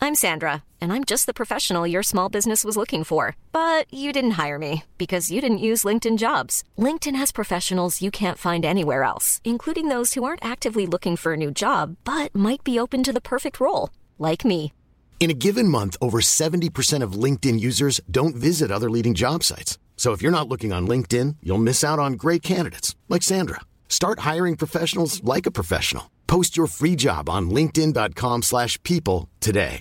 I'm Sandra, and I'm just the professional your small business was looking for. But you didn't hire me because you didn't use LinkedIn Jobs. LinkedIn has professionals you can't find anywhere else, including those who aren't actively looking for a new job, but might be open to the perfect role, like me. In a given month, over 70% of LinkedIn users don't visit other leading job sites. So if you're not looking on LinkedIn, you'll miss out on great candidates like Sandra. Start hiring professionals like a professional. Post your free job on linkedin.com/people today.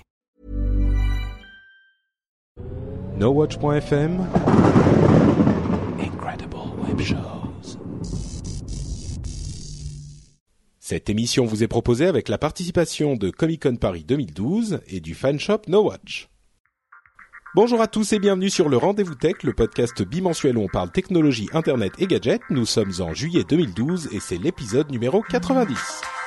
NoWatch.fm Incredible Web Shows. Cette émission vous est proposée avec la participation de Comic-Con Paris 2012 et du fanshop NoWatch. Bonjour à tous et bienvenue sur le Rendez-vous Tech, le podcast bimensuel où on parle technologie, internet et gadgets. Nous sommes en juillet 2012 et c'est l'épisode numéro 90.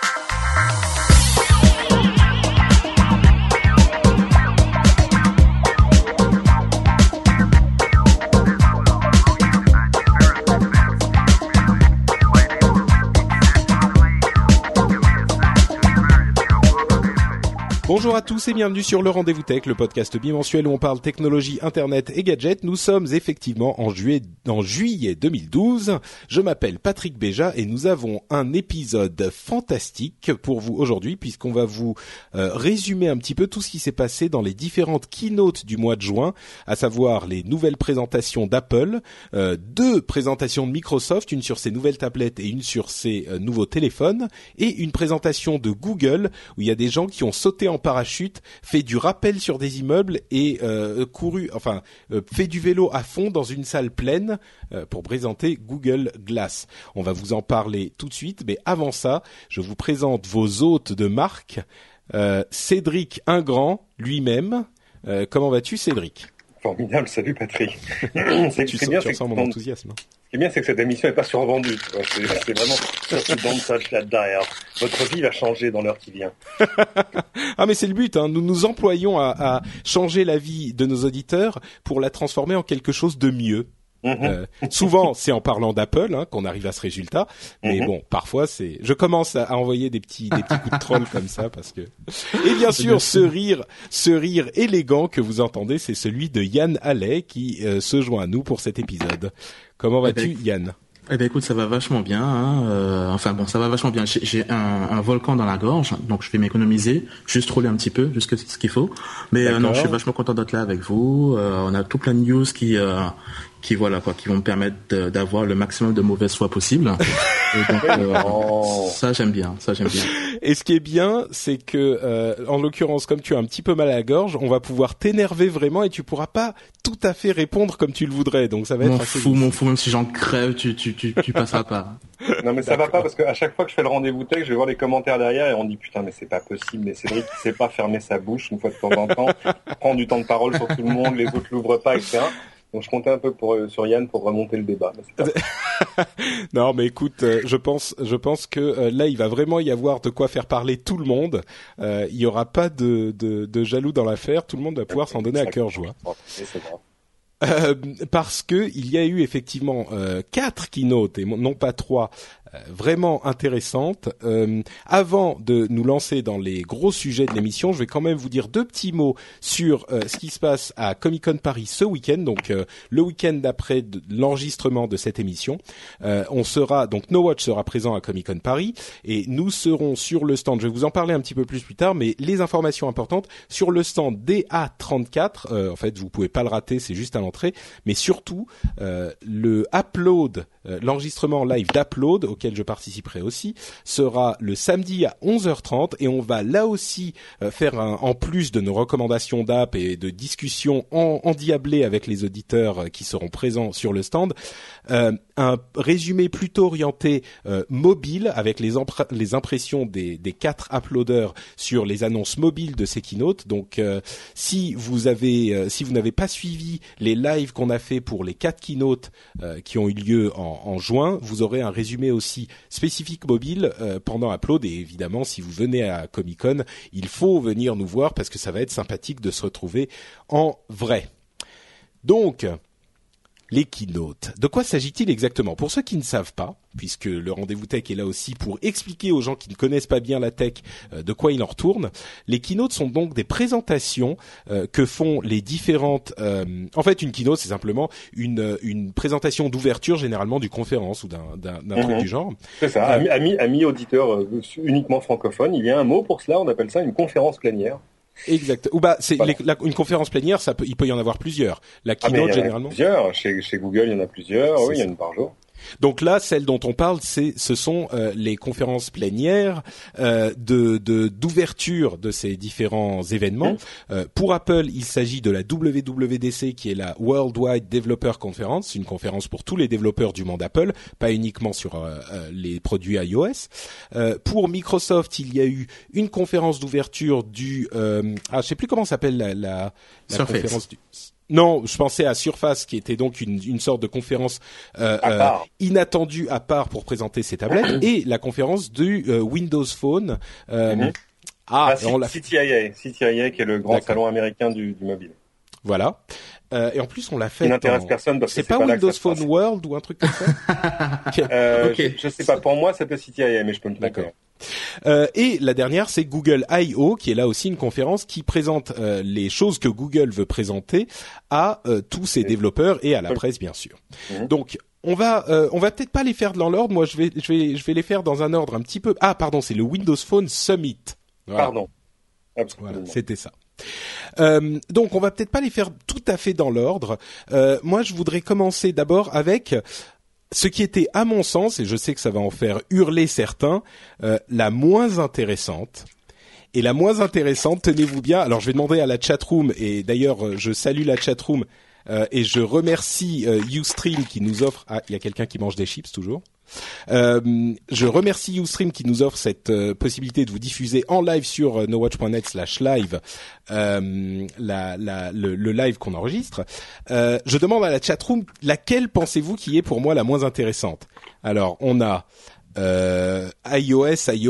Bonjour à tous et bienvenue sur le Rendez-vous Tech, le podcast bimensuel où on parle technologie, internet et gadgets. Nous sommes effectivement en juillet 2012. Je m'appelle Patrick Béja et nous avons un épisode fantastique pour vous aujourd'hui puisqu'on va vous résumer un petit peu tout ce qui s'est passé dans les différentes keynotes du mois de juin, à savoir les nouvelles présentations d'Apple, 2 présentations de Microsoft, une sur ses nouvelles tablettes et une sur ses nouveaux téléphones, et une présentation de Google où il y a des gens qui ont sauté en parachute, fait du rappel sur des immeubles et fait du vélo à fond dans une salle pleine pour présenter Google Glass. On va vous en parler tout de suite, mais avant ça, je vous présente vos hôtes de marque. Cédric Ingrand lui-même. Comment vas-tu, Cédric ? Formidable, salut Patrick. Tu ressens mon enthousiasme. Ce qui est bien, c'est que cette émission n'est pas survendue. Tu vois. C'est vraiment surtout dans le touch là derrière. Votre vie va changer dans l'heure qui vient. Ah mais c'est le but, hein. Nous nous employons à changer la vie de nos auditeurs pour la transformer en quelque chose de mieux. Souvent c'est en parlant d'Apple qu'on arrive à ce résultat, mais bon, parfois je commence à envoyer des petits coups de troll comme ça parce que. Et bien sûr, ce rire élégant que vous entendez, c'est celui de Yann Allais qui se joint à nous pour cet épisode. Comment vas-tu, Yann ? Eh ben écoute, ça va vachement bien. Ça va vachement bien. J'ai un volcan dans la gorge, donc je vais m'économiser, juste rouler un petit peu, juste ce qu'il faut. Mais non, je suis vachement content d'être là avec vous. On a tout plein de news qui vont me permettre d'avoir le maximum de mauvaise foi possible. Et donc, ça j'aime bien. Et ce qui est bien, c'est que en l'occurrence, comme tu as un petit peu mal à la gorge, on va pouvoir t'énerver vraiment et tu pourras pas tout à fait répondre comme tu le voudrais. Donc ça va être m'en fous, même si j'en crève, tu passeras pas. Non mais ça va pas parce qu'à chaque fois que je fais le rendez-vous tech, je vais voir les commentaires derrière et on dit putain mais c'est pas possible, mais Cédric il sait pas fermer sa bouche une fois de temps en temps, il prend du temps de parole sur tout le monde, les autres l'ouvrent pas, etc. Donc je comptais un peu sur Yann pour remonter le débat. Non mais écoute, je pense que là il va vraiment y avoir de quoi faire parler tout le monde. Il y aura pas de jaloux dans l'affaire, tout le monde va pouvoir s'en donner à cœur joie. C'est grave. Parce que il y a eu effectivement 4 keynotes et non pas 3 vraiment intéressantes. Avant de nous lancer dans les gros sujets de l'émission, je vais quand même vous dire 2 petits mots sur ce qui se passe à Comic-Con Paris ce week-end, donc le week-end d'après l'enregistrement de cette émission. Donc NoWatch sera présent à Comic-Con Paris et nous serons sur le stand, je vais vous en parler un petit peu plus tard, mais les informations importantes sur le stand DA34, en fait vous pouvez pas le rater, c'est juste à l'entrée, mais surtout le upload, l'enregistrement live d'Upload auquel je participerai aussi, sera le samedi à 11h30 et on va là aussi faire en plus de nos recommandations d'app et de discussions endiablées avec les auditeurs qui seront présents sur le stand, un résumé plutôt orienté mobile avec les impressions des 4 uploaders sur les annonces mobiles de ces keynotes. Donc si vous n'avez pas suivi les lives qu'on a fait pour les 4 keynotes qui ont eu lieu en juin, vous aurez un résumé aussi spécifique mobile pendant Upload. Et évidemment, si vous venez à Comic-Con, il faut venir nous voir parce que ça va être sympathique de se retrouver en vrai. Donc, Les keynotes. De quoi s'agit-il exactement? Pour ceux qui ne savent pas, puisque le Rendez-vous Tech est là aussi pour expliquer aux gens qui ne connaissent pas bien la tech de quoi il en retourne, les keynotes sont donc des présentations que font les différentes... en fait, une keynote, c'est simplement une présentation d'ouverture, généralement d'une conférence ou d'un truc du genre. C'est ça, amis auditeurs uniquement francophones, il y a un mot pour cela, on appelle ça une conférence plénière. Exact. Ou une conférence plénière, il peut y en avoir plusieurs. La keynote généralement. Plusieurs. Chez Google, il y en a plusieurs. Oui, il y en a une par jour. Donc là, celle dont on parle, ce sont les conférences plénières d'ouverture de ces différents événements. Pour Apple, il s'agit de la WWDC, qui est la Worldwide Developer Conference, une conférence pour tous les développeurs du monde Apple, pas uniquement sur les produits iOS. Pour Microsoft, il y a eu une conférence d'ouverture je sais plus comment s'appelle la conférence du... Non, je pensais à Surface, qui était donc une sorte de conférence inattendue à part pour présenter ses tablettes, et la conférence du Windows Phone. CTIA, qui est le grand salon américain du mobile. Voilà. Et en plus, on l'a fait. Qui n'intéresse personne parce que c'est pas Windows Phone World ou un truc comme ça. Okay. Je sais pas. Pour moi, c'était CTIA, mais je peux me tromper. D'accord. Et la dernière, c'est Google I.O., qui est là aussi une conférence qui présente les choses que Google veut présenter à tous ses développeurs et à la presse, bien sûr. Donc, on va peut-être pas les faire dans l'ordre. Moi, je vais les faire dans un ordre un petit peu. Ah, pardon, c'est le Windows Phone Summit. Voilà. Pardon. Absolument. Voilà, c'était ça. Donc, on va peut-être pas les faire tout à fait dans l'ordre. Moi, je voudrais commencer d'abord avec ce qui était, à mon sens, et je sais que ça va en faire hurler certains, la moins intéressante. Et la moins intéressante, tenez-vous bien. Alors, je vais demander à la chatroom, et d'ailleurs, je salue la chatroom, et je remercie Ustream qui nous offre... Ah, il y a quelqu'un qui mange des chips, toujours. Je remercie Ustream qui nous offre cette possibilité de vous diffuser en live sur nowatch.net/live le live qu'on enregistre. Je demande à la chatroom laquelle pensez-vous qui est pour moi la moins intéressante. Alors on a iOS,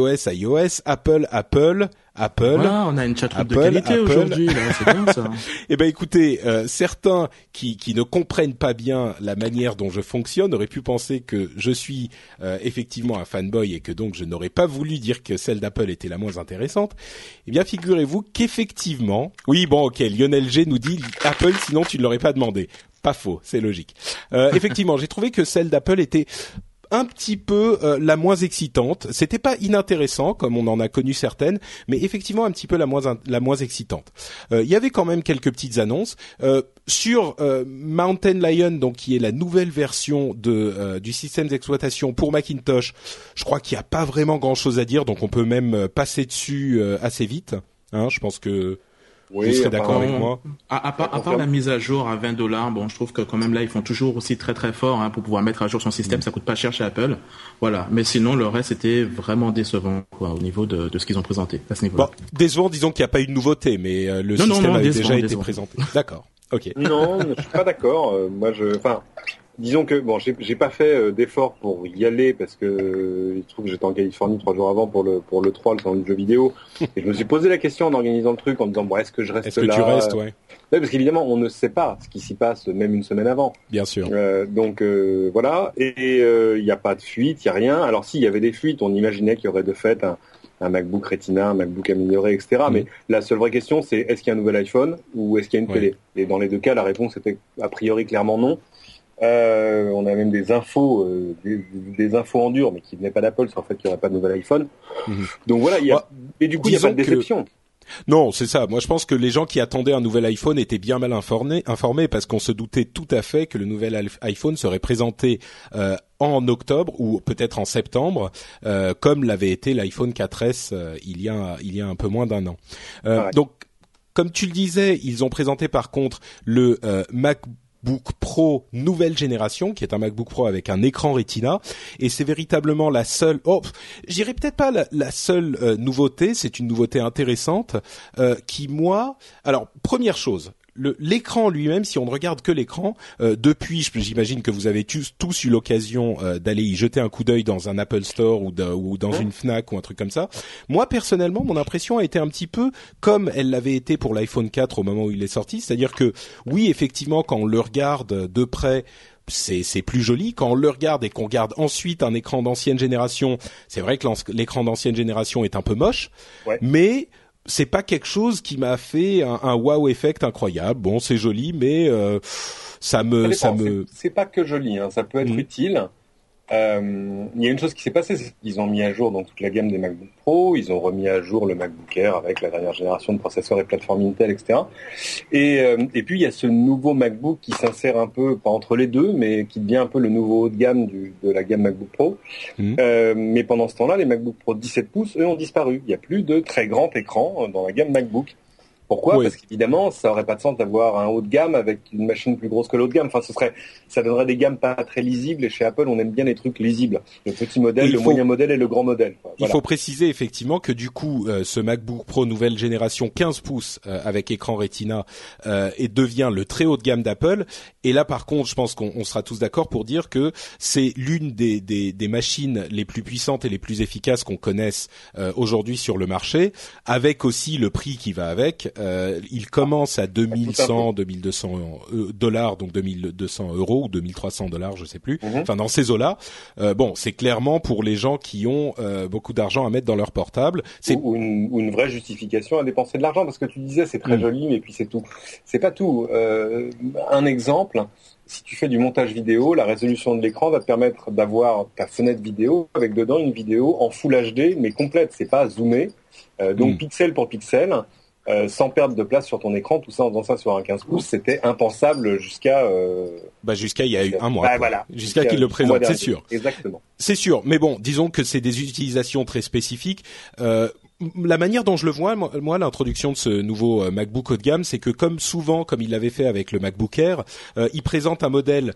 Apple. Voilà, on a une chatroom de qualité aujourd'hui, là, c'est bien ça. Eh ben écoutez, certains qui ne comprennent pas bien la manière dont je fonctionne auraient pu penser que je suis effectivement un fanboy et que donc je n'aurais pas voulu dire que celle d'Apple était la moins intéressante. Eh bien figurez-vous qu'effectivement, oui bon ok, Lionel G nous dit Apple sinon tu ne l'aurais pas demandé. Pas faux, c'est logique. Effectivement, j'ai trouvé que celle d'Apple était un petit peu la moins excitante. C'était pas inintéressant comme on en a connu certaines, mais effectivement un petit peu la moins excitante. Il y avait quand même quelques petites annonces sur Mountain Lion, donc qui est la nouvelle version du système d'exploitation pour Macintosh. Je crois qu'il n'y a pas vraiment grand-chose à dire, donc on peut même passer dessus assez vite. Je pense que vous serez d'accord avec moi. À part la mise à jour à $20, bon, je trouve que quand même là, ils font toujours aussi très très fort pour pouvoir mettre à jour son système. Ça coûte pas cher chez Apple. Voilà. Mais sinon, le reste était vraiment décevant, quoi, au niveau de ce qu'ils ont présenté à ce niveau-là. Bon, décevant, disons qu'il n'y a pas eu de nouveauté, mais le système a déjà été présenté. D'accord. Ok. Non, je suis pas d'accord. Disons que bon, j'ai pas fait d'effort pour y aller parce que il se trouve que j'étais en Californie 3 jours avant pour le 3, le salon du jeu vidéo, et je me suis posé la question en organisant le truc en me disant bon, est-ce que je reste là? Est-ce que tu restes, ouais. Ouais, parce qu'évidemment on ne sait pas ce qui s'y passe même une semaine avant. Bien sûr. Donc voilà, et il y a pas de fuite, il y a rien. Alors s'il y avait des fuites, on imaginait qu'il y aurait de fait un MacBook Retina, un MacBook amélioré, etc. Mais la seule vraie question, c'est est-ce qu'il y a un nouvel iPhone ou est-ce qu'il y a une télé? Et dans les deux cas, la réponse était a priori clairement non. On a même des infos en dur, mais qui venaient pas d'Apple, sur le fait qu'il n'y aurait pas de nouvel iPhone. Donc voilà, et du coup, il n'y a pas de déception. Non, c'est ça. Moi, je pense que les gens qui attendaient un nouvel iPhone étaient bien mal informés parce qu'on se doutait tout à fait que le nouvel iPhone serait présenté en octobre ou peut-être en septembre, comme l'avait été l'iPhone 4S il y a un peu moins d'un an. Donc, comme tu le disais, ils ont présenté par contre le MacBook Pro nouvelle génération, qui est un MacBook Pro avec un écran Retina, et c'est véritablement la seule, j'irais peut-être pas la seule nouveauté, c'est une nouveauté intéressante, alors première chose, l'écran lui-même, si on ne regarde que l'écran, depuis, j'imagine que vous avez tous eu l'occasion d'aller y jeter un coup d'œil dans un Apple Store ou dans une Fnac ou un truc comme ça. Moi, personnellement, mon impression a été un petit peu comme elle l'avait été pour l'iPhone 4 au moment où il est sorti, c'est-à-dire que oui, effectivement, quand on le regarde de près, c'est plus joli. Quand on le regarde et qu'on regarde ensuite un écran d'ancienne génération, c'est vrai que l'écran d'ancienne génération est un peu moche, mais c'est pas quelque chose qui m'a fait un wow effect incroyable. Bon, c'est joli, mais c'est pas que joli, hein. Ça peut être utile. Il y a une chose qui s'est passée, c'est qu'ils ont mis à jour donc toute la gamme des MacBook Pro, ils ont remis à jour le MacBook Air avec la dernière génération de processeurs et plateformes Intel, etc. Et puis il y a ce nouveau MacBook qui s'insère un peu, pas entre les deux, mais qui devient un peu le nouveau haut de gamme de la gamme MacBook Pro. Mais pendant ce temps-là, les MacBook Pro 17 pouces, eux, ont disparu. Il n'y a plus de très grand écran dans la gamme MacBook. Pourquoi ? Parce qu'évidemment, ça aurait pas de sens d'avoir un haut de gamme avec une machine plus grosse que l'haut de gamme. Enfin, ça donnerait des gammes pas très lisibles. Et chez Apple, on aime bien les trucs lisibles. Le petit modèle, le moyen modèle et le grand modèle. Voilà. Il faut préciser effectivement que du coup, ce MacBook Pro nouvelle génération 15 pouces avec écran Retina et devient le très haut de gamme d'Apple. Et là, par contre, je pense qu'on sera tous d'accord pour dire que c'est l'une des machines les plus puissantes et les plus efficaces qu'on connaisse aujourd'hui sur le marché, avec aussi le prix qui va avec. Il commence à 2200 dollars, donc 2200 euros ou 2300 dollars, je sais plus. Enfin, dans ces eaux-là. Bon, c'est clairement pour les gens qui ont beaucoup d'argent à mettre dans leur portable. Ou une vraie justification à dépenser de l'argent, parce que tu disais c'est très joli, mais puis c'est tout. C'est pas tout. Un exemple. Si tu fais du montage vidéo, la résolution de l'écran va te permettre d'avoir ta fenêtre vidéo avec dedans une vidéo en Full HD, mais complète. C'est pas zoomé. Donc pixel pour pixel. Sans perdre de place sur ton écran, tout ça en faisant ça sur un 15 pouces, c'était impensable jusqu'à il y a eu un mois. Voilà. Jusqu'à qu'il le présente, c'est sûr. Exactement. C'est sûr, mais bon, disons que c'est des utilisations très spécifiques. La manière dont je le vois, moi, l'introduction de ce nouveau MacBook haut de gamme, c'est que comme il l'avait fait avec le MacBook Air, il présente un modèle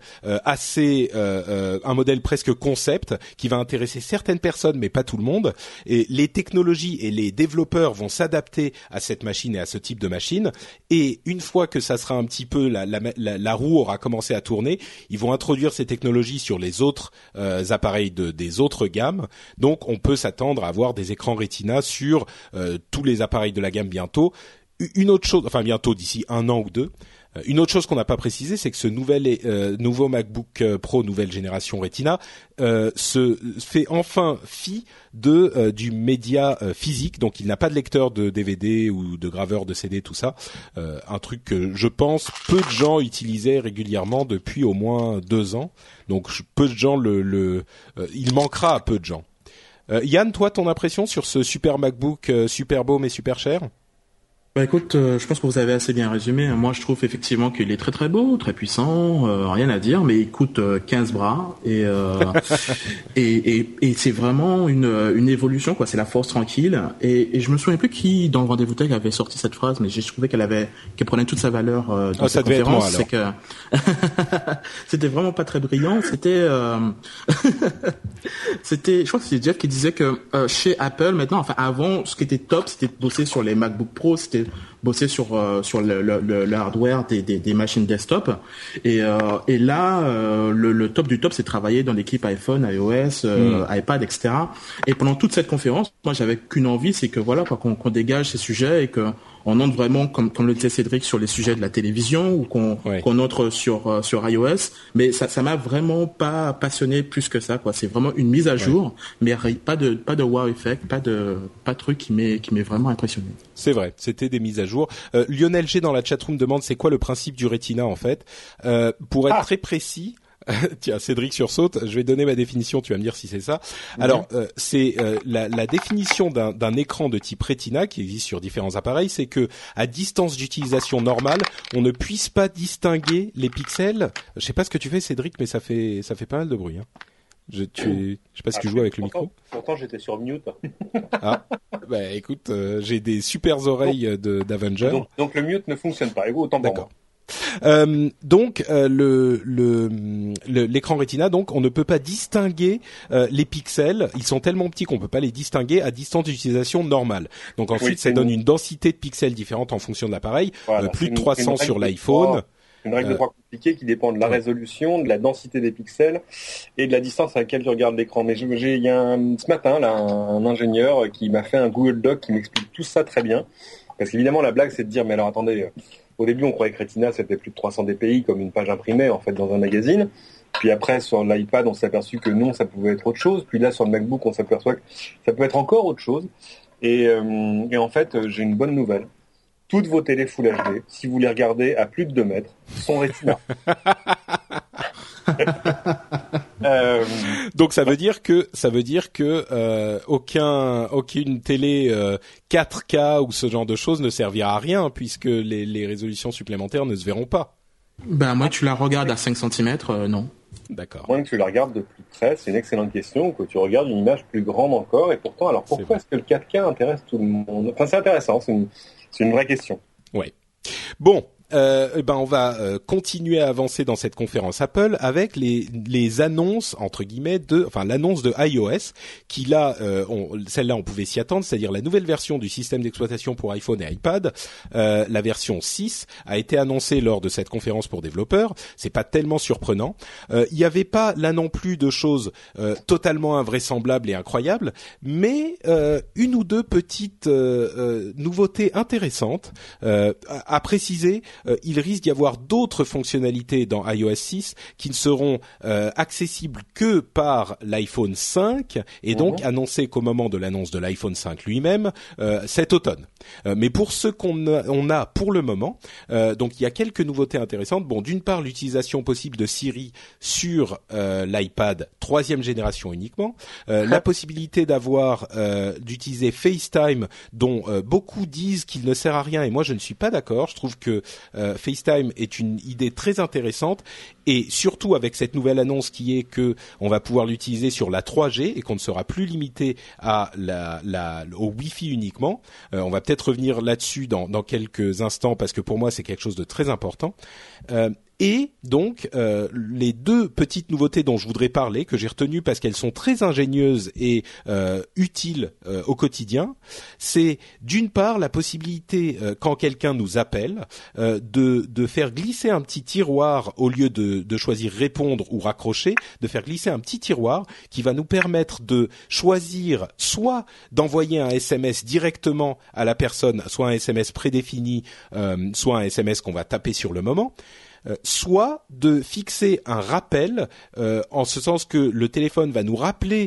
un modèle presque concept qui va intéresser certaines personnes, mais pas tout le monde. Et les technologies et les développeurs vont s'adapter à cette machine et à ce type de machine. Et une fois que ça sera un petit peu la roue aura commencé à tourner, ils vont introduire ces technologies sur les autres appareils des autres gammes. Donc, on peut s'attendre à avoir des écrans Retina sur tous les appareils de la gamme bientôt. Une autre chose, enfin bientôt d'ici un an ou deux. Une autre chose qu'on n'a pas précisé, c'est que ce nouveau MacBook Pro nouvelle génération Retina se fait enfin fi du média physique, donc il n'a pas de lecteur de DVD ou de graveur de CD, tout ça. Un truc que je pense peu de gens utilisaient régulièrement depuis au moins 2 ans. Donc peu de gens il manquera à peu de gens. Yann, toi, ton impression sur ce super MacBook super beau mais super cher ? Bah écoute, je pense que vous avez assez bien résumé. Moi, je trouve effectivement qu'il est très très beau, très puissant, rien à dire, mais il coûte 15 bras et c'est vraiment une évolution quoi. C'est la force tranquille. Et je me souviens plus qui dans le Rendez-vous Tech avait sorti cette phrase, mais j'ai trouvé qu'elle prenait toute sa valeur dans cette conférence. C'est que c'était vraiment pas très brillant. C'était, je crois que c'est Jeff qui disait que chez Apple maintenant, enfin avant, ce qui était top, c'était de bosser sur les MacBook Pro, c'était bosser sur le hardware des machines desktop et là le top du top c'est travailler dans l'équipe iPhone, iOS, iPad, etc. Et pendant toute cette conférence, moi j'avais qu'une envie, c'est que voilà quoi, qu'on dégage ces sujets et que on entre vraiment comme le disait Cédric sur les sujets de la télévision ou qu'on entre sur iOS, mais ça m'a vraiment pas passionné plus que ça quoi. C'est vraiment une mise à jour, mais pas de wow effect, pas de truc qui m'est vraiment impressionné. C'est vrai, c'était des mises à jour. Lionel G dans la chatroom demande c'est quoi le principe du Retina en fait. Pour être très précis, tiens, Cédric sursaute, je vais donner ma définition, tu vas me dire si c'est ça. Alors, c'est la définition d'un écran de type Retina qui existe sur différents appareils, c'est que à distance d'utilisation normale, on ne puisse pas distinguer les pixels. Je sais pas ce que tu fais Cédric, mais ça fait pas mal de bruit hein. Je sais pas si tu joues avec le micro. Pourtant, j'étais sur mute. Ah, bah écoute, j'ai des super oreilles d'Avenger. Donc le mute ne fonctionne pas. Et vous, autant pour moi. Donc l'écran Retina, donc on ne peut pas distinguer les pixels. Ils sont tellement petits qu'on peut pas les distinguer à distance d'utilisation normale. Donc ensuite, ça donne une densité de pixels différente en fonction de l'appareil. Voilà, plus de 300 sur l'iPhone. Une règle de 3 compliquée qui dépend de la résolution, de la densité des pixels et de la distance à laquelle tu regardes l'écran. Mais il y a ce matin là un ingénieur qui m'a fait un Google Doc qui m'explique tout ça très bien. Parce qu'évidemment la blague c'est de dire mais alors attendez, au début on croyait que Retina c'était plus de 300 dpi comme une page imprimée en fait dans un magazine. Puis après sur l'iPad on s'est aperçu que non, ça pouvait être autre chose. Puis là sur le MacBook on s'aperçoit que ça peut être encore autre chose. Et en fait j'ai une bonne nouvelle. Toutes vos télés Full HD, si vous les regardez à plus de 2 mètres, sont Retina. Donc ça veut dire que aucune télé 4K ou ce genre de choses ne servira à rien puisque les résolutions supplémentaires ne se verront pas. Ben moi tu la regardes à 5 cm, non. D'accord. Moins que tu la regardes de plus près, c'est une excellente question, que tu regardes une image plus grande encore et pourtant alors pourquoi est-ce que le 4K intéresse tout le monde? Enfin c'est intéressant, c'est une vraie question. Ouais. Bon, on va continuer à avancer dans cette conférence Apple avec les annonces entre guillemets l'annonce de iOS qui là celle-là on pouvait s'y attendre, c'est-à-dire la nouvelle version du système d'exploitation pour iPhone et iPad, la version 6 a été annoncée lors de cette conférence pour développeurs. C'est pas tellement surprenant. Il y avait pas là non plus de choses totalement invraisemblables et incroyables, mais une ou deux petites nouveautés intéressantes à préciser. Il risque d'y avoir d'autres fonctionnalités dans iOS 6 qui ne seront accessibles que par l'iPhone 5 et donc annoncées qu'au moment de l'annonce de l'iPhone 5 lui-même cet automne. Mais pour ce qu'on a pour le moment, donc il y a quelques nouveautés intéressantes. Bon, d'une part l'utilisation possible de Siri sur l'iPad 3e génération uniquement, la possibilité d'utiliser FaceTime dont beaucoup disent qu'il ne sert à rien et moi je ne suis pas d'accord. Je trouve que FaceTime est une idée très intéressante et surtout avec cette nouvelle annonce qui est que on va pouvoir l'utiliser sur la 3G et qu'on ne sera plus limité à au Wi-Fi uniquement. On va peut-être revenir là-dessus dans quelques instants parce que pour moi c'est quelque chose de très important. Et donc les deux petites nouveautés dont je voudrais parler, que j'ai retenues parce qu'elles sont très ingénieuses et utiles au quotidien, c'est d'une part la possibilité quand quelqu'un nous appelle de faire glisser un petit tiroir au lieu de choisir répondre ou raccrocher, de faire glisser un petit tiroir qui va nous permettre de choisir soit d'envoyer un SMS directement à la personne, soit un SMS prédéfini, soit un SMS qu'on va taper sur le moment. Soit de fixer un rappel, en ce sens que le téléphone va nous rappeler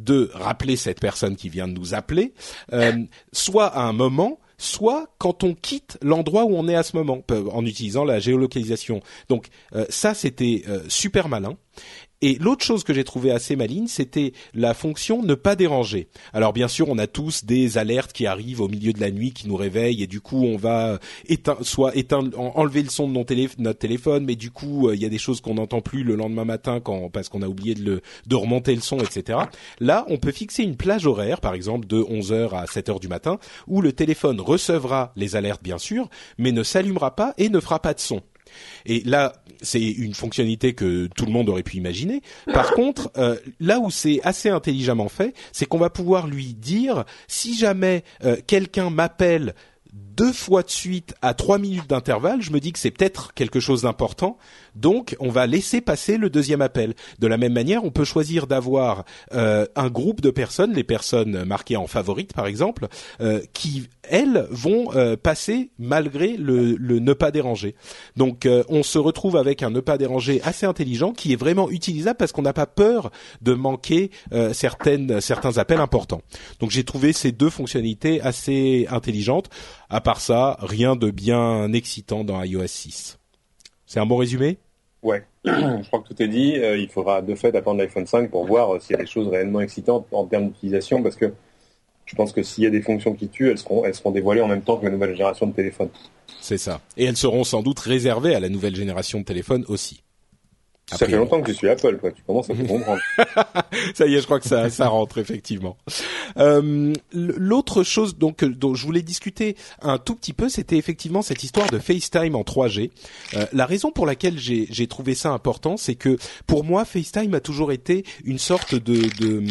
cette personne qui vient de nous appeler, soit à un moment, soit quand on quitte l'endroit où on est à ce moment, en utilisant la géolocalisation. Donc ça, c'était super malin. Et l'autre chose que j'ai trouvé assez maligne, c'était la fonction ne pas déranger. Alors bien sûr, on a tous des alertes qui arrivent au milieu de la nuit, qui nous réveillent, et du coup, on va enlever le son de notre téléphone, mais du coup, il y a des choses qu'on n'entend plus le lendemain matin parce qu'on a oublié de remonter le son, etc. Là, on peut fixer une plage horaire, par exemple de 11h à 7h du matin, où le téléphone recevra les alertes, bien sûr, mais ne s'allumera pas et ne fera pas de son. Et là, c'est une fonctionnalité que tout le monde aurait pu imaginer. Par contre, là où c'est assez intelligemment fait, c'est qu'on va pouvoir lui dire si jamais quelqu'un m'appelle 2 fois de suite à 3 minutes d'intervalle, je me dis que c'est peut-être quelque chose d'important. Donc, on va laisser passer le deuxième appel. De la même manière, on peut choisir d'avoir un groupe de personnes, les personnes marquées en favorites par exemple, qui elles vont passer malgré le ne pas déranger. Donc, on se retrouve avec un ne pas déranger assez intelligent qui est vraiment utilisable parce qu'on n'a pas peur de manquer certains appels importants. Donc, j'ai trouvé ces deux fonctionnalités assez intelligentes. À part ça, rien de bien excitant dans iOS 6. C'est un bon résumé ? Ouais, je crois que tout est dit. Il faudra de fait attendre l'iPhone 5 pour voir s'il y a des choses réellement excitantes en termes d'utilisation, parce que je pense que s'il y a des fonctions qui tuent, elles seront dévoilées en même temps que la nouvelle génération de téléphones. C'est ça. Et elles seront sans doute réservées à la nouvelle génération de téléphones aussi. Ça fait longtemps que je suis Apple, quoi. Tu commences à te comprendre. Ça y est, je crois que ça rentre effectivement. L'autre chose dont je voulais discuter un tout petit peu, c'était effectivement cette histoire de FaceTime en 3G. La raison pour laquelle j'ai trouvé ça important, c'est que pour moi, FaceTime a toujours été une sorte de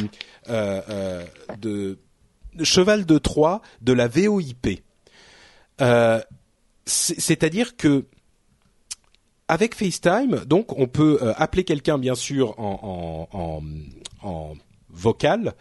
cheval de Troie de la VoIP. C'est-à-dire que avec FaceTime, donc on peut appeler quelqu'un bien sûr en vocal,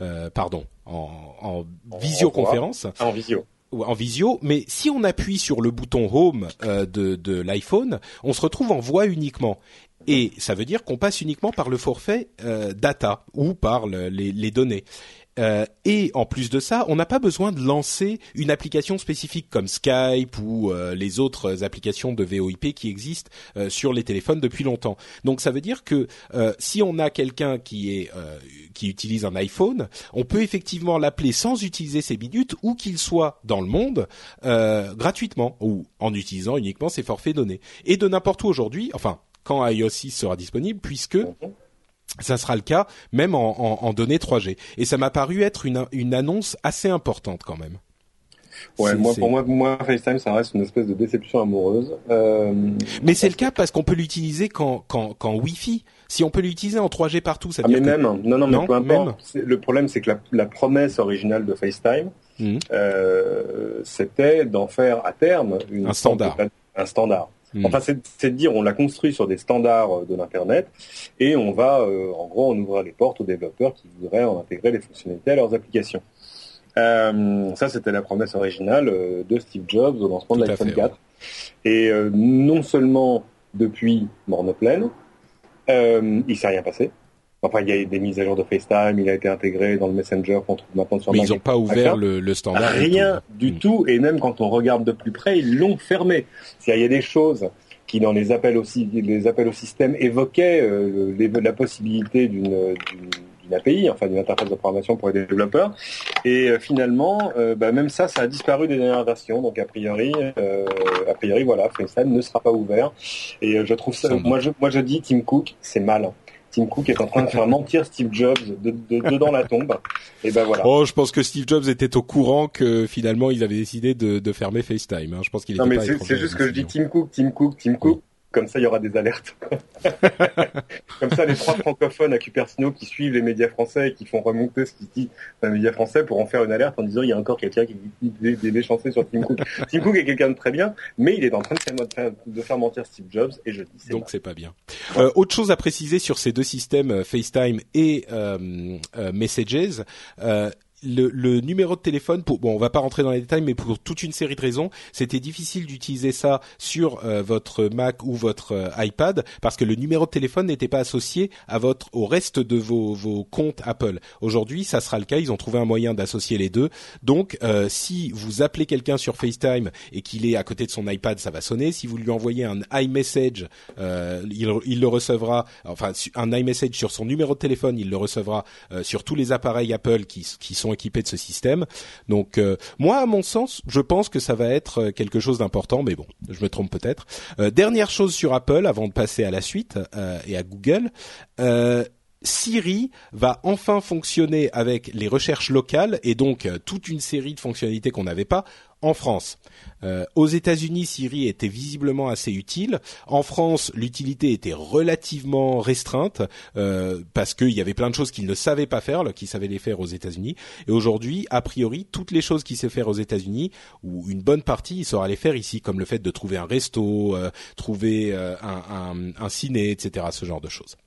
en visioconférence. En visio. En visio, mais si on appuie sur le bouton Home de l'iPhone, on se retrouve en voix uniquement. Et ça veut dire qu'on passe uniquement par le forfait data ou par les données. Et en plus de ça, on n'a pas besoin de lancer une application spécifique comme Skype ou les autres applications de VoIP qui existent sur les téléphones depuis longtemps. Donc ça veut dire que si on a quelqu'un qui utilise un iPhone, on peut effectivement l'appeler sans utiliser ses minutes, où qu'il soit dans le monde, gratuitement ou en utilisant uniquement ses forfaits donnés. Et de n'importe où aujourd'hui, enfin quand iOS 6 sera disponible, puisque ça sera le cas même en données 3G. Et ça m'a paru être une annonce assez importante quand même. Ouais, pour moi, FaceTime, ça reste une espèce de déception amoureuse. Mais c'est le cas parce qu'on peut l'utiliser qu'en Wi-Fi. Si on peut l'utiliser en 3G partout, ça veut dire mais même, non, mais peu importe. Le problème, c'est que la promesse originale de FaceTime, c'était d'en faire à terme un standard. Un standard. Enfin, c'est de dire, on l'a construit sur des standards de l'internet et on va, en gros, on ouvre les portes aux développeurs qui voudraient en intégrer les fonctionnalités à leurs applications. Ça, c'était la promesse originale de Steve Jobs au lancement de l'iPhone 4. Et non seulement depuis morne pleine, il s'est rien passé. Enfin, il y a eu des mises à jour de FaceTime, il a été intégré dans le Messenger qu'on trouve maintenant sur Mac. Mais ils n'ont pas ouvert le standard. Rien du tout. Et même quand on regarde de plus près, ils l'ont fermé. Il y a des choses qui, dans les appels au système, évoquaient la possibilité d'une API, enfin d'une interface de programmation pour les développeurs. Et finalement, même ça a disparu des dernières versions. Donc a priori, voilà, FaceTime ne sera pas ouvert. Et je trouve ça. Moi, je dis Tim Cook, c'est mal. Tim Cook est en train de faire mentir Steve Jobs dedans la tombe. Et ben voilà. Oh, je pense que Steve Jobs était au courant que finalement ils avaient décidé de fermer FaceTime. Je pense qu'il était pas. Non, mais c'est juste que je dis Tim Cook. Comme ça, il y aura des alertes. Comme ça, les 3 francophones à Cupertino qui suivent les médias français et qui font remonter ce qui dit dans les médias français pourront faire une alerte en disant il y a encore quelqu'un qui dit des méchancetés sur Tim Cook. Tim Cook est quelqu'un de très bien, mais il est en train de faire mentir Steve Jobs et je dis donc c'est pas bien. Autre chose à préciser sur ces deux systèmes, FaceTime et Messages. Le numéro de téléphone, on va pas rentrer dans les détails, mais pour toute une série de raisons, c'était difficile d'utiliser ça sur votre Mac ou votre iPad parce que le numéro de téléphone n'était pas associé au reste de vos comptes Apple. Aujourd'hui, ça sera le cas. Ils ont trouvé un moyen d'associer les deux. Donc, si vous appelez quelqu'un sur FaceTime et qu'il est à côté de son iPad, ça va sonner. Si vous lui envoyez un iMessage, il le recevra. Enfin, un iMessage sur son numéro de téléphone, il le recevra sur tous les appareils Apple qui sont équipés de ce système. Donc moi, à mon sens, je pense que ça va être quelque chose d'important, mais bon, je me trompe peut-être. Dernière chose sur Apple, avant de passer à la suite et à Google. Siri va enfin fonctionner avec les recherches locales et donc toute une série de fonctionnalités qu'on n'avait pas en France. Aux États-Unis, Siri était visiblement assez utile. En France, l'utilité était relativement restreinte parce qu'il y avait plein de choses qu'il ne savait pas faire, qu'il savait les faire aux États-Unis. Et aujourd'hui, a priori, toutes les choses qu'il sait faire aux États-Unis, ou une bonne partie, il saura les faire ici, comme le fait de trouver un resto, trouver un ciné, etc., ce genre de choses.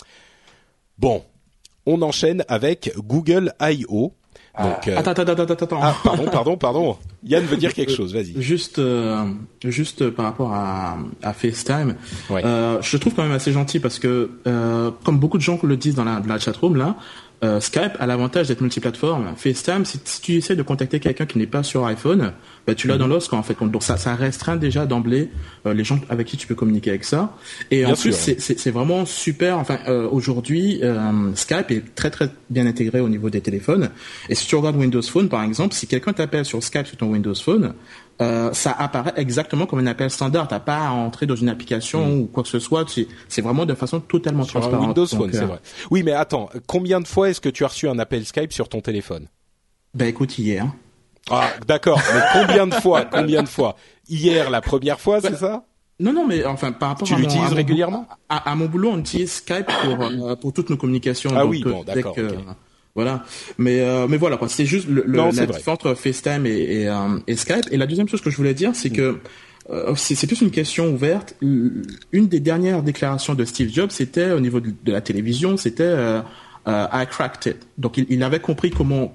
Bon, on enchaîne avec Google I.O. Donc, Attends. Ah, pardon. Yann veut dire quelque chose, vas-y. Juste par rapport à FaceTime, ouais. Je trouve quand même assez gentil parce que, comme beaucoup de gens le disent dans la chatroom là, Skype a l'avantage d'être multiplateforme. FaceTime, si tu essaies de contacter quelqu'un qui n'est pas sur iPhone, tu l'as dans l'os en fait. Donc ça restreint déjà d'emblée les gens avec qui tu peux communiquer avec ça. Et bien en plus, c'est vraiment super. Enfin, aujourd'hui, Skype est très très bien intégré au niveau des téléphones. Et si tu regardes Windows Phone, par exemple, si quelqu'un t'appelle sur Skype sur ton Windows Phone, ça apparaît exactement comme un appel standard. T'as pas à entrer dans une application ou quoi que ce soit. C'est vraiment de façon totalement sur transparente. Un Windows Phone, c'est vrai. Oui, mais attends, combien de fois est-ce que tu as reçu un appel Skype sur ton téléphone? Ben écoute, hier. Ah, d'accord. Mais combien de fois? Hier, la première fois, c'est ça? Non, mais enfin, par rapport tu l'utilises régulièrement? À mon boulot, on utilise Skype pour toutes nos communications. Ah donc, oui, bon, d'accord. Okay. Voilà. Mais voilà, quoi. C'est juste la différence entre FaceTime et Skype. Et la deuxième chose que je voulais dire, c'est que c'est plus une question ouverte. Une des dernières déclarations de Steve Jobs, c'était au niveau de la télévision, c'était I cracked it. Donc il avait compris comment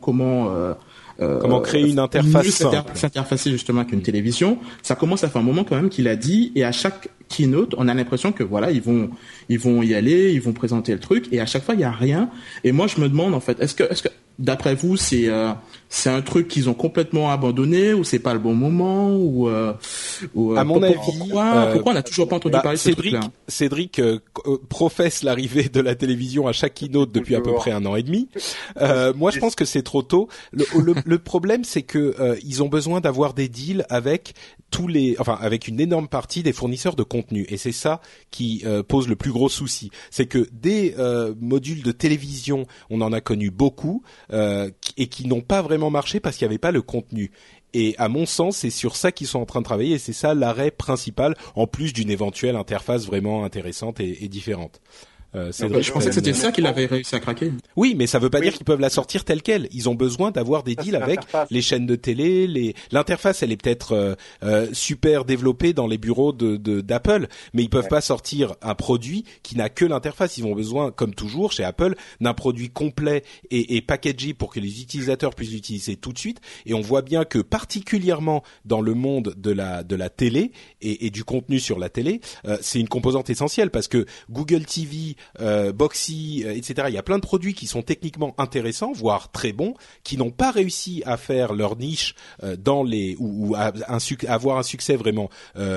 créer une interface simple. S'interfacer justement avec une télévision. Ça commence à faire un moment quand même qu'il a dit, et à chaque keynote, on a l'impression que voilà, ils vont y aller, ils vont présenter le truc, et à chaque fois il y a rien. Et moi je me demande en fait, est-ce que d'après vous c'est un truc qu'ils ont complètement abandonné, ou c'est pas le bon moment, ou à mon avis pourquoi on n'a toujours pas entendu parler de ce truc-là? Cédric professe l'arrivée de la télévision à chaque keynote depuis à peu près 1 an et demi. Moi je pense que c'est trop tôt. Le problème c'est que ils ont besoin d'avoir des deals avec avec une énorme partie des fournisseurs de contenu, et c'est ça qui pose le plus gros souci. C'est que des modules de télévision, on en a connu beaucoup et qui n'ont pas vraiment marché parce qu'il n'y avait pas le contenu. Et à mon sens, c'est sur ça qu'ils sont en train de travailler, et c'est ça l'arrêt principal, en plus d'une éventuelle interface vraiment intéressante et différente. Je pensais que c'était ça qu'il avait réussi à craquer. Oui, mais ça veut pas dire qu'ils peuvent la sortir telle quelle. Ils ont besoin d'avoir des deals avec les chaînes de télé, l'interface, elle est peut-être super développée dans les bureaux d'Apple, mais ils peuvent pas sortir un produit qui n'a que l'interface. Ils ont besoin, comme toujours chez Apple, d'un produit complet et packagé pour que les utilisateurs puissent l'utiliser tout de suite. Et on voit bien que particulièrement dans le monde de la télé et du contenu sur la télé, c'est une composante essentielle, parce que Google TV, Boxy, etc. Il y a plein de produits qui sont techniquement intéressants, voire très bons, qui n'ont pas réussi à faire leur niche ou à avoir un succès vraiment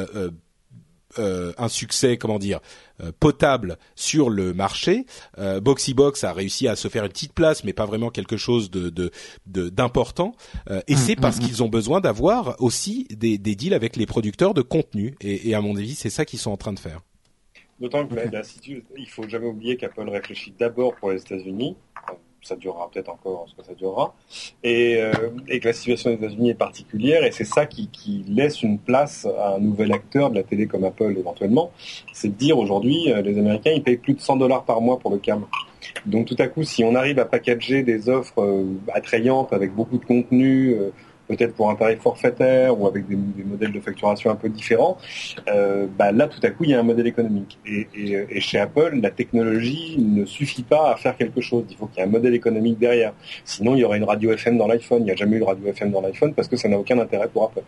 un succès, potable sur le marché. Boxybox a réussi à se faire une petite place, mais pas vraiment quelque chose d'important. Et c'est parce qu'ils ont besoin d'avoir aussi des deals avec les producteurs de contenu. Et à mon avis, c'est ça qu'ils sont en train de faire. D'autant que il faut jamais oublier qu'Apple réfléchit d'abord pour les États-Unis. Ça durera peut-être encore ce que ça durera, et que la situation des États-Unis est particulière, et c'est ça qui laisse une place à un nouvel acteur de la télé comme Apple éventuellement. C'est de dire aujourd'hui, les Américains ils payent plus de $100 par mois pour le câble. Donc tout à coup, si on arrive à packager des offres attrayantes avec beaucoup de contenu, peut-être pour un tarif forfaitaire ou avec des modèles de facturation un peu différents, là tout à coup il y a un modèle économique. Et chez Apple, la technologie ne suffit pas à faire quelque chose. Il faut qu'il y ait un modèle économique derrière. Sinon il y aurait une radio FM dans l'iPhone. Il n'y a jamais eu de radio FM dans l'iPhone parce que ça n'a aucun intérêt pour Apple.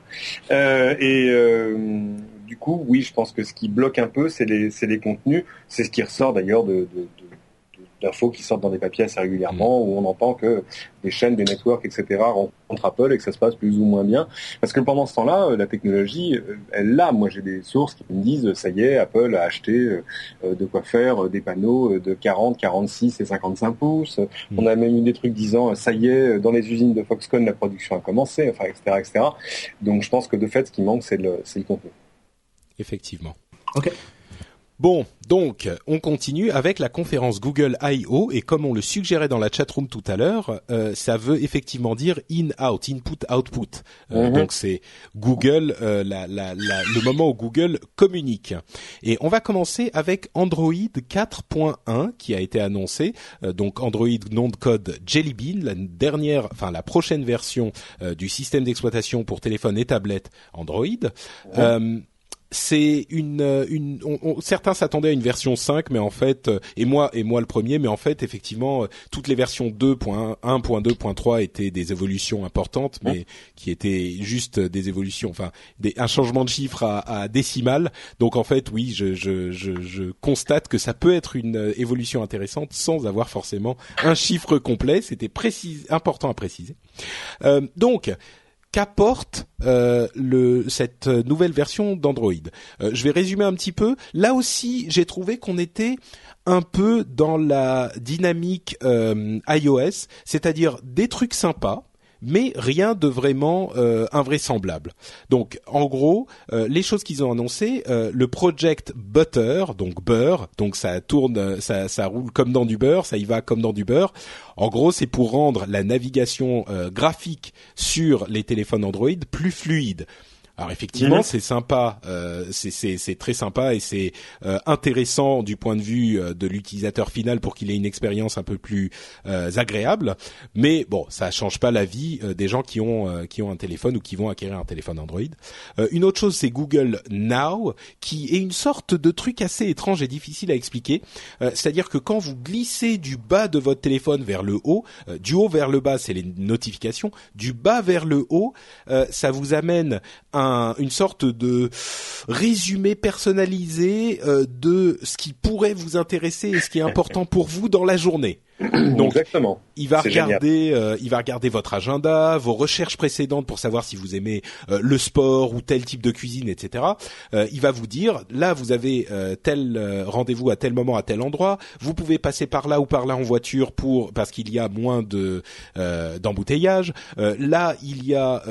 Du coup, oui, je pense que ce qui bloque un peu, c'est les contenus. C'est ce qui ressort d'ailleurs d'infos qui sortent dans des papiers assez régulièrement, où on entend que des chaînes, des networks, etc. rencontrent Apple et que ça se passe plus ou moins bien. Parce que pendant ce temps-là, la technologie, moi j'ai des sources qui me disent, ça y est, Apple a acheté de quoi faire des panneaux de 40, 46 et 55 pouces. On a même eu des trucs disant, ça y est, dans les usines de Foxconn, la production a commencé, enfin, etc., etc. Donc je pense que de fait, ce qui manque, c'est le contenu. Effectivement. Ok. Bon, donc, on continue avec la conférence Google I.O. et comme on le suggérait dans la chatroom tout à l'heure, ça veut effectivement dire in-out, input-output. Donc c'est Google, le moment où Google communique. Et on va commencer avec Android 4.1 qui a été annoncé. Donc Android nom de code Jelly Bean, la prochaine version du système d'exploitation pour téléphone et tablette Android. C'est certains s'attendaient à une version 5, mais en fait, et moi le premier, mais en fait, effectivement, toutes les versions 2.1, 2.3 étaient des évolutions importantes, mais qui étaient juste des évolutions, un changement de chiffre à décimale. Donc en fait, oui, je constate que ça peut être une évolution intéressante sans avoir forcément un chiffre complet. C'était important à préciser. Donc, qu'apporte cette nouvelle version d'Android. Je vais résumer un petit peu. Là aussi, j'ai trouvé qu'on était un peu dans la dynamique iOS, c'est-à-dire des trucs sympas, mais rien de vraiment invraisemblable. Donc en gros, les choses qu'ils ont annoncées, le Project Butter, donc beurre, donc ça tourne, ça roule comme dans du beurre, ça y va comme dans du beurre. En gros, c'est pour rendre la navigation graphique sur les téléphones Android plus fluide. Alors effectivement, c'est sympa, c'est très sympa et c'est intéressant du point de vue de l'utilisateur final pour qu'il ait une expérience un peu plus agréable. Mais bon, ça change pas la vie des gens qui ont un téléphone ou qui vont acquérir un téléphone Android. Une autre chose, c'est Google Now, qui est une sorte de truc assez étrange et difficile à expliquer. C'est-à-dire que quand vous glissez du bas de votre téléphone vers le haut, du haut vers le bas, c'est les notifications, du bas vers le haut, ça vous amène une sorte de résumé personnalisé de ce qui pourrait vous intéresser et ce qui est important pour vous dans la journée. Donc, exactement. Il va regarder votre agenda, vos recherches précédentes pour savoir si vous aimez le sport ou tel type de cuisine, etc. Il va vous dire, là, vous avez tel rendez-vous à tel moment à tel endroit. Vous pouvez passer par là ou par là en voiture parce qu'il y a moins d'embouteillage. Là, il y a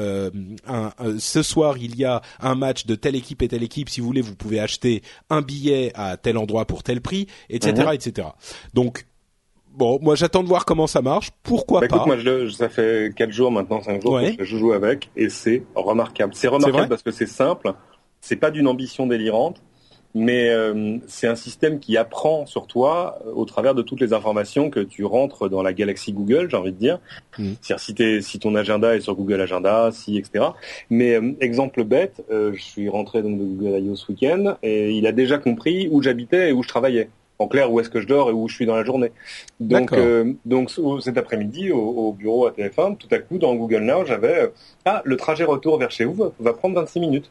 ce soir, il y a un match de telle équipe et telle équipe. Si vous voulez, vous pouvez acheter un billet à tel endroit pour tel prix, etc., etc. Donc bon, moi j'attends de voir comment ça marche. Pourquoi pas. Écoute, moi ça fait 4 jours maintenant, 5 jours que je joue avec et c'est remarquable. C'est remarquable parce que c'est simple, c'est pas d'une ambition délirante, mais c'est un système qui apprend sur toi au travers de toutes les informations que tu rentres dans la galaxie Google, j'ai envie de dire. C'est-à-dire si ton agenda est sur Google Agenda, etc. Mais exemple bête, je suis rentré donc de Google I.O. ce week-end et il a déjà compris où j'habitais et où je travaillais. En clair, où est-ce que je dors et où je suis dans la journée. Donc cet après-midi, au bureau à TF1, tout à coup, dans Google Now, j'avais le trajet retour vers chez vous va prendre 26 minutes.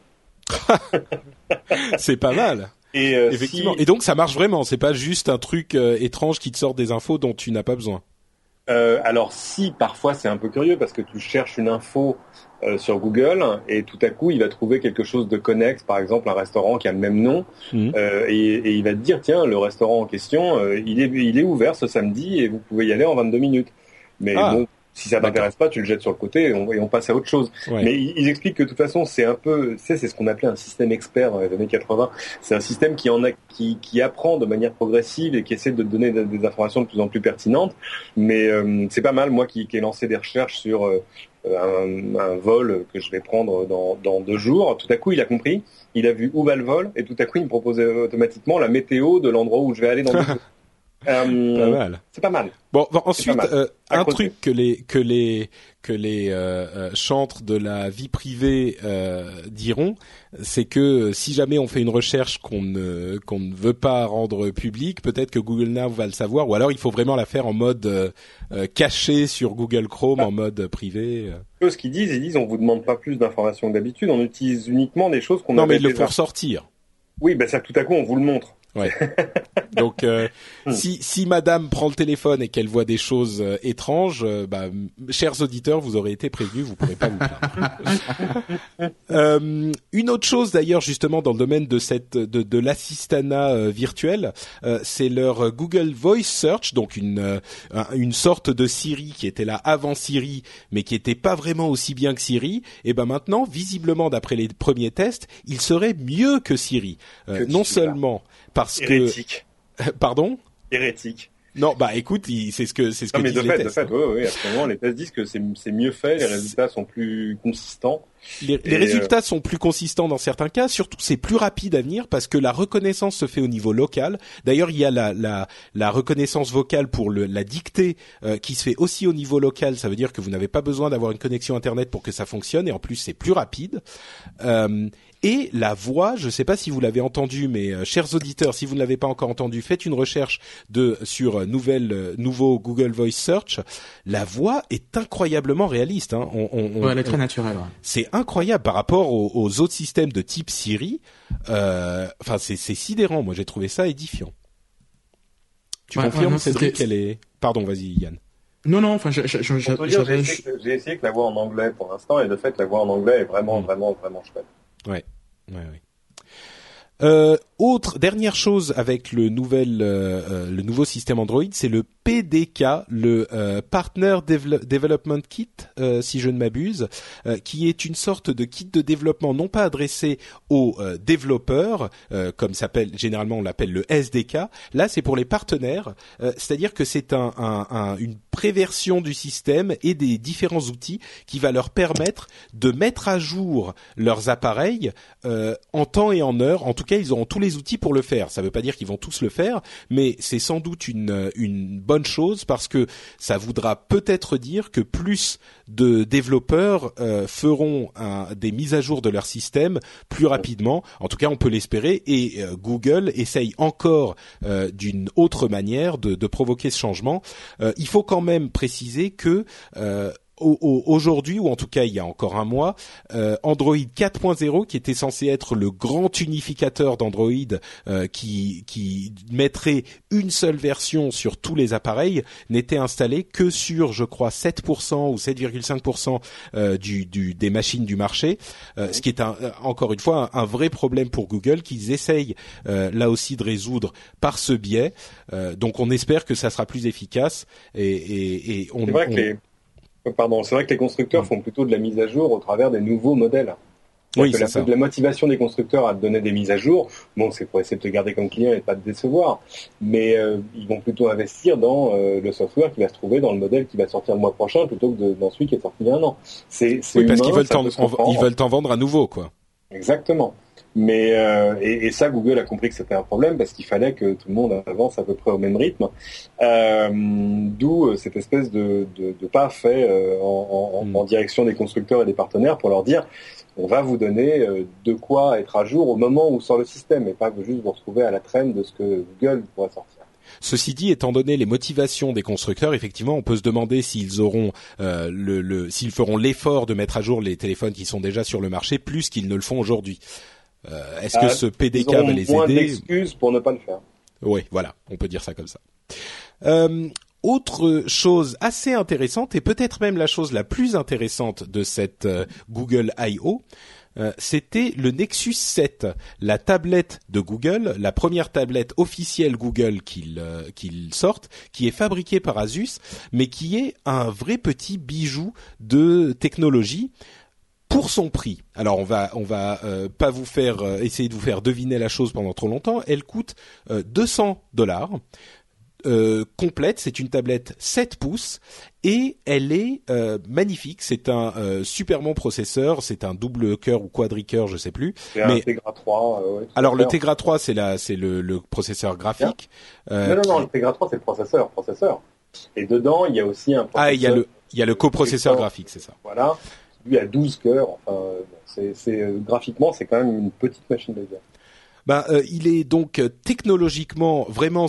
C'est pas mal. Et effectivement. Et donc ça marche vraiment. C'est pas juste un truc étrange qui te sort des infos dont tu n'as pas besoin. Alors si parfois c'est un peu curieux parce que tu cherches une info sur Google et tout à coup il va trouver quelque chose de connexe, par exemple un restaurant qui a le même nom et il va te dire tiens, le restaurant en question il est ouvert ce samedi et vous pouvez y aller en 22 minutes. Mais bon, si ça t'intéresse pas, tu le jettes sur le côté et on passe à autre chose. Ouais. Mais ils expliquent que de toute façon, c'est un peu, c'est ce qu'on appelait un système expert dans les années 80. C'est un système qui apprend de manière progressive et qui essaie de donner des informations de plus en plus pertinentes. Mais c'est pas mal, moi qui ai lancé des recherches sur un vol que je vais prendre dans 2 jours. Tout à coup, il a compris, il a vu où va le vol et tout à coup, il me proposait automatiquement la météo de l'endroit où je vais aller dans 2 jours. Pas mal. C'est pas mal. Bon, ensuite, un truc que les chantres de la vie privée diront, c'est que si jamais on fait une recherche qu'on ne veut pas rendre publique, peut-être que Google Now va le savoir, ou alors il faut vraiment la faire en mode caché sur Google Chrome, en mode privé. Ce qu'ils disent, on vous demande pas plus d'informations que d'habitude, on utilise uniquement des choses qu'on Non, mais ils le font ressortir. Oui, ça tout à coup on vous le montre. Ouais. Donc si madame prend le téléphone et qu'elle voit des choses étranges, chers auditeurs, vous aurez été prévenus, vous pourrez pas vous plaindre. Une autre chose d'ailleurs justement dans le domaine de l'assistanat virtuel, c'est leur Google Voice Search, donc une sorte de Siri qui était là avant Siri mais qui était pas vraiment aussi bien que Siri, et maintenant visiblement d'après les premiers tests, il serait mieux que Siri. Non seulement parce hérétique. Pardon ? Hérétique. Non, écoute, c'est ce que disent les tests. De fait, oui, absolument. Les tests disent que c'est mieux fait, les résultats sont plus consistants. Les résultats sont plus consistants dans certains cas, surtout c'est plus rapide à venir parce que la reconnaissance se fait au niveau local. D'ailleurs, il y a la reconnaissance vocale pour la dictée qui se fait aussi au niveau local, ça veut dire que vous n'avez pas besoin d'avoir une connexion internet pour que ça fonctionne et en plus c'est plus rapide. Et la voix, je ne sais pas si vous l'avez entendu, mais chers auditeurs, si vous ne l'avez pas encore entendu, faites une recherche sur nouveau Google Voice Search. La voix est incroyablement réaliste. Hein. Elle est très naturelle. Ouais. C'est incroyable par rapport aux autres systèmes de type Siri. C'est sidérant. Moi, j'ai trouvé ça édifiant. Tu confirmes, Cédric, qu'elle est... Pardon, vas-y, Yann. Non, j'ai essayé que la voix en anglais pour l'instant, et de fait, la voix en anglais est vraiment, vraiment, vraiment chouette. Ouais. Dernière chose avec le nouveau système Android, c'est le PDK, le Partner Development Kit, si je ne m'abuse, qui est une sorte de kit de développement non pas adressé aux développeurs, comme généralement on l'appelle le SDK. Là, c'est pour les partenaires, c'est-à-dire que c'est une préversion du système et des différents outils qui va leur permettre de mettre à jour leurs appareils en temps et en heure. En tout cas, ils auront tous les outils pour le faire. Ça ne veut pas dire qu'ils vont tous le faire, mais c'est sans doute une bonne chose parce que ça voudra peut-être dire que plus de développeurs feront des mises à jour de leur système plus rapidement. En tout cas, on peut l'espérer et Google essaye encore d'une autre manière de provoquer ce changement. Il faut quand même préciser que aujourd'hui, ou en tout cas il y a encore un mois, Android 4.0, qui était censé être le grand unificateur d'Android, qui mettrait une seule version sur tous les appareils, n'était installé que sur, je crois, 7% ou 7,5% des machines du marché, ce qui est encore une fois un vrai problème pour Google qu'ils essayent là aussi de résoudre par ce biais. Donc on espère que ça sera plus efficace et on. C'est vrai que c'est vrai que les constructeurs font plutôt de la mise à jour au travers des nouveaux modèles. Oui, c'est ça. La motivation des constructeurs à te donner des mises à jour, bon, c'est pour essayer de te garder comme client et de pas te décevoir, mais ils vont plutôt investir dans le software qui va se trouver dans le modèle qui va sortir le mois prochain plutôt que dans celui qui est sorti il y a un an. C'est oui, parce humain, qu'ils veulent t'en vendre à nouveau, quoi. Exactement. Mais et ça, Google a compris que c'était un problème parce qu'il fallait que tout le monde avance à peu près au même rythme. D'où cette espèce de pas fait en direction des constructeurs et des partenaires pour leur dire on va vous donner de quoi être à jour au moment où sort le système et pas juste vous retrouver à la traîne de ce que Google pourrait sortir. Ceci dit, étant donné les motivations des constructeurs, effectivement, on peut se demander s'ils auront s'ils feront l'effort de mettre à jour les téléphones qui sont déjà sur le marché plus qu'ils ne le font aujourd'hui. Est-ce que ce PDK va les aider ? Moins d'excuses pour ne pas le faire. Oui, voilà, on peut dire ça comme ça. Autre chose assez intéressante et peut-être même la chose la plus intéressante de cette Google I.O., c'était le Nexus 7, la tablette de Google, la première tablette officielle Google qu'ils sortent, qui est fabriquée par Asus, mais qui est un vrai petit bijou de technologie. Pour son prix, alors on va pas vous faire essayer de vous faire deviner la chose pendant trop longtemps. Elle coûte $200. Complète, c'est une tablette 7 pouces et elle est magnifique. C'est un super bon processeur, c'est un double cœur ou quadricœur, je sais plus. C'est un Tegra 3. Alors le Tegra 3, c'est le processeur graphique. Non, le Tegra 3 c'est le processeur. Et dedans il y a aussi un processeur. Il y a le coprocesseur graphique, c'est ça. Voilà. Lui a 12 cœurs. Enfin, graphiquement, c'est quand même une petite machine de guerre. Il est donc technologiquement vraiment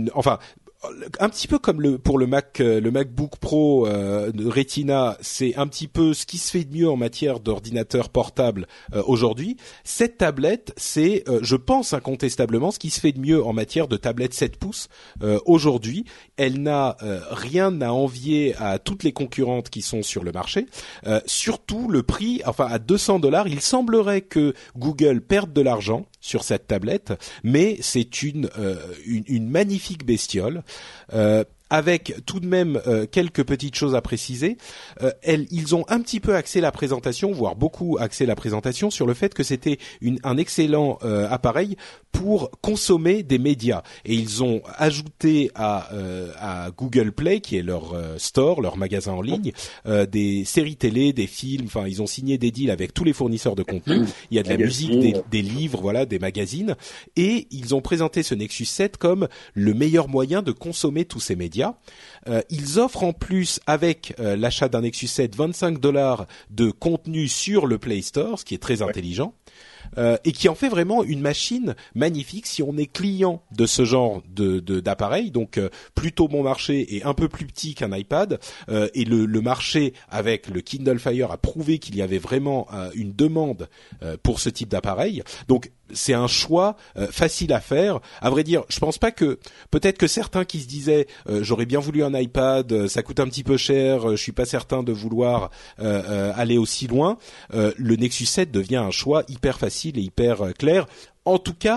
un petit peu comme pour le MacBook Pro Retina, c'est un petit peu ce qui se fait de mieux en matière d'ordinateur portable aujourd'hui. Cette tablette, c'est, je pense incontestablement, ce qui se fait de mieux en matière de tablette 7 pouces aujourd'hui. Elle n'a rien à envier à toutes les concurrentes qui sont sur le marché. Surtout le prix, à $200, il semblerait que Google perde de l'argent sur cette tablette, mais c'est une magnifique bestiole. Avec tout de même quelques petites choses à préciser. Ils ont un petit peu axé la présentation, voire beaucoup axé la présentation sur le fait que c'était un excellent appareil pour consommer des médias. Et ils ont ajouté à Google Play, qui est leur store, leur magasin en ligne, des séries télé, des films. Enfin, ils ont signé des deals avec tous les fournisseurs de contenu. Il y a de la musique, des livres, voilà, des magazines. Et ils ont présenté ce Nexus 7 comme le meilleur moyen de consommer tous ces médias. Ils offrent en plus, avec l'achat d'un Nexus 7, $25 de contenu sur le Play Store, ce qui est très intelligent. Et qui en fait vraiment une machine magnifique si on est client de ce genre d'appareil, donc plutôt bon marché et un peu plus petit qu'un iPad, et le marché avec le Kindle Fire a prouvé qu'il y avait vraiment une demande pour ce type d'appareil. Donc c'est un choix facile à faire. À vrai dire, je pense pas que, peut-être que certains qui se disaient j'aurais bien voulu un iPad, ça coûte un petit peu cher, je suis pas certain de vouloir aller aussi loin. Le Nexus 7 devient un choix hyper facile et hyper clair. En tout cas,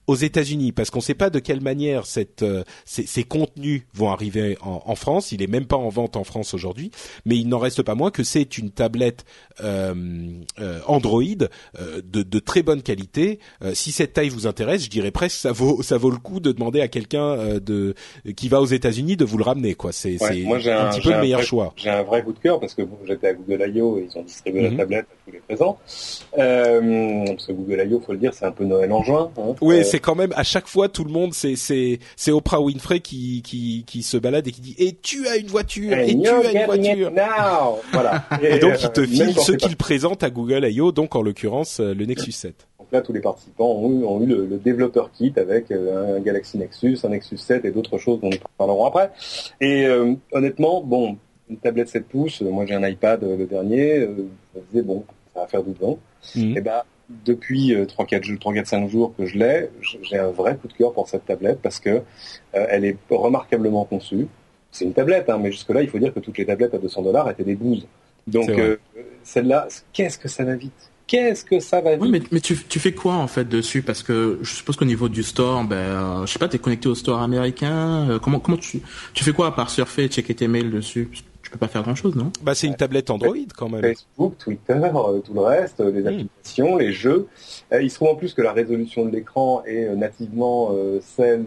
aux États-Unis, parce qu'on ne sait pas de quelle manière ces contenus vont arriver en France. Il est même pas en vente en France aujourd'hui, mais il n'en reste pas moins que c'est une tablette Android de très bonne qualité. Si cette taille vous intéresse, je dirais presque ça vaut le coup de demander à quelqu'un qui va aux États-unis de vous le ramener, quoi. C'est moi, un petit peu le meilleur choix. J'ai un vrai coup de cœur parce que j'étais à Google I.O. et ils ont distribué la tablette à tous les présents. Parce que Google I.O., faut le dire, c'est un peu Noël en juin. Hein. Oui, c'est quand même à chaque fois tout le monde, c'est Oprah Winfrey qui se balade et qui dit et tu as une voiture et tu as une voiture. Voilà. Et donc il te file ce qu'il présente à Google I.O., donc en l'occurrence le Nexus 7. Donc là, tous les participants ont eu le développeur kit avec un Galaxy Nexus, un Nexus 7 et d'autres choses dont nous parlerons après. Et honnêtement, bon, une tablette 7 pouces, moi j'ai un iPad le dernier, je me disais bon, ça va faire du vent. Et ben depuis 3-4-5 jours que je l'ai, j'ai un vrai coup de cœur pour cette tablette parce que elle est remarquablement conçue. C'est une tablette, hein, mais jusque-là, il faut dire que toutes les tablettes à $200 étaient des bouses. Donc celle-là, qu'est-ce que ça va vite. Oui, mais tu fais quoi en fait dessus? Parce que je suppose qu'au niveau du store, je sais pas, t'es connecté au store américain. Comment tu fais quoi à part surfer et checker tes mails dessus? Tu peux pas faire grand-chose, non? Bah c'est une tablette Android quand même. Facebook, Twitter, tout le reste, les applications, les jeux. Il se trouve en plus que la résolution de l'écran est nativement celle,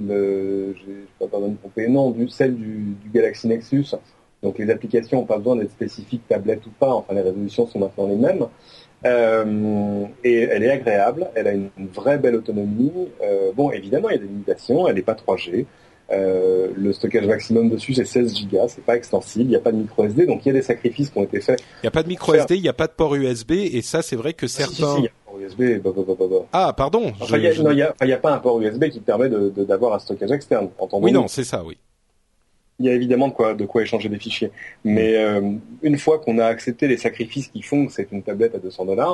celle du Galaxy Nexus. Donc les applications n'ont pas besoin d'être spécifiques tablette ou pas. Enfin, les résolutions sont maintenant les mêmes. Et elle est agréable. Elle a une vraie belle autonomie. Bon, évidemment, il y a des limitations. Elle n'est pas 3G. Le stockage maximum dessus c'est 16 Go, c'est pas extensible, il n'y a pas de micro SD, donc il y a des sacrifices qui ont été faits. Il n'y a pas de micro SD, il n'y a pas de port USB, et ça c'est vrai que certains... Si, il y a un port USB, Ah, pardon. Enfin, il n'y a pas un port USB qui permet d'avoir un stockage externe. Oui, non, c'est ça, oui. Il y a évidemment de quoi échanger des fichiers. Mais une fois qu'on a accepté les sacrifices qui font que c'est une tablette à $200,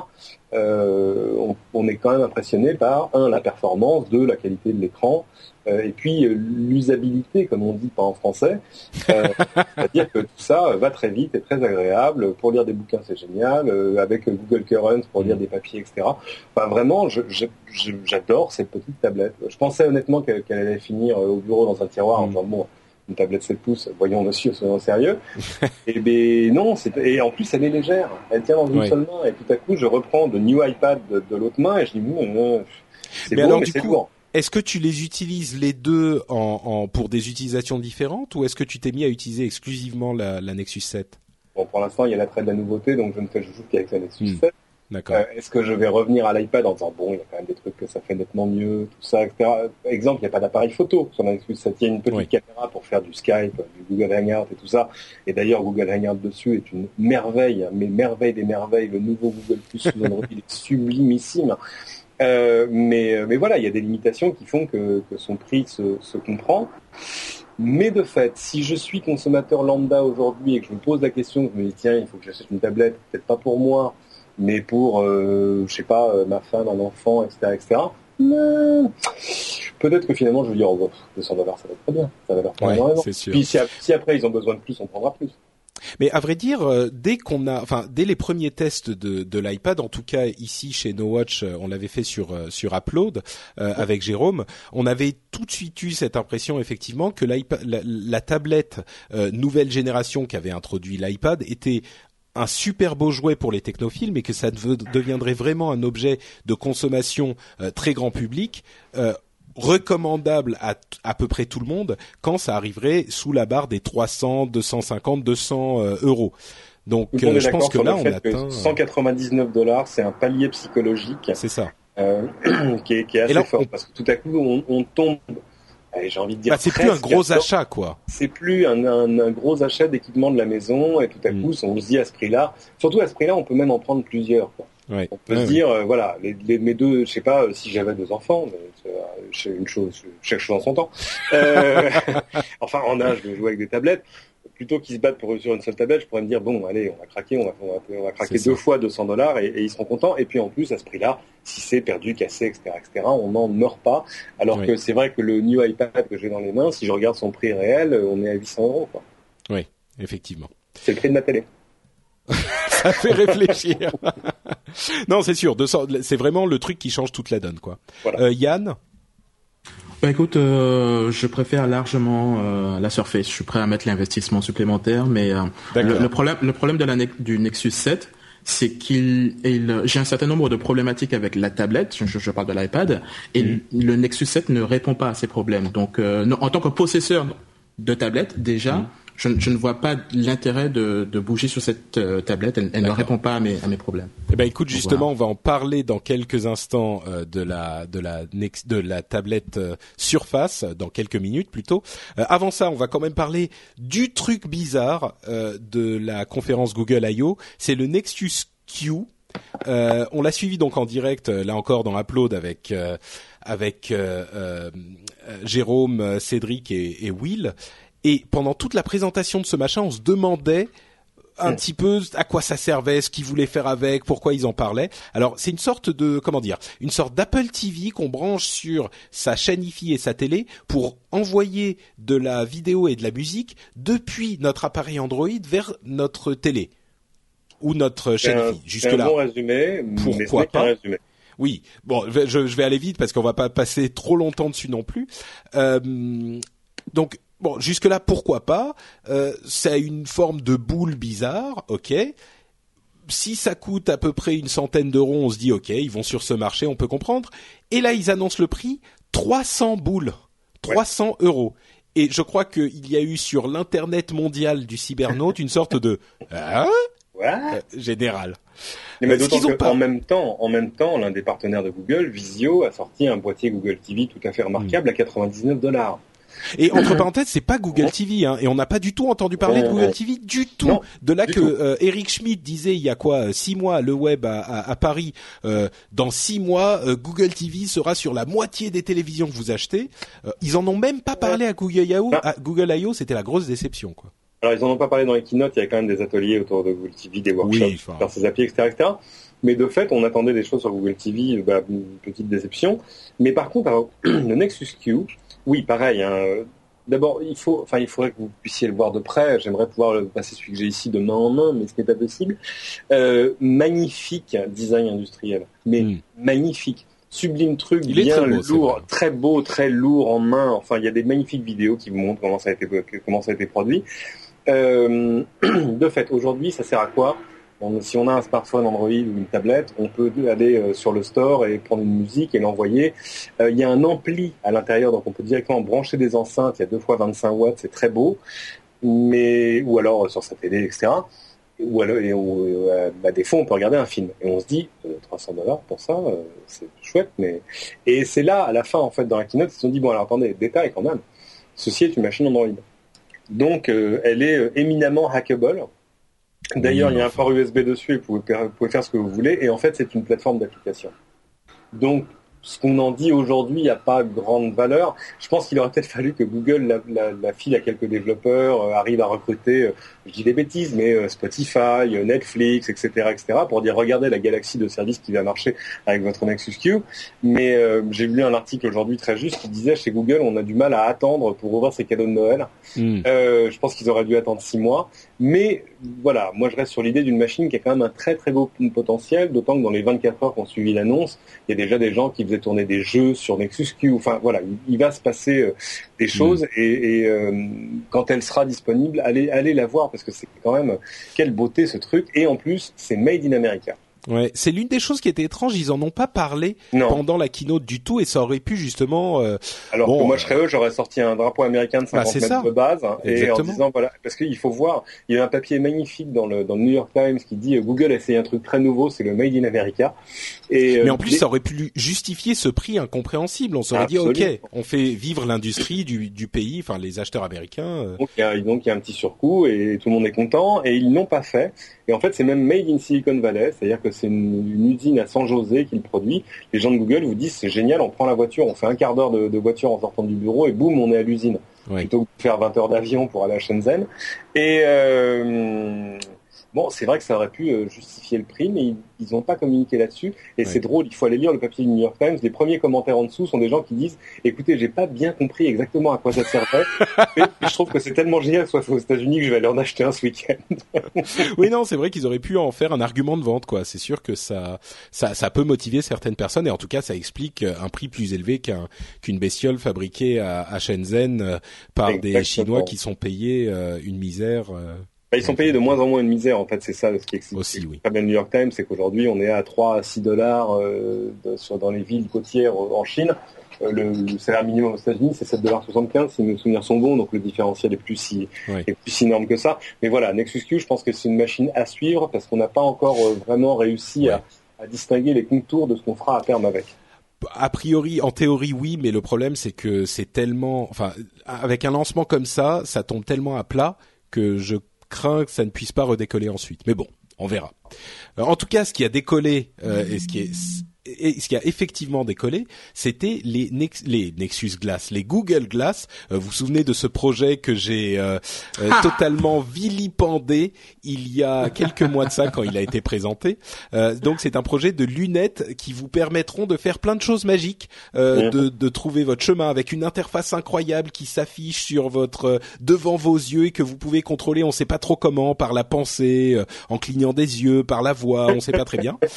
on est quand même impressionné par, la performance, la qualité de l'écran, et puis l'usabilité, comme on dit pas en français. C'est-à-dire que tout ça va très vite et très agréable. Pour lire des bouquins, c'est génial. Avec Google Current pour lire des papiers, etc. Enfin, vraiment, j'adore cette petite tablette. Je pensais honnêtement qu'elle allait finir au bureau dans un tiroir en disant bon, une tablette 7 pouces, voyons monsieur, soyons sérieux. Et ben non, et en plus elle est légère, elle tient dans une seule main, et tout à coup je reprends le new iPad de l'autre main et je dis c'est beau, mais c'est lourd. Est-ce que tu les utilises les deux pour des utilisations différentes, ou est-ce que tu t'es mis à utiliser exclusivement la Nexus 7? Bon, pour l'instant il y a l'attrait de la nouveauté, donc je ne fais joue qu'avec la Nexus 7. D'accord. Est-ce que je vais revenir à l'iPad en disant bon, il y a quand même des trucs que ça fait nettement mieux, tout ça, etc. Exemple, il n'y a pas d'appareil photo sur la Nexus 7. Il y a une petite caméra pour faire du Skype, du Google Hangout et tout ça. Et d'ailleurs, Google Hangout dessus est une merveille, mais merveille des merveilles. Le nouveau Google Plus sous Android est sublimissime. Mais voilà, il y a des limitations qui font que son prix se comprend. Mais de fait, si je suis consommateur lambda aujourd'hui et que je me pose la question, je me dis tiens, il faut que j'achète une tablette, peut-être pas pour moi, mais pour, je sais pas, ma femme, un enfant, etc. Peut-être que finalement je vais dire, $200, ça va être très bien, ça va leur prendre énormément. C'est sûr. Puis si après ils ont besoin de plus, on prendra plus. Mais à vrai dire, dès les premiers tests de l'iPad, en tout cas ici chez No Watch, on l'avait fait sur Upload avec Jérôme, on avait tout de suite eu cette impression effectivement que la tablette nouvelle génération qui avait introduit l'iPad était un super beau jouet pour les technophiles, mais que ça deviendrait vraiment un objet de consommation très grand public, recommandable à peu près tout le monde quand ça arriverait sous la barre des 300, 250, 200 euros. Donc je pense que là on atteint $199, c'est un palier psychologique. C'est ça. Qui est assez fort parce que tout à coup on tombe. J'ai envie de dire. C'est plus un gros achat, quoi. C'est plus un gros achat d'équipement de la maison, et tout à coup, on se dit à ce prix-là. Surtout à ce prix-là, on peut même en prendre plusieurs, quoi. On peut se dire, voilà, mes deux, je sais pas si j'avais 2 enfants, chaque chose en son temps. Enfin, en âge de jouer avec des tablettes. Plutôt qu'ils se battent sur une seule tablette, je pourrais me dire bon, allez, on va craquer, on va craquer 2 fois $200 et ils seront contents. Et puis en plus, à ce prix-là, si c'est perdu, cassé, etc., on n'en meurt pas. Alors que c'est vrai que le new iPad que j'ai dans les mains, si je regarde son prix réel, on est à 800 €, quoi. Oui, effectivement. C'est le prix de ma télé. Ça fait réfléchir. Non, c'est sûr. 200, c'est vraiment le truc qui change toute la donne, quoi. Voilà. Yann. Bah écoute, je préfère largement la Surface. Je suis prêt à mettre l'investissement supplémentaire, mais le problème du Nexus 7, c'est j'ai un certain nombre de problématiques avec la tablette. Je parle de l'iPad, et le Nexus 7 ne répond pas à ces problèmes. Donc, en tant que possesseur de tablette, déjà, je ne vois pas l'intérêt de bouger sur cette tablette. Elle ne répond pas à mes problèmes. Eh ben écoute, justement, on va en parler dans quelques instants de la tablette Surface, dans quelques minutes plutôt. Avant ça, on va quand même parler du truc bizarre de la conférence Google I/O. C'est le Nexus Q. On l'a suivi donc en direct, là encore dans Upload avec Jérôme, Cédric et Will. Et pendant toute la présentation de ce machin, on se demandait un petit peu à quoi ça servait, ce qu'ils voulaient faire avec, pourquoi ils en parlaient. Alors, c'est une sorte d'Apple TV qu'on branche sur sa chaîne Hi-Fi et sa télé pour envoyer de la vidéo et de la musique depuis notre appareil Android vers notre télé ou notre chaîne Hi-Fi. Jusque-là. C'est un bon résumé. Pourquoi pas? Résumé. Oui. Bon, je vais aller vite parce qu'on va pas passer trop longtemps dessus non plus. Donc, bon, jusque-là, pourquoi pas. Ça a une forme de boule bizarre, ok. Si ça coûte à peu près une centaine d'euros, on se dit, ok, ils vont sur ce marché, on peut comprendre. Et là, ils annoncent le prix, 300 boules, 300 euros. Et je crois qu'il y a eu sur l'internet mondial du cybernaute une sorte de général. Mais d'autant qu'en même temps, l'un des partenaires de Google, Vizio, a sorti un boîtier Google TV tout à fait remarquable à $99. Et entre parenthèses, c'est pas Google TV, hein, et on n'a pas du tout entendu parler de Google TV du tout. Non, de là que Eric Schmidt disait il y a 6 mois, le web à Paris, dans 6 mois, Google TV sera sur la moitié des télévisions que vous achetez. Ils en ont même pas parlé à Google I/O. Google I/O, c'était la grosse déception, quoi. Alors ils en ont pas parlé dans les keynotes, il y a quand même des ateliers autour de Google TV, des workshops, faire ses applis, etc. Mais de fait, on attendait des choses sur Google TV, une petite déception. Mais par contre, le Nexus Q, oui, pareil. D'abord, il faudrait que vous puissiez le voir de près. J'aimerais pouvoir le passer celui que j'ai ici de main en main, mais ce n'est pas possible. Magnifique design industriel, mais magnifique. Sublime truc, bien lourd, très beau, très lourd en main. Enfin, il y a des magnifiques vidéos qui vous montrent comment ça a été produit. De fait, aujourd'hui, ça sert à quoi ? Si on a un smartphone Android ou une tablette, on peut aller sur le store et prendre une musique et l'envoyer. Il y a un ampli à l'intérieur, donc on peut directement brancher des enceintes. Il y a 2 fois 25 watts, c'est très beau. Ou alors sur sa télé, etc. Ou alors, des fois, on peut regarder un film. Et on se dit, $300 pour ça, c'est chouette. Et c'est là, à la fin, en fait, dans la keynote, ils se sont dit, bon, alors attendez, détail quand même. Ceci est une machine Android. Donc, elle est éminemment hackable. D'ailleurs, il y a un port USB dessus et vous pouvez faire ce que vous voulez. Et en fait, c'est une plateforme d'application. Donc, ce qu'on en dit aujourd'hui, il n'y a pas grande valeur. Je pense qu'il aurait peut-être fallu que Google la file à quelques développeurs, arrive à recruter, je dis des bêtises, mais Spotify, Netflix, etc., pour dire regardez la galaxie de services qui va marcher avec votre Nexus Q. Mais j'ai lu un article aujourd'hui très juste qui disait chez Google, on a du mal à attendre pour ouvrir ses cadeaux de Noël. Je pense qu'ils auraient dû attendre 6 mois. Mais voilà, moi je reste sur l'idée d'une machine qui a quand même un très très beau potentiel, d'autant que dans les 24 heures qu'on suivi l'annonce, il y a déjà des gens qui faisaient tourner des jeux sur Nexus Q. Enfin voilà, il va se passer des choses et quand elle sera disponible, allez la voir parce que c'est quand même quelle beauté ce truc. Et en plus, c'est made in America. Ouais, c'est l'une des choses qui était étrange. Ils en ont pas parlé pendant la keynote du tout, et ça aurait pu justement. Alors que moi je serais eux, j'aurais sorti un drapeau américain de 50 mètres de base, et en disant voilà, parce qu'il faut voir, il y a un papier magnifique dans le New York Times qui dit Google a essayé un truc très nouveau, c'est le Made in America. Mais en plus, ça aurait pu justifier ce prix incompréhensible. On s'aurait dit ok, on fait vivre l'industrie du pays, enfin les acheteurs américains. Donc il y a un petit surcoût et tout le monde est content, et ils l'ont pas fait. Et en fait, c'est même made in Silicon Valley, c'est-à-dire que c'est une usine à San José qui le produit. Les gens de Google vous disent c'est génial, on prend la voiture, on fait un quart d'heure de voiture en sortant du bureau et boum, on est à l'usine. Plutôt que de faire 20 heures d'avion pour aller à Shenzhen. Et Bon, c'est vrai que ça aurait pu justifier le prix, mais ils n'ont pas communiqué là-dessus. Et c'est drôle, il faut aller lire le papier du New York Times. Les premiers commentaires en dessous sont des gens qui disent « Écoutez, j'ai pas bien compris exactement à quoi ça servait. Et je trouve que c'est tellement génial que ce soit aux États-Unis que je vais aller en acheter un ce week-end. » Oui, non, c'est vrai qu'ils auraient pu en faire un argument de vente, quoi. C'est sûr que ça peut motiver certaines personnes, et en tout cas, ça explique un prix plus élevé qu'une bestiole fabriquée à Shenzhen par des Chinois qui sont payés une misère. Ils sont payés de moins en moins une misère, en fait, c'est ça ce qui explique. Aussi, oui. Très bien le New York Times, c'est qu'aujourd'hui on est à 3 à 6 dollars dans les villes côtières en Chine. Le salaire minimum aux États-Unis, c'est 7,75 $, si mes souvenirs sont bons, donc le différentiel est plus si énorme que ça. Mais voilà, Nexus Q, je pense que c'est une machine à suivre parce qu'on n'a pas encore vraiment réussi à distinguer les contours de ce qu'on fera à terme avec. A priori, en théorie, oui, mais le problème, c'est que c'est tellement, enfin, avec un lancement comme ça tombe tellement à plat que je crains que ça ne puisse pas redécoller ensuite. Mais bon, on verra. En tout cas, ce qui a décollé et ce qui a effectivement décollé, c'était les Nexus Glass, les Google Glass. Vous vous souvenez de ce projet que j'ai totalement vilipendé il y a quelques mois de ça quand il a été présenté. Donc c'est un projet de lunettes qui vous permettront de faire plein de choses magiques, de trouver votre chemin avec une interface incroyable qui s'affiche sur devant vos yeux et que vous pouvez contrôler, on sait pas trop comment, par la pensée, en clignant des yeux, par la voix, on sait pas très bien.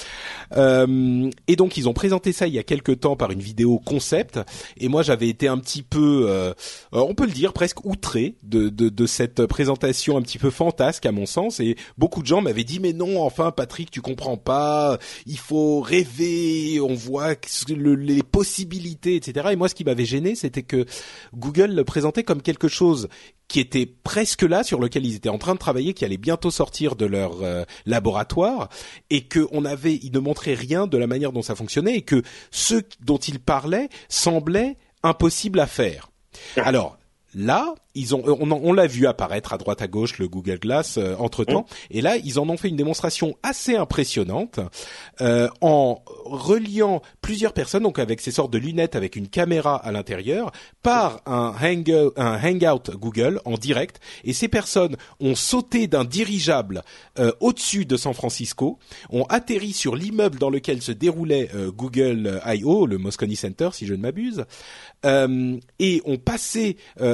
Et donc ils ont présenté ça il y a quelque temps par une vidéo concept, et moi j'avais été un petit peu, on peut le dire, presque outré de cette présentation un petit peu fantasque à mon sens, et beaucoup de gens m'avaient dit mais non, enfin Patrick, tu comprends pas, il faut rêver, on voit les possibilités, etc. Et moi ce qui m'avait gêné, c'était que Google le présentait comme quelque chose qui était presque là, sur lequel ils étaient en train de travailler, qui allait bientôt sortir de leur laboratoire, et que ils ne montraient rien de la manière dont ça fonctionnait, et que ce dont ils parlaient semblait impossible à faire. Alors là, on l'a vu apparaître à droite à gauche le Google Glass entre-temps, et là ils en ont fait une démonstration assez impressionnante en reliant plusieurs personnes, donc avec ces sortes de lunettes avec une caméra à l'intérieur, par un Hangout Google en direct, et ces personnes ont sauté d'un dirigeable au-dessus de San Francisco, ont atterri sur l'immeuble dans lequel se déroulait Google I.O., le Moscone Center si je ne m'abuse, et ont passé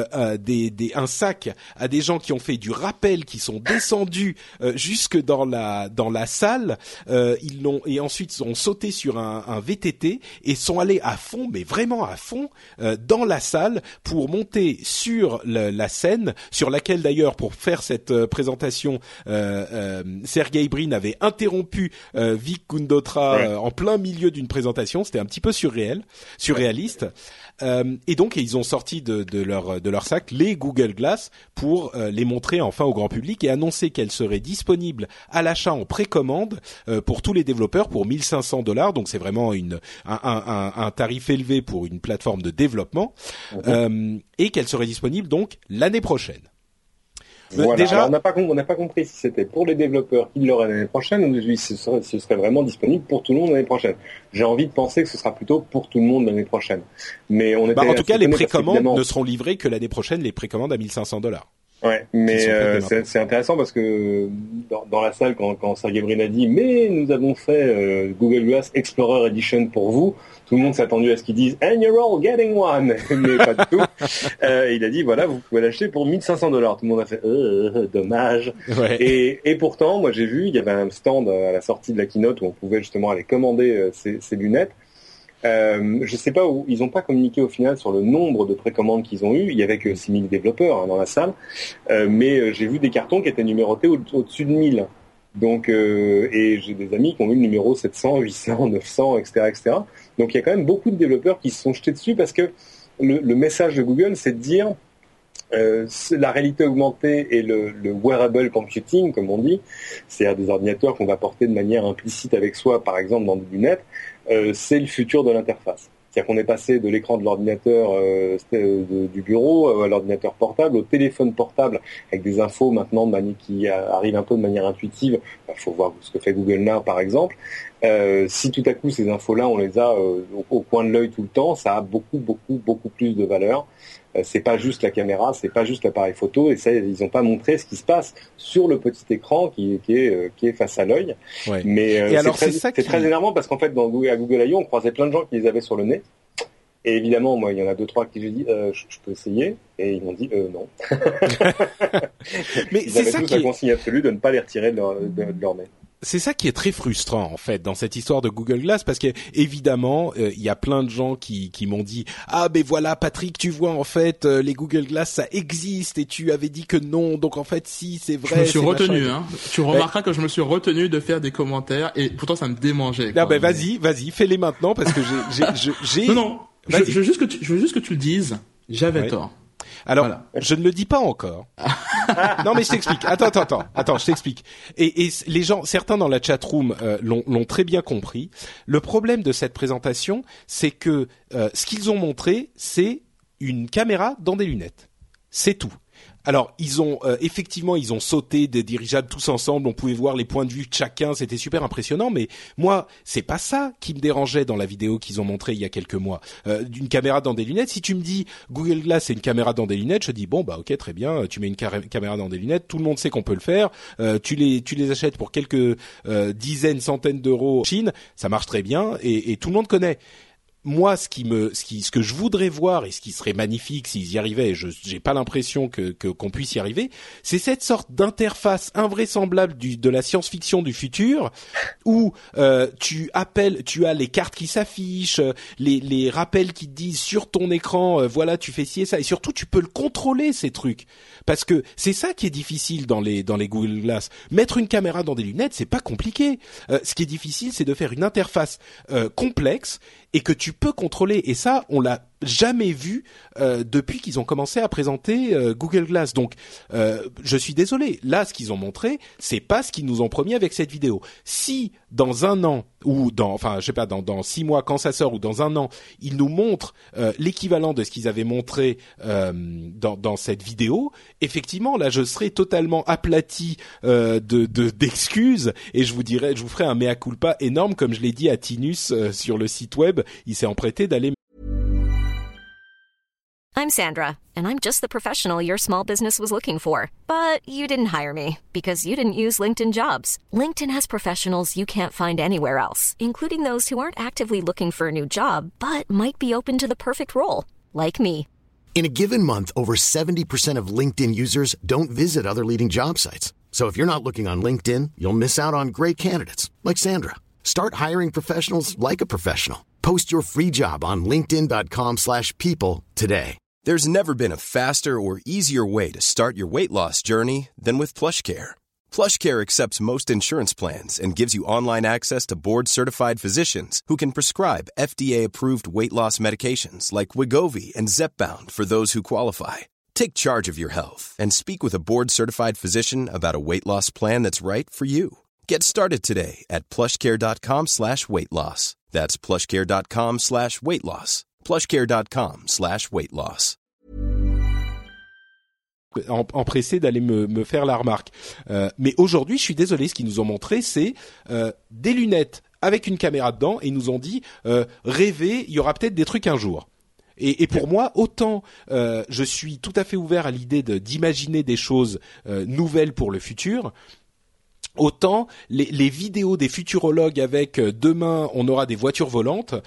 un sac à des gens qui ont fait du rappel, qui sont descendus jusque dans la salle, et ensuite ont sauté sur un VTT et sont allés à fond, mais vraiment à fond, dans la salle pour monter sur la scène, sur laquelle d'ailleurs, pour faire cette présentation, Sergey Brin avait interrompu Vic Gundotra en plein milieu d'une présentation. C'était un petit peu surréaliste. Et donc ils ont sorti de leur sac les Google Glass pour les montrer enfin au grand public et annoncer qu'elles seraient disponibles à l'achat en précommande pour tous les développeurs pour $1,500. Donc c'est vraiment un tarif élevé pour une plateforme de développement, et qu'elles seraient disponibles donc l'année prochaine. Voilà. Déjà, alors, on n'a pas compris si c'était pour les développeurs qui l'auraient l'année prochaine ou si ce serait vraiment disponible pour tout le monde l'année prochaine. J'ai envie de penser que ce sera plutôt pour tout le monde l'année prochaine. Mais on était en tout cas, les précommandes ne seront livrées que l'année prochaine, les précommandes à $1,500. Ouais, mais c'est intéressant parce que dans la salle, quand Sergey Brin a dit « Mais nous avons fait Google Glass Explorer Edition pour vous », tout le monde s'est attendu à ce qu'ils disent « And you're all getting one !» Mais pas du tout. Il a dit « Voilà, vous pouvez l'acheter pour $1,500 ». Tout le monde a fait « Dommage ouais. ». Et pourtant, moi j'ai vu, il y avait un stand à la sortie de la keynote où on pouvait justement aller commander ces lunettes. Je sais pas où ils n'ont pas communiqué au final sur le nombre de précommandes qu'ils ont eu. Il y avait que 6000 développeurs dans la salle, mais j'ai vu des cartons qui étaient numérotés au-dessus de 1000. Donc, et j'ai des amis qui ont eu le numéro 700, 800, 900, etc. Donc il y a quand même beaucoup de développeurs qui se sont jetés dessus parce que le message de Google, c'est de dire la réalité augmentée et le wearable computing, comme on dit, c'est-à-dire des ordinateurs qu'on va porter de manière implicite avec soi, par exemple dans des lunettes, c'est le futur de l'interface. C'est-à-dire qu'on est passé de l'écran de l'ordinateur du bureau à l'ordinateur portable, au téléphone portable, avec des infos maintenant qui arrivent un peu de manière intuitive. Il faut voir ce que fait Google Now, par exemple. Si tout à coup ces infos-là, on les a au coin de l'œil tout le temps, ça a beaucoup plus de valeur. C'est pas juste la caméra, c'est pas juste l'appareil photo, et ça, ils n'ont pas montré ce qui se passe sur le petit écran qui est face à l'œil. Ouais. Mais c'est très énervant parce qu'en fait, à Google I.O., on croisait plein de gens qui les avaient sur le nez. Et évidemment, moi, il y en a 2-3 à qui j'ai dit je peux essayer, et ils m'ont dit non. Mais c'est ça qui est la consigne absolue de ne pas les retirer de leur nez. C'est ça qui est très frustrant en fait dans cette histoire de Google Glass, parce que évidemment il y a plein de gens qui m'ont dit ben voilà Patrick, tu vois en fait les Google Glass ça existe et tu avais dit que non, donc en fait si c'est vrai. Je me suis retenu tu remarqueras que je me suis retenu de faire des commentaires et pourtant ça me démangeait quoi. Vas-y fais-les maintenant parce que j'ai Non, je veux juste que tu le dises, j'avais tort. Alors, je ne le dis pas encore. Non, mais je t'explique. Attends, je t'explique. Et les gens, certains dans la chatroom l'ont très bien compris. Le problème de cette présentation, c'est que ce qu'ils ont montré, c'est une caméra dans des lunettes. C'est tout. Alors, ils ont effectivement, ils ont sauté des dirigeables tous ensemble. On pouvait voir les points de vue de chacun. C'était super impressionnant. Mais moi, c'est pas ça qui me dérangeait dans la vidéo qu'ils ont montrée il y a quelques mois. D'une caméra dans des lunettes. Si tu me dis Google Glass, c'est une caméra dans des lunettes, je dis bon bah ok très bien. Tu mets une caméra dans des lunettes. Tout le monde sait qu'on peut le faire. Tu les achètes pour quelques dizaines, centaines d'euros en Chine. Ça marche très bien et tout le monde connaît. Moi, ce que je voudrais voir et ce qui serait magnifique s'ils y arrivaient, et j'ai pas l'impression qu'on puisse y arriver, c'est cette sorte d'interface invraisemblable de la science-fiction du futur où tu as les cartes qui s'affichent, les rappels qui te disent sur ton écran, voilà, tu fais ci et ça, et surtout tu peux le contrôler ces trucs, parce que c'est ça qui est difficile dans les Google Glass. Mettre une caméra dans des lunettes, c'est pas compliqué. Ce qui est difficile, c'est de faire une interface complexe et que tu peux contrôler, et ça on l'a jamais vu depuis qu'ils ont commencé à présenter Google Glass. Donc je suis désolé, là ce qu'ils ont montré, c'est pas ce qu'ils nous ont promis avec cette vidéo. Si dans un an ou dans 6 mois quand ça sort, ou dans un an, ils nous montrent l'équivalent de ce qu'ils avaient montré dans cette vidéo, effectivement là je serai totalement aplati d'excuses, et je vous ferai un mea culpa énorme, comme je l'ai dit à Tinus sur le site web. Il s'est emprêté d'aller. I'm Sandra, and I'm just the professional your small business was looking for. But you didn't hire me because you didn't use LinkedIn Jobs. LinkedIn has professionals you can't find anywhere else, including those who aren't actively looking for a new job, but might be open to the perfect role, like me. In a given month, over 70% of LinkedIn users don't visit other leading job sites. So if you're not looking on LinkedIn, you'll miss out on great candidates like Sandra. Start hiring professionals like a professional. Post your free job on linkedin.com/people today. There's never been a faster or easier way to start your weight loss journey than with PlushCare. PlushCare accepts most insurance plans and gives you online access to board-certified physicians who can prescribe FDA-approved weight loss medications like Wegovy and Zepbound for those who qualify. Take charge of your health and speak with a board-certified physician about a weight loss plan that's right for you. Get started today at plushcare.com/weightloss. That's plushcare.com/weightloss. plushcare.com/weightloss. Empressé d'aller me faire la remarque. Mais aujourd'hui, je suis désolé, ce qu'ils nous ont montré, c'est des lunettes avec une caméra dedans, et ils nous ont dit rêvez, il y aura peut-être des trucs un jour. Et pour moi, autant je suis tout à fait ouvert à l'idée d'imaginer des choses nouvelles pour le futur, autant les vidéos des futurologues avec demain on aura des voitures volantes,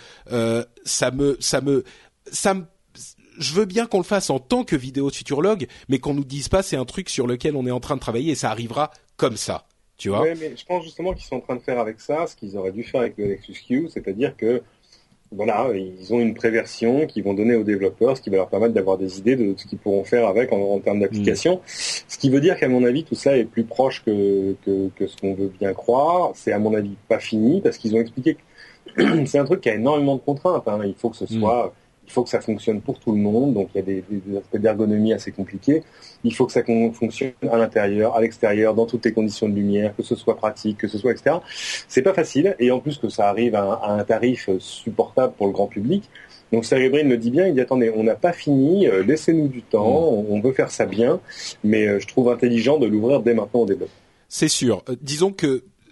je veux bien qu'on le fasse en tant que vidéo de futurologue, mais qu'on nous dise pas c'est un truc sur lequel on est en train de travailler et ça arrivera comme ça, tu vois. Ouais, mais je pense justement qu'ils sont en train de faire avec ça ce qu'ils auraient dû faire avec le Nexus Q, c'est-à-dire que voilà, ils ont une préversion qu'ils vont donner aux développeurs, ce qui va leur permettre d'avoir des idées de ce qu'ils pourront faire avec en termes d'application. Ce qui veut dire qu'à mon avis, tout ça est plus proche que ce qu'on veut bien croire. C'est à mon avis pas fini, parce qu'ils ont expliqué que c'est un truc qui a énormément de contraintes. Il faut que ce soit, il faut que ça fonctionne pour tout le monde. Donc il y a des aspects d'ergonomie assez compliqués. Il faut que ça fonctionne à l'intérieur, à l'extérieur, dans toutes les conditions de lumière, que ce soit pratique, que ce soit etc. C'est pas facile, et en plus que ça arrive à un tarif supportable pour le grand public. Donc Sergey Brin le dit bien, il dit attendez, on n'a pas fini, laissez-nous du temps, on veut faire ça bien, mais je trouve intelligent de l'ouvrir dès maintenant au débat. C'est sûr. Disons que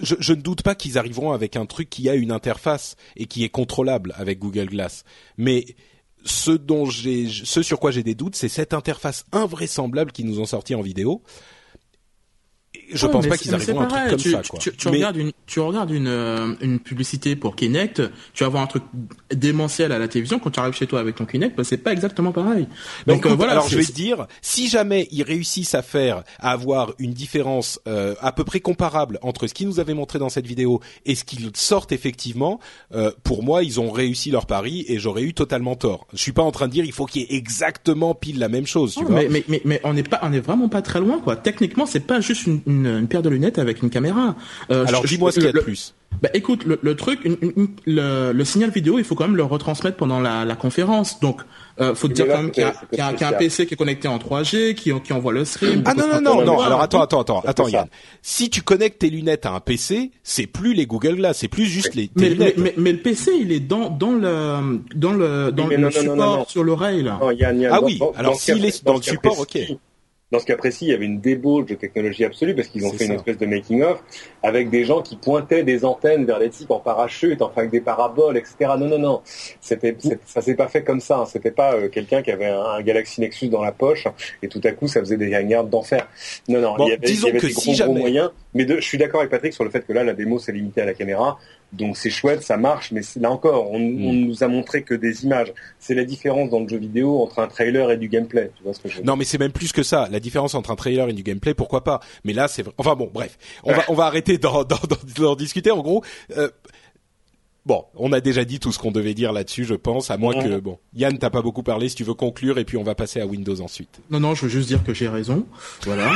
je ne doute pas qu'ils arriveront avec un truc qui a une interface et qui est contrôlable avec Google Glass. Mais ce sur quoi j'ai des doutes, c'est cette interface invraisemblable qu'ils nous ont sorti en vidéo. Je pense pas qu'ils arriveront à un truc comme ça, quoi. Tu regardes une publicité pour Kinect, tu vas voir un truc démentiel à la télévision. Quand tu arrives chez toi avec ton Kinect, bah, c'est pas exactement pareil. Donc écoute, voilà. Alors je vais te dire, si jamais ils réussissent à avoir une différence à peu près comparable entre ce qu'ils nous avaient montré dans cette vidéo et ce qu'ils sortent effectivement, pour moi, ils ont réussi leur pari et j'aurais eu totalement tort. Je suis pas en train de dire il faut qu'il y ait exactement pile la même chose, tu vois. Mais on est vraiment pas très loin, quoi. Techniquement, c'est pas juste une paire de lunettes avec une caméra. Alors dis-moi ce qu'il y a de plus. Bah écoute, le truc, le signal vidéo, il faut quand même le retransmettre pendant la conférence. Donc, faut te dire quand même qu'il y a un PC qui est connecté en 3G, qui envoie le stream. Ah non. Alors attends, Yann. Si tu connectes tes lunettes à un PC, c'est plus les Google Glass, c'est plus juste tes lunettes. Mais le PC, il est dans le support sur l'oreille là. Non, Yann, ah oui. Alors s'il est dans le support, ok. Dans ce cas précis, il y avait une débauche de technologie absolue parce qu'ils ont fait une espèce de making-of avec des gens qui pointaient des antennes vers les types en parachute, enfin avec des paraboles, etc. Non. Ça s'est pas fait comme ça. C'était pas quelqu'un qui avait un Galaxy Nexus dans la poche et tout à coup ça faisait des hangouts d'enfer. Non. Bon, il y avait que des si gros moyens. Mais je suis d'accord avec Patrick sur le fait que là, la démo s'est limitée à la caméra. Donc c'est chouette, ça marche, mais là encore, on nous a montré que des images. C'est la différence dans le jeu vidéo entre un trailer et du gameplay. Tu vois ce que je veux dire ? Non, mais c'est même plus que ça. La différence entre un trailer et du gameplay, pourquoi pas ? Mais là, enfin bon, bref, on va arrêter d'en discuter. En gros, bon, on a déjà dit tout ce qu'on devait dire là-dessus, je pense. À moins que Yann, t'as pas beaucoup parlé. Si tu veux conclure, et puis on va passer à Windows ensuite. Non, je veux juste dire que j'ai raison. Voilà.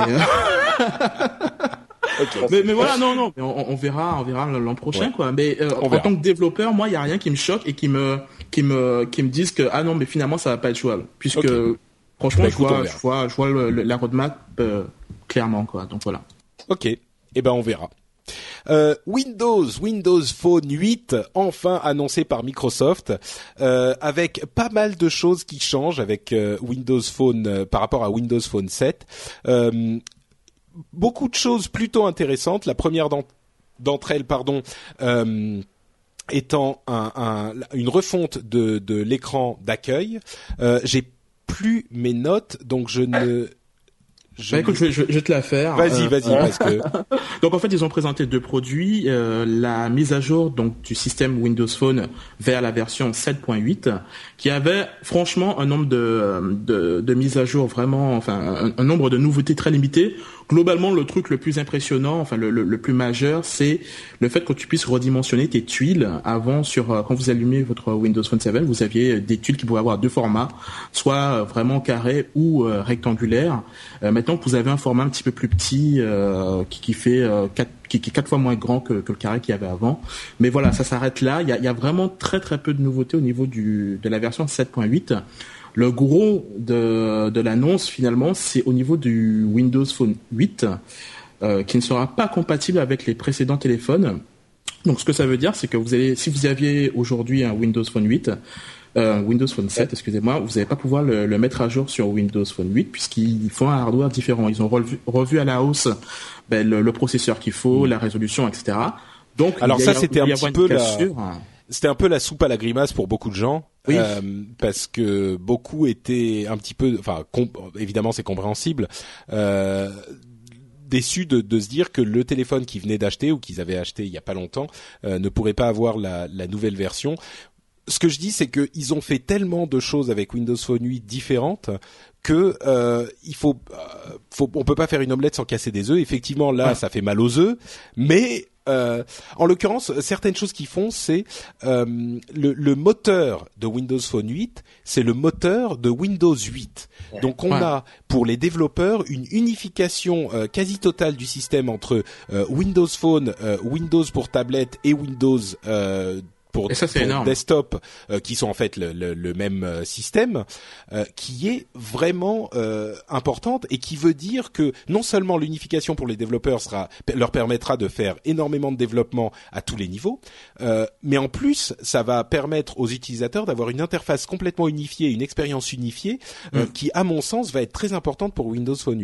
Okay. Mais voilà, non, on verra l'an prochain, quoi. Mais en tant que développeur, moi, il y a rien qui me choque et qui me disent que non, mais finalement, ça va pas être jouable, puisque franchement, je vois la roadmap clairement, quoi. Donc voilà. Ok, on verra. Windows Phone 8 enfin annoncé par Microsoft, avec pas mal de choses qui changent avec Windows Phone par rapport à Windows Phone 7. Beaucoup de choses plutôt intéressantes. La première d'entre elles, étant une refonte de l'écran d'accueil. J'ai plus mes notes, donc je ne... écoute, je vais te la faire. Vas-y, parce que... Donc en fait, ils ont présenté deux produits, la mise à jour donc du système Windows Phone vers la version 7.8, qui avait franchement un nombre de mises à jour vraiment, enfin un nombre de nouveautés très limité. Globalement, le truc le plus impressionnant, enfin le plus majeur, c'est le fait que tu puisses redimensionner tes tuiles. Avant, quand vous allumiez votre Windows Phone 7, vous aviez des tuiles qui pouvaient avoir deux formats, soit vraiment carré ou rectangulaire. Maintenant que vous avez un format un petit peu plus petit, qui fait qui est 4 fois moins grand que le carré qu'il y avait avant. Mais voilà, ça s'arrête là. Il y a vraiment très très peu de nouveautés au niveau de la version 7.8. Le gros de l'annonce, finalement, c'est au niveau du Windows Phone 8, qui ne sera pas compatible avec les précédents téléphones. Donc, ce que ça veut dire, c'est que si vous aviez aujourd'hui un Windows Phone 8, Windows Phone 7, excusez-moi, vous n'allez pas pouvoir le mettre à jour sur Windows Phone 8, puisqu'ils font un hardware différent. Ils ont revu à la hausse le processeur qu'il faut, la résolution, etc. Donc, alors c'était un peu la soupe à la grimace pour beaucoup de gens. Oui. Parce que beaucoup étaient un petit peu, évidemment c'est compréhensible, déçus de se dire que le téléphone qu'ils venaient d'acheter ou qu'ils avaient acheté il y a pas longtemps ne pourrait pas avoir la nouvelle version. Ce que je dis, c'est que ils ont fait tellement de choses avec Windows Phone 8 différentes que on peut pas faire une omelette sans casser des œufs. Effectivement, là, ça fait mal aux œufs, mais en l'occurrence, certaines choses qu'ils font, c'est le moteur de Windows Phone 8, c'est le moteur de Windows 8. Donc on a pour les développeurs une unification quasi totale du système entre Windows Phone, Windows pour tablette et Windows pour desktop, qui sont en fait le même système, qui est vraiment importante et qui veut dire que non seulement l'unification pour les développeurs leur permettra de faire énormément de développement à tous les niveaux, mais en plus ça va permettre aux utilisateurs d'avoir une interface complètement unifiée, une expérience unifiée, qui à mon sens va être très importante pour Windows Phone 8.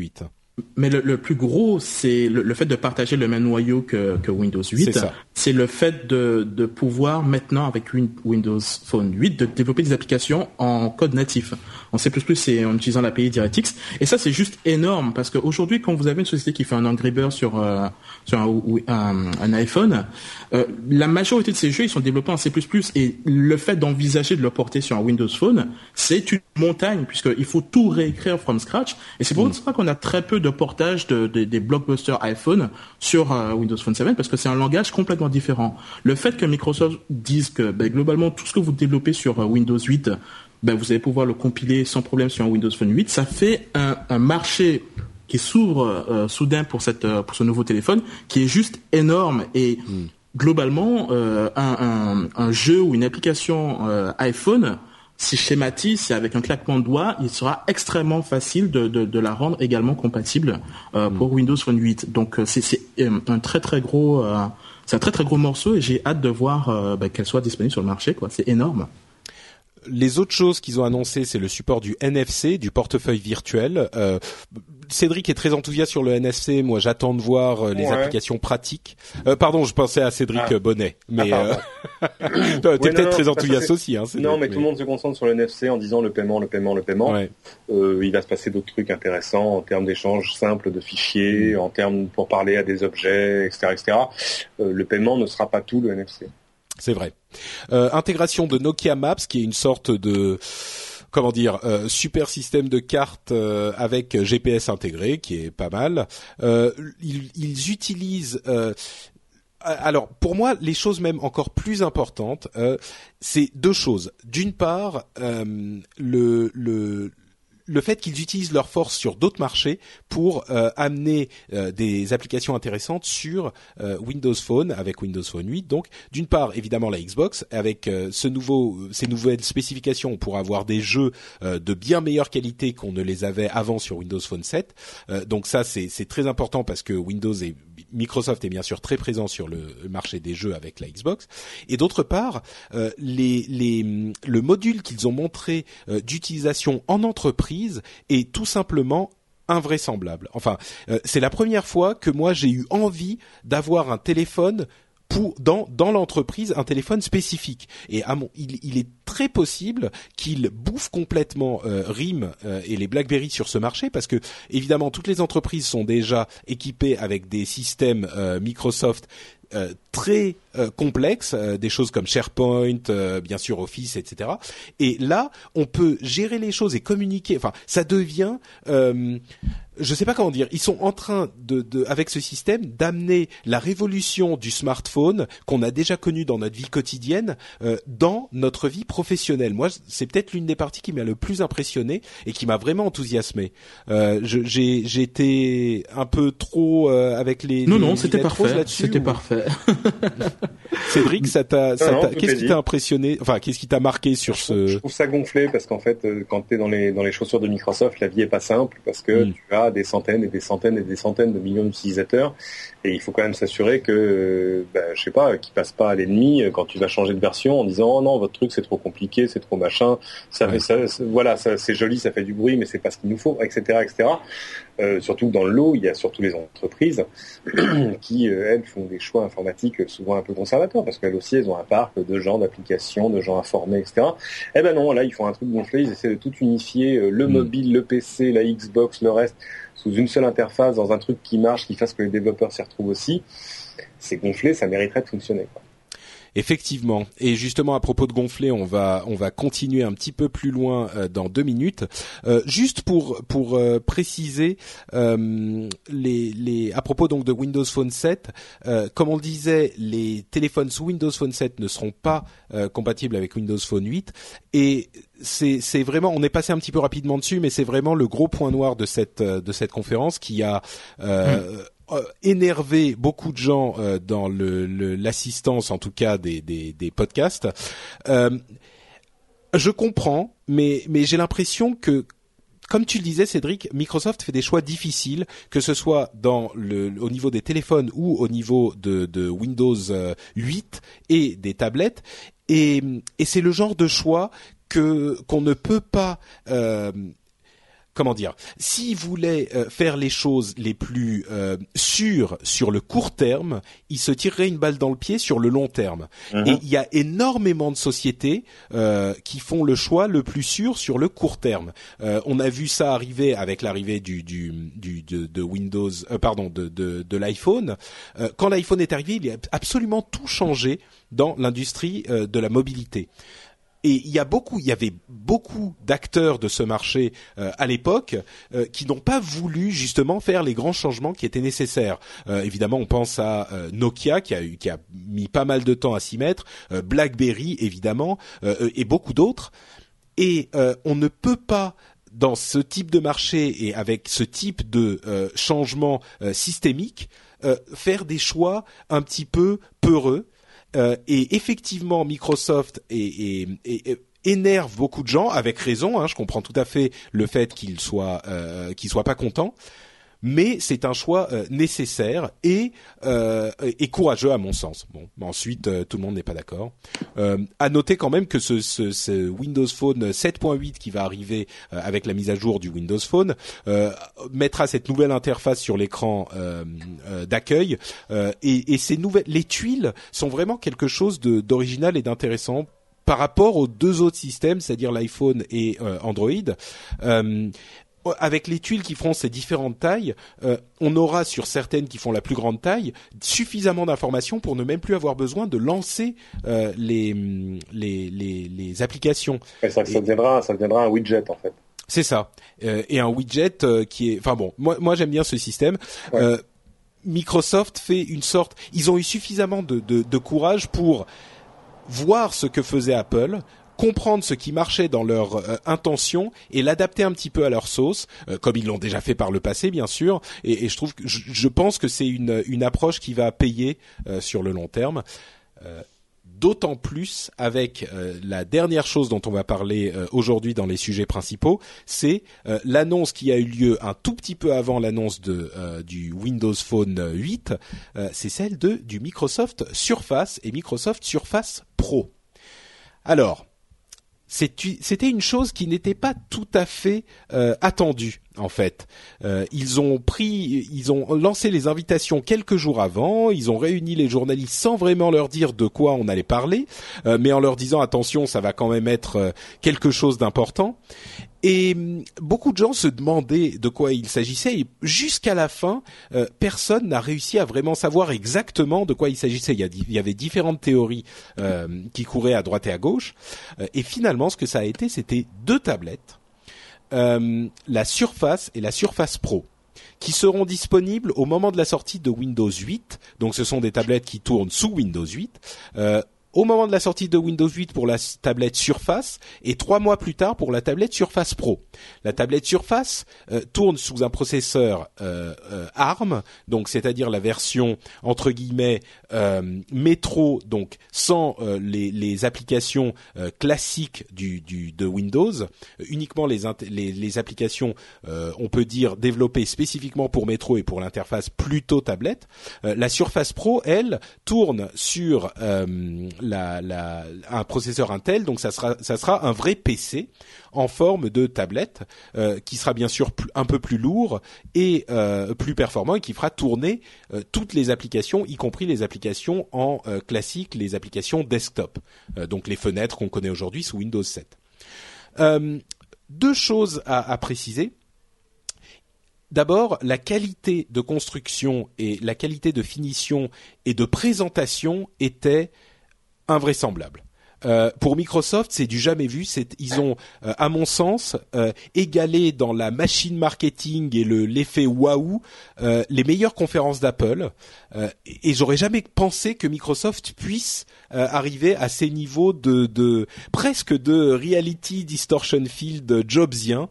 Mais le plus gros, c'est le fait de partager le même noyau que Windows 8. C'est le fait de pouvoir maintenant, avec Windows Phone 8, de développer des applications en code natif, en C++ et en utilisant l'API DirectX. Et ça, c'est juste énorme, parce qu'aujourd'hui, quand vous avez une société qui fait un Angry Birds sur un iPhone, la majorité de ces jeux, ils sont développés en C++. Et le fait d'envisager de le porter sur un Windows Phone, c'est une montagne, puisqu'il faut tout réécrire from scratch. Et c'est pour ça qu'on a très peu de portage des blockbusters iPhone sur Windows Phone 7, parce que c'est un langage complètement différent. Le fait que Microsoft dise que globalement tout ce que vous développez sur Windows 8, vous allez pouvoir le compiler sans problème sur un Windows Phone 8, ça fait un marché qui s'ouvre soudain pour ce nouveau téléphone, qui est juste énorme. Et globalement, un jeu ou une application iPhone, si schématise, c'est avec un claquement de doigts, il sera extrêmement facile de la rendre également compatible pour Windows Phone 8. Donc c'est un très très gros morceau, et j'ai hâte de voir qu'elle soit disponible sur le marché, quoi. C'est énorme. Les autres choses qu'ils ont annoncées, c'est le support du NFC, du portefeuille virtuel. Cédric est très enthousiaste sur le NFC. Moi, j'attends de voir les applications pratiques. Pardon, je pensais à Cédric Bonnet. Mais t'es peut-être très enthousiaste aussi. Hein, Cédric, mais tout le monde se concentre sur le NFC en disant le paiement. Ouais. Il va se passer d'autres trucs intéressants en termes d'échanges simples de fichiers, en termes pour parler à des objets, etc. Le paiement ne sera pas tout le NFC. C'est vrai. Intégration de Nokia Maps, qui est une sorte de super système de cartes avec GPS intégré, qui est pas mal. Ils utilisent alors pour moi les choses même encore plus importantes, c'est deux choses. D'une part, le fait qu'ils utilisent leur force sur d'autres marchés pour amener des applications intéressantes sur Windows Phone, avec Windows Phone 8. Donc, d'une part, évidemment, la Xbox, avec ces nouvelles spécifications, on pourra avoir des jeux de bien meilleure qualité qu'on ne les avait avant sur Windows Phone 7. Donc ça, c'est très important parce que Microsoft est bien sûr très présent sur le marché des jeux avec la Xbox. Et d'autre part, le module qu'ils ont montré d'utilisation en entreprise est tout simplement invraisemblable. Enfin, c'est la première fois que moi j'ai eu envie d'avoir un téléphone dans l'entreprise, un téléphone spécifique. Et il est très possible qu'il bouffe complètement RIM et les BlackBerry sur ce marché, parce que évidemment toutes les entreprises sont déjà équipées avec des systèmes Microsoft très complexes, des choses comme SharePoint, bien sûr Office, etc. Et là, on peut gérer les choses et communiquer. Enfin, ça devient, je sais pas comment dire. Ils sont en train avec ce système, d'amener la révolution du smartphone qu'on a déjà connue dans notre vie quotidienne dans notre vie professionnelle. Moi, c'est peut-être l'une des parties qui m'a le plus impressionné et qui m'a vraiment enthousiasmé. J'étais un peu trop avec les. Non, c'était parfait. C'était parfait. Cédric, qu'est-ce qui t'a impressionné, enfin, qu'est-ce qui t'a marqué sur Je trouve ça gonflé, parce qu'en fait, quand t'es dans les chaussures de Microsoft, la vie est pas simple, parce que tu as des centaines et des centaines et des centaines de millions d'utilisateurs, et il faut quand même s'assurer que, je sais pas, qu'ils passent pas à l'ennemi quand tu vas changer de version en disant oh non, votre truc c'est trop compliqué, c'est trop machin, c'est joli, ça fait du bruit, mais c'est pas ce qu'il nous faut, etc. Surtout que dans le lot, il y a surtout les entreprises qui, elles, font des choix informatiques souvent un peu conservateurs, parce qu'elles aussi, elles ont un parc de gens, d'applications, de gens informés, etc. Eh ben non, là, ils font un truc gonflé, ils essaient de tout unifier, le mobile, le PC, la Xbox, le reste, sous une seule interface, dans un truc qui marche, qui fasse que les développeurs s'y retrouvent aussi. C'est gonflé, ça mériterait de fonctionner, quoi. Effectivement. Et justement, à propos de gonfler, on va continuer un petit peu plus loin dans 2 minutes. Juste pour préciser à propos donc de Windows Phone 7, comme on le disait, les téléphones sous Windows Phone 7 ne seront pas compatibles avec Windows Phone 8, et c'est vraiment, on est passé un petit peu rapidement dessus, mais c'est vraiment le gros point noir de cette conférence qui a énervé beaucoup de gens dans l'assistance, en tout cas des podcasts. Je comprends, mais j'ai l'impression que, comme tu le disais, Cédric, Microsoft fait des choix difficiles, que ce soit au niveau des téléphones ou au niveau de Windows 8 et des tablettes, et c'est le genre de choix qu'on ne peut pas comment dire, s'ils voulaient faire les choses les plus sûres sur le court terme, ils se tireraient une balle dans le pied sur le long terme. Et il y a énormément de sociétés qui font le choix le plus sûr sur le court terme. On a vu ça arriver avec l'arrivée de Windows, de l'iPhone. Quand l'iPhone est arrivé, il a absolument tout changé dans l'industrie de la mobilité. Et il y avait beaucoup d'acteurs de ce marché à l'époque qui n'ont pas voulu justement faire les grands changements qui étaient nécessaires. Évidemment, on pense à Nokia qui a mis pas mal de temps à s'y mettre, BlackBerry évidemment, et beaucoup d'autres. Et on ne peut pas, dans ce type de marché et avec ce type de changement systémique, faire des choix un petit peu peureux. Et effectivement, Microsoft énerve beaucoup de gens, avec raison. Hein, je comprends tout à fait le fait qu'ils soient pas contents, mais c'est un choix nécessaire et courageux à mon sens. Bon, ensuite tout le monde n'est pas d'accord. À noter quand même que ce Windows Phone 7.8 qui va arriver avec la mise à jour du Windows Phone mettra cette nouvelle interface sur l'écran d'accueil et ces les tuiles sont vraiment quelque chose d'original et d'intéressant par rapport aux deux autres systèmes, c'est-à-dire l'iPhone et Android. Avec les tuiles qui feront ces différentes tailles, on aura sur certaines qui font la plus grande taille suffisamment d'informations pour ne même plus avoir besoin de lancer les applications. Ouais, ça deviendra un widget en fait. C'est ça. Et un widget qui est, enfin bon, moi j'aime bien ce système. Ouais. Microsoft fait une sorte, ils ont eu suffisamment de courage pour voir ce que faisait Apple, comprendre ce qui marchait dans leur intention et l'adapter un petit peu à leur sauce, comme ils l'ont déjà fait par le passé bien sûr. Et je pense que c'est une approche qui va payer sur le long terme. D'autant plus avec la dernière chose dont on va parler aujourd'hui dans les sujets principaux, c'est l'annonce qui a eu lieu un tout petit peu avant l'annonce du Windows Phone 8, c'est celle du Microsoft Surface et Microsoft Surface Pro. Alors, c'était une chose qui n'était pas tout à fait attendue en fait. Ils ont lancé les invitations quelques jours avant, ils ont réuni les journalistes sans vraiment leur dire de quoi on allait parler, mais en leur disant attention, ça va quand même être quelque chose d'important. Et beaucoup de gens se demandaient de quoi il s'agissait et jusqu'à la fin, personne n'a réussi à vraiment savoir exactement de quoi il s'agissait. Il y avait différentes théories qui couraient à droite et à gauche. Et finalement, ce que ça a été, c'était deux tablettes, la Surface et la Surface Pro, qui seront disponibles au moment de la sortie de Windows 8. Donc ce sont des tablettes qui tournent sous Windows 8. Au moment de la sortie de Windows 8 pour la tablette Surface et 3 mois plus tard pour la tablette Surface Pro. La tablette Surface tourne sous un processeur ARM, donc c'est-à-dire la version entre guillemets métro, donc sans les applications classiques de Windows, uniquement les applications on peut dire développées spécifiquement pour métro et pour l'interface plutôt tablette. La Surface Pro, elle, tourne sur un processeur Intel, donc ça sera un vrai PC en forme de tablette qui sera bien sûr un peu plus lourd et plus performant et qui fera tourner toutes les applications, y compris les applications en classique, les applications desktop, donc les fenêtres qu'on connaît aujourd'hui sous Windows 7. Deux choses à préciser. D'abord, la qualité de construction et la qualité de finition et de présentation étaient invraisemblables. Pour Microsoft, c'est du jamais vu. Ils ont, à mon sens, égalé dans la machine marketing et l'effet waouh les meilleures conférences d'Apple. Et j'aurais jamais pensé que Microsoft puisse arriver à ces niveaux de presque de reality distortion field jobsien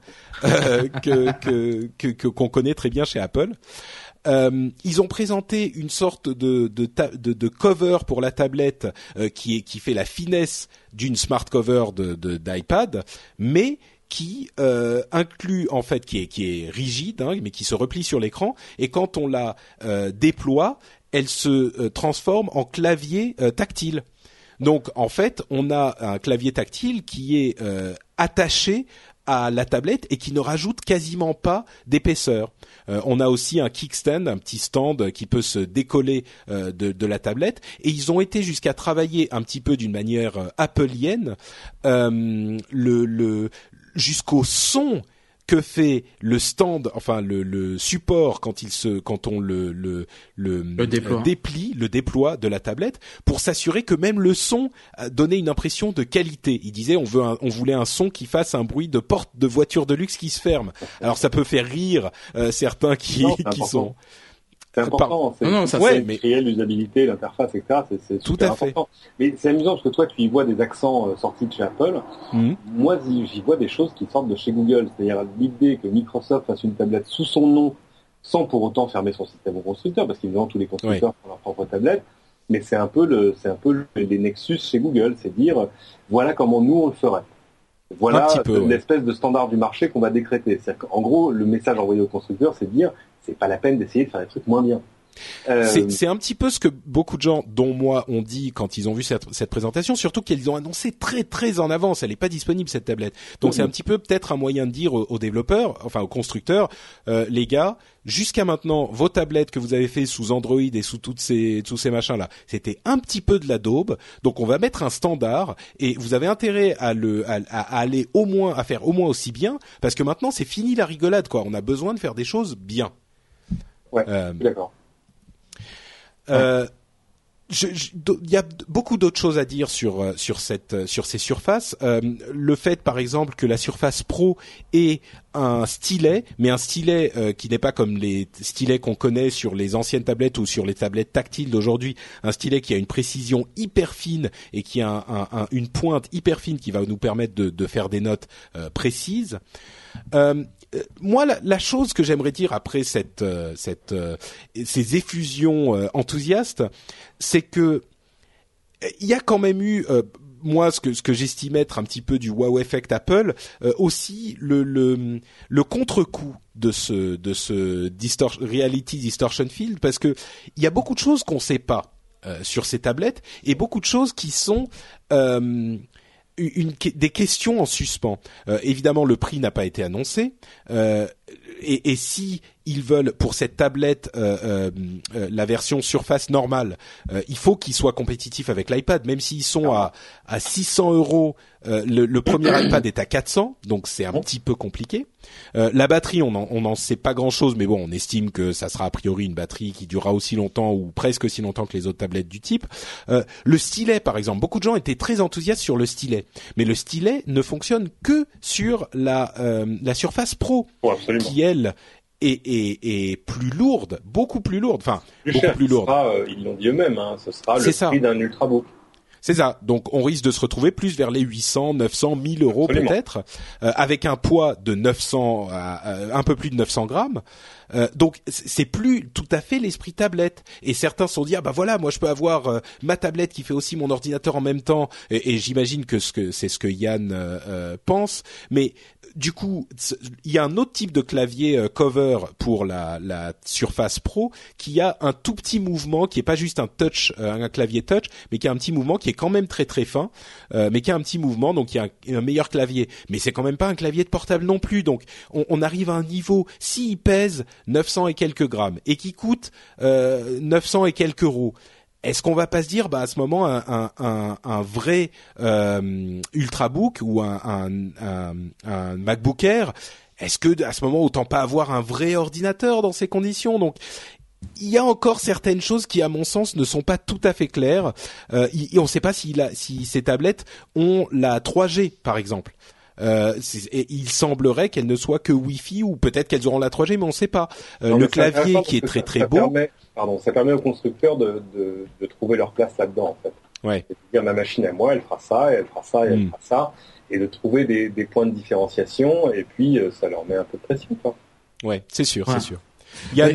qu'on connaît très bien chez Apple. Ils ont présenté une sorte de cover pour la tablette qui fait la finesse d'une smart cover d'iPad, mais qui inclut en fait qui est rigide, hein, mais qui se replie sur l'écran, et quand on la déploie, elle se transforme en clavier tactile. Donc en fait, on a un clavier tactile qui est attaché à la tablette et qui ne rajoute quasiment pas d'épaisseur. On a aussi un kickstand, un petit stand qui peut se décoller de la tablette, et ils ont été jusqu'à travailler un petit peu d'une manière appleienne jusqu'au son que fait le stand, enfin le support quand on le déploie de la tablette, pour s'assurer que même le son donnait une impression de qualité. Il disait on voulait un son qui fasse un bruit de porte de voiture de luxe qui se ferme. Alors ça peut faire rire certains qui sont. C'est important, créer l'usabilité, l'interface, etc. C'est tout super à fait important. Mais c'est amusant parce que toi, tu y vois des accents sortis de chez Apple. Moi, j'y vois des choses qui sortent de chez Google. C'est-à-dire l'idée que Microsoft fasse une tablette sous son nom, sans pour autant fermer son système au constructeur, parce qu'évidemment tous les constructeurs font leur propre tablette. Mais c'est un peu les Nexus chez Google, c'est dire voilà comment nous on le ferait. Voilà l'espèce de standard du marché qu'on va décréter. C'est-à-dire qu'en gros, le message envoyé au constructeur, c'est de dire c'est pas la peine d'essayer de faire des trucs moins bien. C'est un petit peu ce que beaucoup de gens, dont moi, ont dit quand ils ont vu cette présentation, surtout qu'ils ont annoncé très très en avance. Elle n'est pas disponible cette tablette. Donc c'est un petit peu peut-être un moyen de dire aux développeurs, enfin aux constructeurs, les gars, jusqu'à maintenant, vos tablettes que vous avez fait sous Android et sous tous ces machins là, c'était un petit peu de la daube. Donc on va mettre un standard et vous avez intérêt à aller à faire au moins aussi bien, parce que maintenant c'est fini la rigolade quoi. On a besoin de faire des choses bien. Ouais, d'accord. Il y a beaucoup d'autres choses à dire sur ces surfaces. Le fait, par exemple, que la Surface Pro ait un stylet, mais un stylet qui n'est pas comme les stylets qu'on connaît sur les anciennes tablettes ou sur les tablettes tactiles d'aujourd'hui. Un stylet qui a une précision hyper fine et qui a une pointe hyper fine qui va nous permettre de faire des notes précises. Moi, la chose que j'aimerais dire après ces effusions enthousiastes, c'est que il y a quand même eu moi ce que j'estime être un petit peu du wow effect Apple, aussi le contre-coup de ce reality distortion field, parce que il y a beaucoup de choses qu'on sait pas sur ces tablettes et beaucoup de choses qui sont des questions en suspens. Évidemment, le prix n'a pas été annoncé, et si ils veulent pour cette tablette la version Surface normale, il faut qu'ils soient compétitifs avec l'iPad, même s'ils sont à 600 €. Le premier iPad est à 400, donc c'est un petit peu compliqué. La batterie, on n'en sait pas grand-chose, mais bon, on estime que ça sera a priori une batterie qui durera aussi longtemps ou presque aussi longtemps que les autres tablettes du type. Le stylet, par exemple, beaucoup de gens étaient très enthousiastes sur le stylet, mais le stylet ne fonctionne que sur la Surface Pro, qui elle est plus lourde, beaucoup plus lourde, enfin beaucoup plus lourde. Ils l'ont dit eux-mêmes, ce sera le prix d'un Ultrabook. C'est ça. Donc, on risque de se retrouver plus vers les 800, 900, 1000 € peut-être, avec un poids de 900, un peu plus de 900 grammes. Donc, c'est plus tout à fait l'esprit tablette. Et certains se sont dit, ah bah voilà, moi je peux avoir ma tablette qui fait aussi mon ordinateur en même temps. Et j'imagine que c'est ce que Yann pense. Mais du coup, il y a un autre type de clavier cover pour la Surface Pro qui a un tout petit mouvement qui est pas juste un clavier touch, mais qui a un petit mouvement qui est quand même très très fin, mais qui a un petit mouvement, donc il y a un meilleur clavier. Mais c'est quand même pas un clavier de portable non plus. Donc on arrive à un niveau, s'il pèse 900 et quelques grammes et qui coûte 900 et quelques €. Est-ce qu'on va pas se dire, à ce moment, un vrai Ultrabook ou un MacBook Air, est-ce que à ce moment autant pas avoir un vrai ordinateur dans ces conditions? Donc il y a encore certaines choses qui, à mon sens, ne sont pas tout à fait claires. On ne sait pas si ces tablettes ont la 3G, par exemple. Et il semblerait qu'elles ne soient que Wi-Fi, ou peut-être qu'elles auront la 3G, mais on ne sait pas. Le clavier qui est très très beau. Ça permet aux constructeurs de trouver leur place là-dedans, en fait. Ouais. C'est-à-dire, ma machine à moi, elle fera ça, et elle fera ça, et elle fera ça, et de trouver des points de différenciation, et puis ça leur met un peu de pression, quoi. Ouais, c'est sûr, c'est sûr. Yann,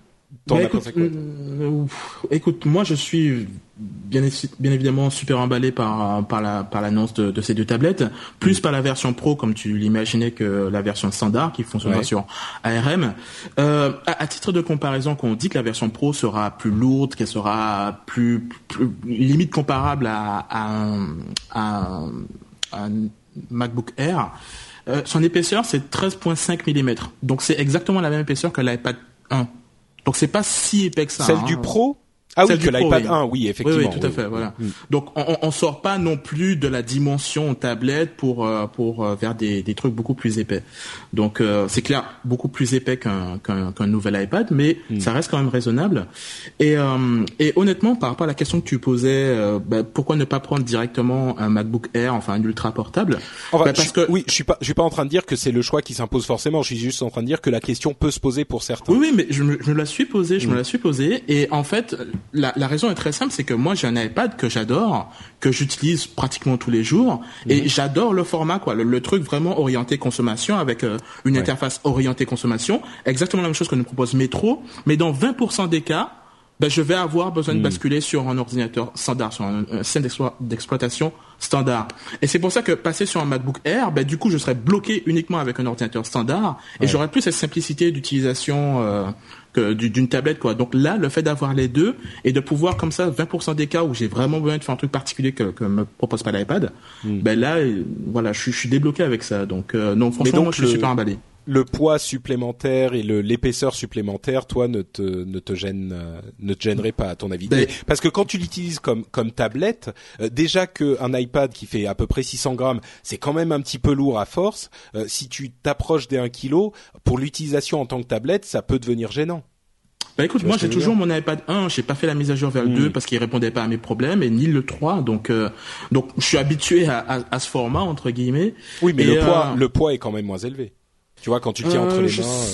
écoute, moi je suis bien évidemment super emballé par l'annonce de ces deux tablettes, plus par la version Pro comme tu l'imaginais que la version standard qui fonctionnera sur ARM. À titre de comparaison, quand on dit que la version Pro sera plus lourde, qu'elle sera plus limite comparable à un MacBook Air, son épaisseur c'est 13,5 mm. Donc c'est exactement la même épaisseur que l'iPad 1. Donc c'est pas si épais que ça. Celle du Pro? Ah oui, que l'iPad 1, oui, effectivement. Oui, tout à fait, voilà. Donc, on sort pas non plus de la dimension tablette pour vers des trucs beaucoup plus épais. Donc, c'est clair, beaucoup plus épais qu'un nouvel iPad, mais ça reste quand même raisonnable. Et honnêtement, par rapport à la question que tu posais, pourquoi ne pas prendre directement un MacBook Air, enfin un ultra portable? Enfin, je suis pas en train de dire que c'est le choix qui s'impose forcément. Je suis juste en train de dire que la question peut se poser pour certains. Oui, mais je me la suis posée, et en fait, la raison est très simple, c'est que moi j'ai un iPad que j'adore, que j'utilise pratiquement tous les jours, et j'adore le format, quoi, le truc vraiment orienté consommation avec une interface orientée consommation, exactement la même chose que nous propose Metro, mais dans 20% des cas, je vais avoir besoin de basculer sur un ordinateur standard, sur un système d'exploitation standard. Et c'est pour ça que passer sur un MacBook Air, du coup, je serais bloqué uniquement avec un ordinateur standard, et j'aurais plus cette simplicité d'utilisation d'une tablette, quoi. Donc là, le fait d'avoir les deux et de pouvoir comme ça 20% des cas où j'ai vraiment besoin de faire un truc particulier que me propose pas l'iPad, là, voilà, je suis débloqué avec ça. Donc non, franchement, moi, je suis super emballé. Le poids supplémentaire et l'épaisseur supplémentaire, toi, ne te gênerait pas, à ton avis? Parce que quand tu l'utilises comme tablette, déjà qu'un iPad qui fait à peu près 600 grammes, c'est quand même un petit peu lourd à force. Si tu t'approches des 1 kilo, pour l'utilisation en tant que tablette, ça peut devenir gênant. Écoute, moi j'ai toujours mon iPad 1, j'ai pas fait la mise à jour vers le 2 parce qu'il répondait pas à mes problèmes, et ni le 3, donc je suis habitué à ce format, entre guillemets. Oui, mais le poids est quand même moins élevé. Tu vois, quand tu tiens entre les mains.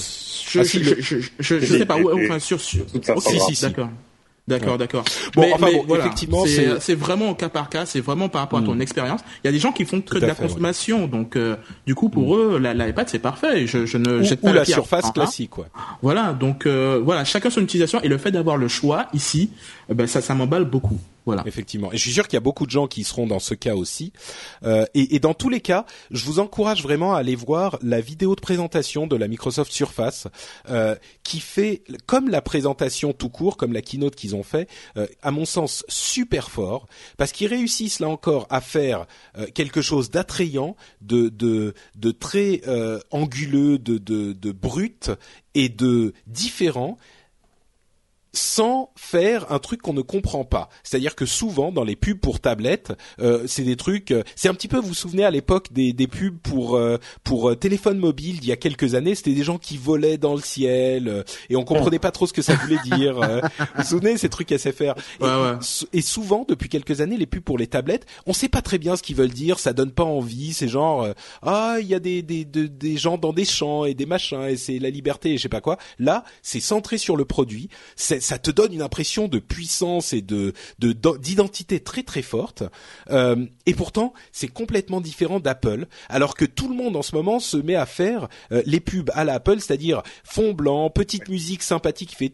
Je sais pas où, enfin sur. Si, d'accord. Bon, voilà, effectivement, c'est vraiment au cas par cas, c'est vraiment par rapport à ton expérience. Il y a des gens qui font que de la consommation, donc du coup pour eux l'iPad c'est parfait. Je ne jette pas la surface classique, quoi. Voilà, donc voilà, chacun son utilisation, et le fait d'avoir le choix ici, ça m'emballe beaucoup. Voilà. Effectivement. Et je suis sûr qu'il y a beaucoup de gens qui seront dans ce cas aussi. Et dans tous les cas, je vous encourage vraiment à aller voir la vidéo de présentation de la Microsoft Surface, qui fait, comme la présentation tout court, comme la keynote qu'ils ont fait, à mon sens super fort, parce qu'ils réussissent là encore à faire quelque chose d'attrayant, de très anguleux, de brut et de différent, sans faire un truc qu'on ne comprend pas. C'est-à-dire que souvent dans les pubs pour tablettes, c'est des trucs, c'est un petit peu, vous vous souvenez à l'époque des pubs pour téléphone mobile il y a quelques années, c'était des gens qui volaient dans le ciel et on comprenait pas trop ce que ça voulait dire. Vous vous souvenez ces trucs SFR? Et souvent depuis quelques années les pubs pour les tablettes, on sait pas très bien ce qu'ils veulent dire, ça donne pas envie, c'est genre il y a des gens dans des champs et des machins et c'est la liberté et je sais pas quoi. Là, c'est centré sur le produit, ça te donne une impression de puissance et d'identité très très forte, et pourtant c'est complètement différent d'Apple, alors que tout le monde en ce moment se met à faire les pubs à l'Apple, c'est-à-dire fond blanc, petite musique sympathique qui fait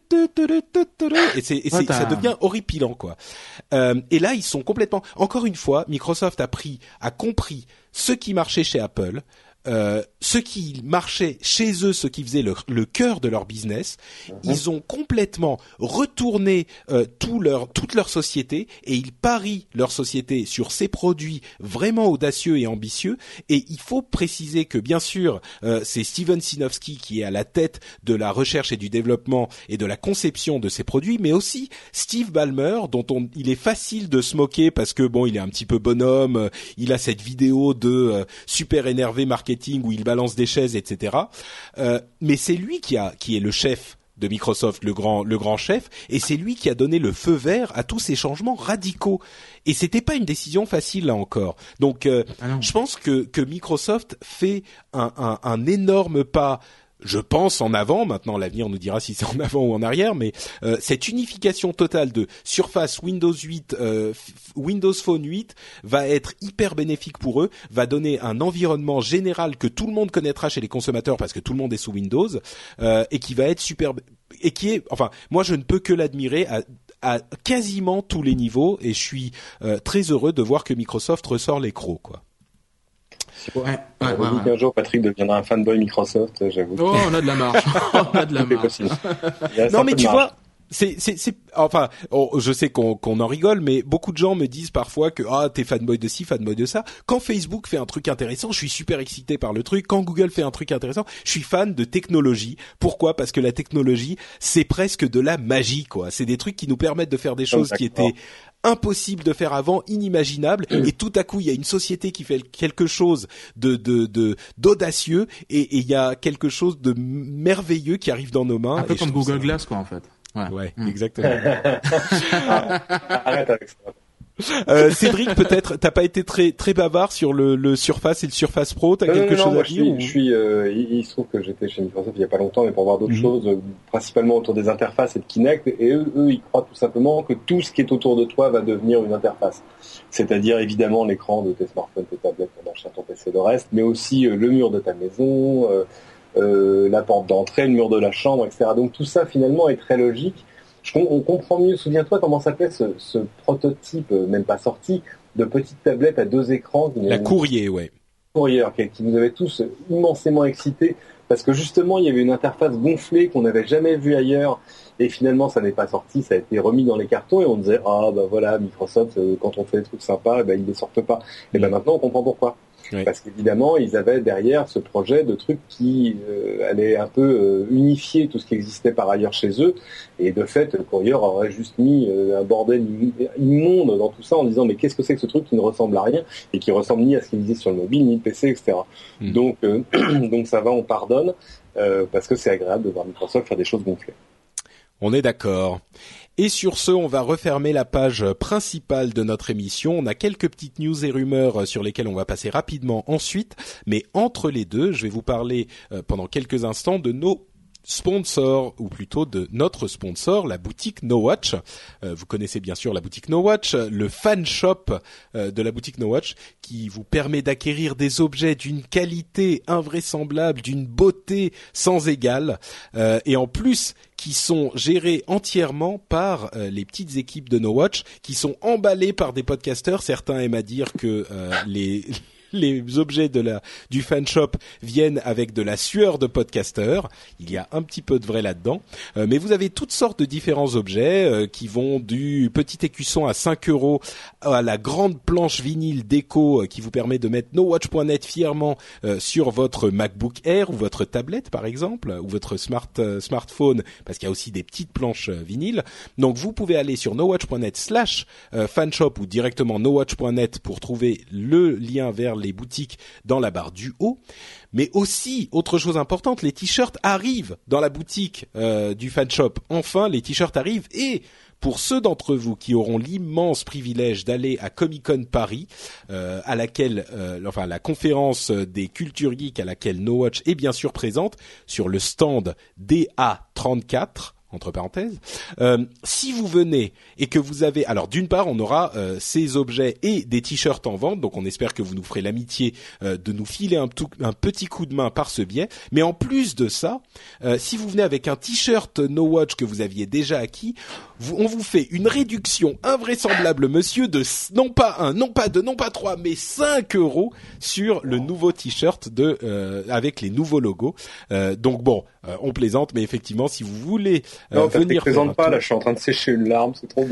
et ça devient horripilant, quoi. Et là ils sont complètement, encore une fois, Microsoft a compris ce qui marchait chez Apple, ce qui marchait chez eux, ce qui faisait le cœur de leur business. Ils ont complètement retourné toute leur société, et ils parient leur société sur ces produits vraiment audacieux et ambitieux. Et il faut préciser que bien sûr c'est Steven Sinofsky qui est à la tête de la recherche et du développement et de la conception de ces produits, mais aussi Steve Ballmer, dont il est facile de se moquer parce que bon, il est un petit peu bonhomme, il a cette vidéo de super énervé marketing où il balance des chaises, etc. Mais c'est lui qui est le chef de Microsoft, le grand chef, et c'est lui qui a donné le feu vert à tous ces changements radicaux. Et c'était pas une décision facile là encore. Donc, je pense que Microsoft fait un énorme pas. Je pense en avant, maintenant l'avenir nous dira si c'est en avant ou en arrière, mais cette unification totale de Surface, Windows 8, Windows Phone 8 va être hyper bénéfique pour eux, va donner un environnement général que tout le monde connaîtra chez les consommateurs parce que tout le monde est sous Windows, et qui va être super, et qui est, enfin, moi je ne peux que l'admirer à quasiment tous les niveaux, et je suis très heureux de voir que Microsoft ressort les crocs, quoi. Qu'un jour Patrick deviendra un fanboy Microsoft, j'avoue. Oh, on a de la marge. Non, mais tu vois, enfin, je sais qu'on en rigole, mais beaucoup de gens me disent parfois que t'es fanboy de ci, fanboy de ça. Quand Facebook fait un truc intéressant, je suis super excité par le truc. Quand Google fait un truc intéressant, je suis fan de technologie. Pourquoi ? Parce que la technologie, c'est presque de la magie, quoi. C'est des trucs qui nous permettent de faire des choses qui étaient impossible de faire avant, inimaginable, et tout à coup il y a une société qui fait quelque chose d'audacieux, et il y a quelque chose de merveilleux qui arrive dans nos mains. Un peu comme Google Glass, quoi, en fait. Ouais, exactement. Arrête avec ça. Cédric, peut-être, t'as pas été très bavard sur le Surface et le Surface Pro. T'as quelque chose à dire? Il se trouve que j'étais chez Microsoft il y a pas longtemps, mais pour voir d'autres choses, principalement autour des interfaces et de Kinect. Et eux, ils croient tout simplement que tout ce qui est autour de toi va devenir une interface. C'est-à-dire évidemment l'écran de tes smartphones, tes tablettes, ton machin, ton PC, le reste, mais aussi le mur de ta maison, la porte d'entrée, le mur de la chambre, etc. Donc tout ça finalement est très logique. On comprend mieux, souviens-toi comment s'appelait ce prototype, même pas sorti, de petite tablette à 2 écrans. La Courrier, ouais. Courrier, qui nous avait tous immensément excités, parce que justement, il y avait une interface gonflée qu'on n'avait jamais vue ailleurs, et finalement, ça n'est pas sorti, ça a été remis dans les cartons, et on disait, voilà, Microsoft, quand on fait des trucs sympas, ils ne les sortent pas. Et maintenant, on comprend pourquoi. Oui. Parce qu'évidemment, ils avaient derrière ce projet de truc qui allait un peu unifier tout ce qui existait par ailleurs chez eux. Et de fait, Courrier aurait juste mis un bordel immonde dans tout ça en disant mais qu'est-ce que c'est que ce truc qui ne ressemble à rien et qui ressemble ni à ce qui existe sur le mobile, ni le PC, etc. Donc ça va, on pardonne parce que c'est agréable de voir Microsoft faire des choses gonflées. On est d'accord. Et sur ce, on va refermer la page principale de notre émission. On a quelques petites news et rumeurs sur lesquelles on va passer rapidement ensuite. Mais entre les deux, je vais vous parler pendant quelques instants de nos sponsor, ou plutôt de notre sponsor, la boutique NoWatch. Vous connaissez bien sûr la boutique NoWatch, le fan shop de la boutique NoWatch, qui vous permet d'acquérir des objets d'une qualité invraisemblable, d'une beauté sans égale, et en plus qui sont gérés entièrement par les petites équipes de NoWatch, qui sont emballés par des podcasteurs. Certains aiment à dire que les objets du fan shop viennent avec de la sueur de podcasteurs. Il y a un petit peu de vrai là-dedans. Mais vous avez toutes sortes de différents objets qui vont du petit écusson à 5 € à la grande planche vinyle déco qui vous permet de mettre nowatch.net fièrement sur votre MacBook Air ou votre tablette par exemple, ou votre smartphone, parce qu'il y a aussi des petites planches vinyle. Donc vous pouvez aller sur nowatch.net/fanshop ou directement nowatch.net pour trouver le lien vers les boutiques dans la barre du haut. Mais aussi, autre chose importante, les t-shirts arrivent dans la boutique du fan shop. Enfin, les t-shirts arrivent, et pour ceux d'entre vous qui auront l'immense privilège d'aller à Comic-Con Paris, à laquelle, la conférence des cultures geeks à laquelle NoWatch est bien sûr présente, sur le stand DA34, entre parenthèses, si vous venez et que vous avez, alors d'une part on aura ces objets et des t-shirts en vente, donc on espère que vous nous ferez l'amitié de nous filer un petit coup de main par ce biais, mais en plus de ça, si vous venez avec un t-shirt NoWatch que vous aviez déjà acquis, on vous fait une réduction invraisemblable, monsieur, de non pas 1, non pas 2, non pas 3, mais 5 € sur le nouveau t-shirt avec les nouveaux logos. Donc bon, on plaisante, mais effectivement, si vous voulez venir, plaisante pas, là, je suis en train de sécher une larme, c'est trop beau.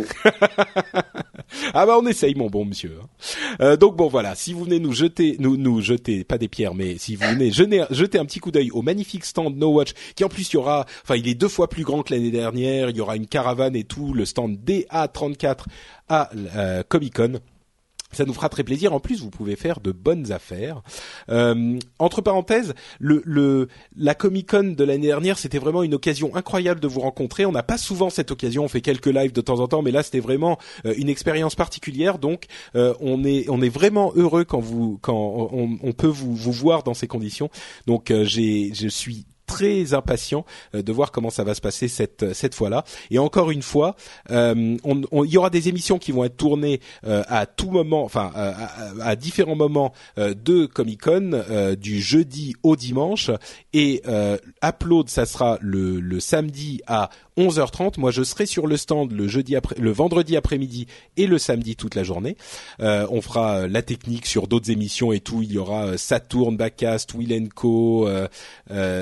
Ah bah on essaye, mon bon monsieur. Donc bon voilà, si vous venez nous jeter pas des pierres, mais si vous venez jeter un petit coup d'œil au magnifique stand NoWatch, qui en plus il est 2 fois plus grand que l'année dernière, il y aura une caravane et tout, le stand DA34 à Comic-Con. Ça nous fera très plaisir. En plus, vous pouvez faire de bonnes affaires. Entre parenthèses, la Comic-Con de l'année dernière, c'était vraiment une occasion incroyable de vous rencontrer. On n'a pas souvent cette occasion. On fait quelques lives de temps en temps, mais là, c'était vraiment une expérience particulière. Donc, on est vraiment heureux quand on peut vous voir dans ces conditions. Donc, je suis très impatient de voir comment ça va se passer cette fois-là. Et encore une fois, il y aura des émissions qui vont être tournées à tout moment, à différents moments de Comic-Con, du jeudi au dimanche, et upload, ça sera le samedi à 11h30. Moi, je serai sur le stand le vendredi après-midi et le samedi toute la journée. On fera la technique sur d'autres émissions et tout. Il y aura Saturn, Backcast, Will & Co, Zap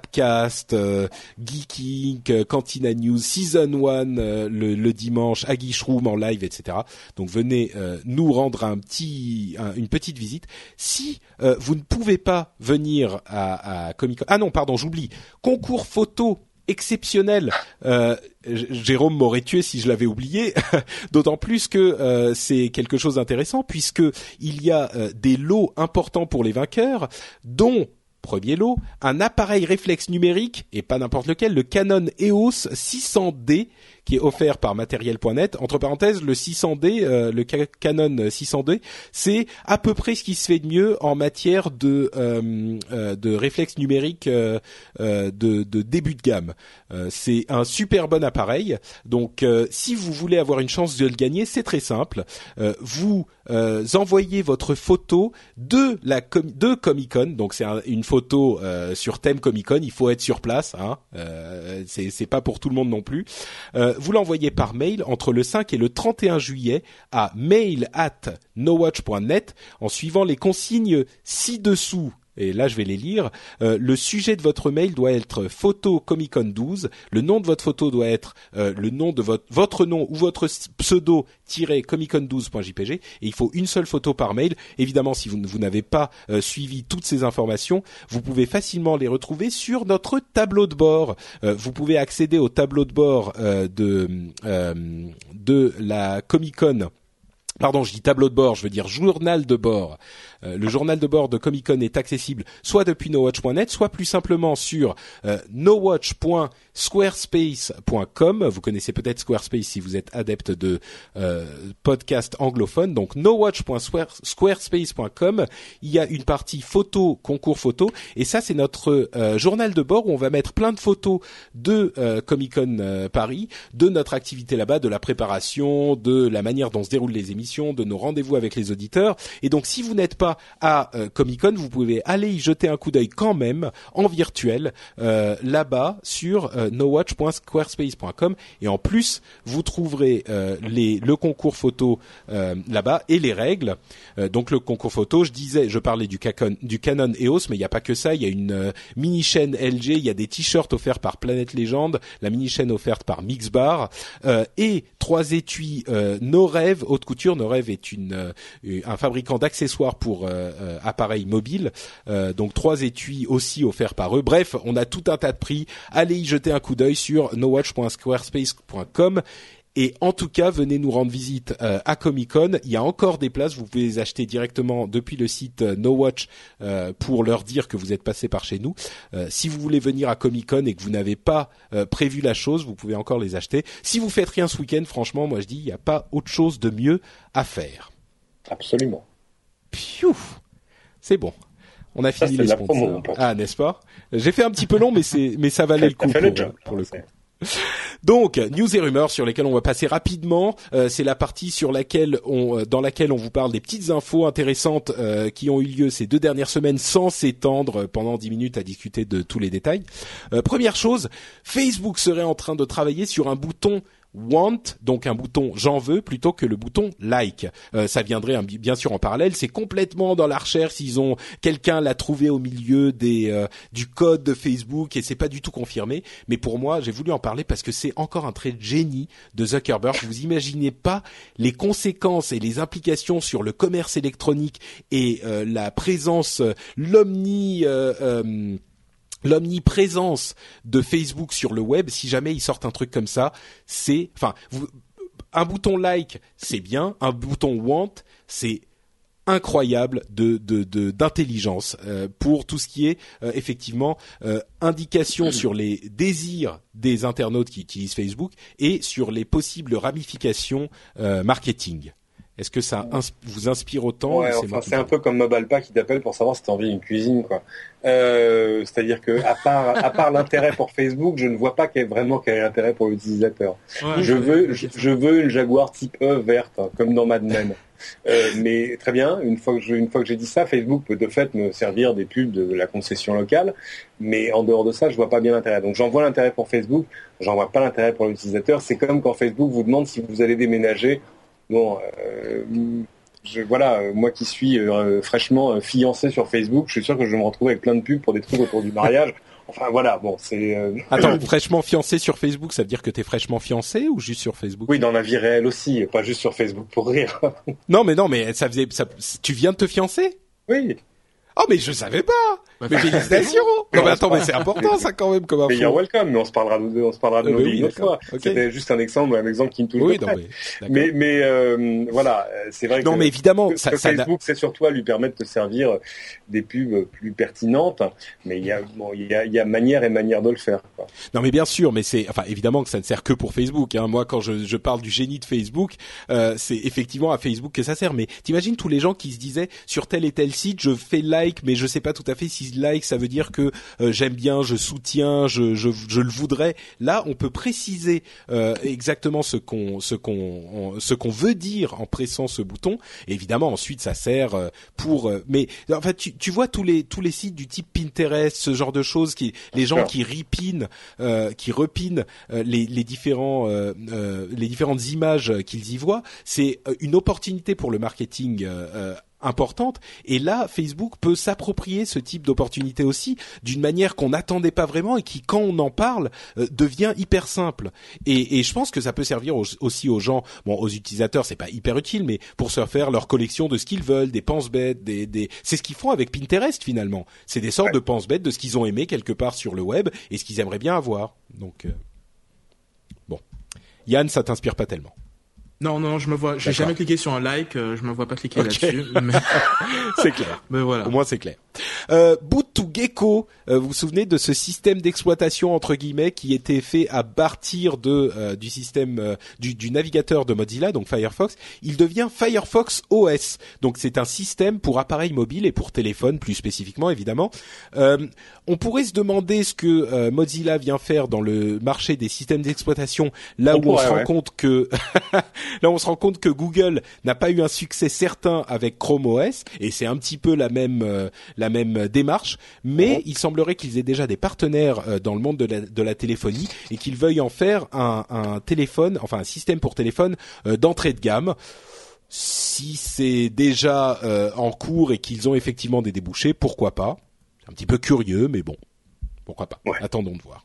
Snapcast, Geeking, Cantina News, Season 1 le dimanche, Aguiche Room en live, etc. Donc venez nous rendre une petite visite. Si vous ne pouvez pas venir à Comic-Con, ah non, pardon, j'oublie, concours photo exceptionnel. Jérôme m'aurait tué si je l'avais oublié. D'autant plus que c'est quelque chose d'intéressant puisque il y a des lots importants pour les vainqueurs, dont premier lot, un appareil réflexe numérique, et pas n'importe lequel, le Canon EOS 600D, qui est offert par Matériel.net. Entre parenthèses, le 600D, le Canon 600D, c'est à peu près ce qui se fait de mieux en matière de réflexe numérique de début de gamme. C'est un super bon appareil. Donc, si vous voulez avoir une chance de le gagner, c'est très simple. Vous envoyez votre photo de Comic-Con. Donc, c'est une photo sur thème Comic-Con. Il faut être sur place. Hein. C'est pas pour tout le monde non plus. Vous l'envoyez par mail entre le 5 et le 31 juillet à mail@nowatch.net en suivant les consignes ci-dessous. Et là, je vais les lire. Le sujet de votre mail doit être photo Comic-Con 12. Le nom de votre photo doit être le nom de votre nom ou votre pseudo -comiccon12.jpg. Et il faut une seule photo par mail. Évidemment, si vous n'avez pas suivi toutes ces informations, vous pouvez facilement les retrouver sur notre tableau de bord. Vous pouvez accéder au tableau de bord de la Comic-Con. Pardon, je dis tableau de bord, je veux dire journal de bord. Le journal de bord de Comic-Con est accessible soit depuis nowatch.net, soit plus simplement sur nowatch.squarespace.com. Vous connaissez peut-être Squarespace si vous êtes adepte de podcast anglophone. Donc nowatch.squarespace.com. Il y a une partie photo, concours photo, et ça c'est notre journal de bord où on va mettre plein de photos de Comic-Con Paris, de notre activité là-bas, de la préparation, de la manière dont se déroulent les émissions, de nos rendez-vous avec les auditeurs. Et donc si vous n'êtes pas à Comic-Con, vous pouvez aller y jeter un coup d'œil quand même en virtuel là-bas sur nowatch.squarespace.com, et en plus vous trouverez le concours photo là-bas et les règles. Donc le concours photo, je parlais du Canon EOS, mais il n'y a pas que ça, il y a une mini chaîne LG, il y a des t-shirts offerts par Planète Légende, la mini chaîne offerte par Mixbar et 3 étuis No Rêve haute couture. No Rêve est un fabricant d'accessoires pour appareils mobiles, donc 3 étuis aussi offerts par eux. Bref, on a tout un tas de prix. Allez y jeter un coup d'œil sur nowatch.squarespace.com. Et en tout cas, venez nous rendre visite à Comic-Con. Il y a encore des places, vous pouvez les acheter directement depuis le site NoWatch pour leur dire que vous êtes passé par chez nous. Si vous voulez venir à Comic-Con et que vous n'avez pas prévu la chose, vous pouvez encore les acheter. Si vous faites rien ce week-end, franchement, moi je dis, il n'y a pas autre chose de mieux à faire. Absolument. Piouf, c'est bon. On a fini les sponsors. Ah, n'est-ce pas? J'ai fait un petit peu long, mais ça valait le coup pour le coup. Donc, news et rumeurs sur lesquelles on va passer rapidement. C'est la partie dans laquelle on vous parle des petites infos intéressantes qui ont eu lieu ces 2 dernières semaines sans s'étendre pendant 10 minutes à discuter de tous les détails. Première chose, Facebook serait en train de travailler sur un bouton want, donc un bouton j'en veux plutôt que le bouton like. Ça viendrait bien sûr en parallèle, c'est complètement dans la recherche, quelqu'un l'a trouvé au milieu du code de Facebook et c'est pas du tout confirmé, mais pour moi, j'ai voulu en parler parce que c'est encore un trait de génie de Zuckerberg. Vous imaginez pas les conséquences et les implications sur le commerce électronique et la présence, l'omniprésence de Facebook sur le web. Si jamais ils sortent un truc comme ça, un bouton like, c'est bien, un bouton want, c'est incroyable d'intelligence pour tout ce qui est effectivement indication sur les désirs des internautes qui utilisent Facebook et sur les possibles ramifications marketing. Est-ce que ça vous inspire autant? Ouais, c'est un peu comme Mobalpa qui t'appelle pour savoir si t'as envie d'une cuisine, quoi. C'est-à-dire que à part l'intérêt pour Facebook, je ne vois pas vraiment quel est l'intérêt pour l'utilisateur. Ouais, je veux une Jaguar type E verte, hein, comme dans Mad Men. Mais très bien, une fois que j'ai dit ça, Facebook peut de fait me servir des pubs de la concession locale, mais en dehors de ça, je vois pas bien l'intérêt. Donc j'en vois l'intérêt pour Facebook, j'en vois pas l'intérêt pour l'utilisateur. C'est comme quand Facebook vous demande si vous allez déménager. Bon, moi qui suis fraîchement fiancé sur Facebook, je suis sûr que je vais me retrouver avec plein de pubs pour des trucs autour du mariage. Enfin voilà, bon, c'est. Attends, fraîchement fiancé sur Facebook, ça veut dire que t'es fraîchement fiancé ou juste sur Facebook? Oui, dans la vie réelle aussi, pas juste sur Facebook pour rire. Non, mais tu viens de te fiancer? Oui. Oh, mais je savais pas! Mais félicitations! Non, mais attends, mais c'est important, ça, quand même, comme info. Mais you're welcome, mais on se parlera de nos vies une autre fois. Okay. C'était juste un exemple qui me touche de près. Mais voilà, c'est vrai mais évidemment, Facebook, c'est surtout à lui permettre de servir des pubs plus pertinentes, mais il y a manière et manière de le faire, quoi. Non, mais bien sûr, mais évidemment que ça ne sert que pour Facebook, hein. Moi, quand je parle du génie de Facebook, c'est effectivement à Facebook que ça sert. Mais t'imagines tous les gens qui se disaient, sur tel et tel site, je fais like, mais je sais pas tout à fait si like ça veut dire que j'aime bien, je soutiens, je le voudrais. Là, on peut préciser exactement ce qu'on veut dire en pressant ce bouton. Et évidemment, ensuite, ça sert pour. Mais en fait, tu vois tous les sites du type Pinterest, ce genre de choses, les gens qui repinent les différentes images qu'ils y voient. C'est une opportunité pour le marketing importante, et là Facebook peut s'approprier ce type d'opportunité aussi d'une manière qu'on n'attendait pas vraiment et qui, quand on en parle, devient hyper simple. Et je pense que ça peut servir aussi aux gens, aux utilisateurs, c'est pas hyper utile, mais pour se faire leur collection de ce qu'ils veulent, des pense-bêtes, c'est ce qu'ils font avec Pinterest finalement. C'est des sortes de pense-bêtes de ce qu'ils ont aimé quelque part sur le web et ce qu'ils aimeraient bien avoir. Donc bon, Yann, ça t'inspire pas tellement? Non, j'ai jamais cliqué sur un like, je me vois pas cliquer là-dessus. Mais... c'est clair. Mais voilà. Au moins c'est clair. Boot2Gecko, vous vous souvenez de ce système d'exploitation entre guillemets qui était fait à partir du système du navigateur de Mozilla, donc Firefox. Il devient Firefox OS. Donc c'est un système pour appareils mobiles et pour téléphone plus spécifiquement évidemment. On pourrait se demander ce que Mozilla vient faire dans le marché des systèmes d'exploitation là où on se rend compte que là on se rend compte que Google n'a pas eu un succès certain avec Chrome OS, et c'est un petit peu la même démarche, mais il semblerait qu'ils aient déjà des partenaires dans le monde de la téléphonie et qu'ils veuillent en faire un téléphone, enfin un système pour téléphone d'entrée de gamme. Si c'est déjà en cours et qu'ils ont effectivement des débouchés, pourquoi pas? C'est un petit peu curieux, mais bon, pourquoi pas? Attendons de voir.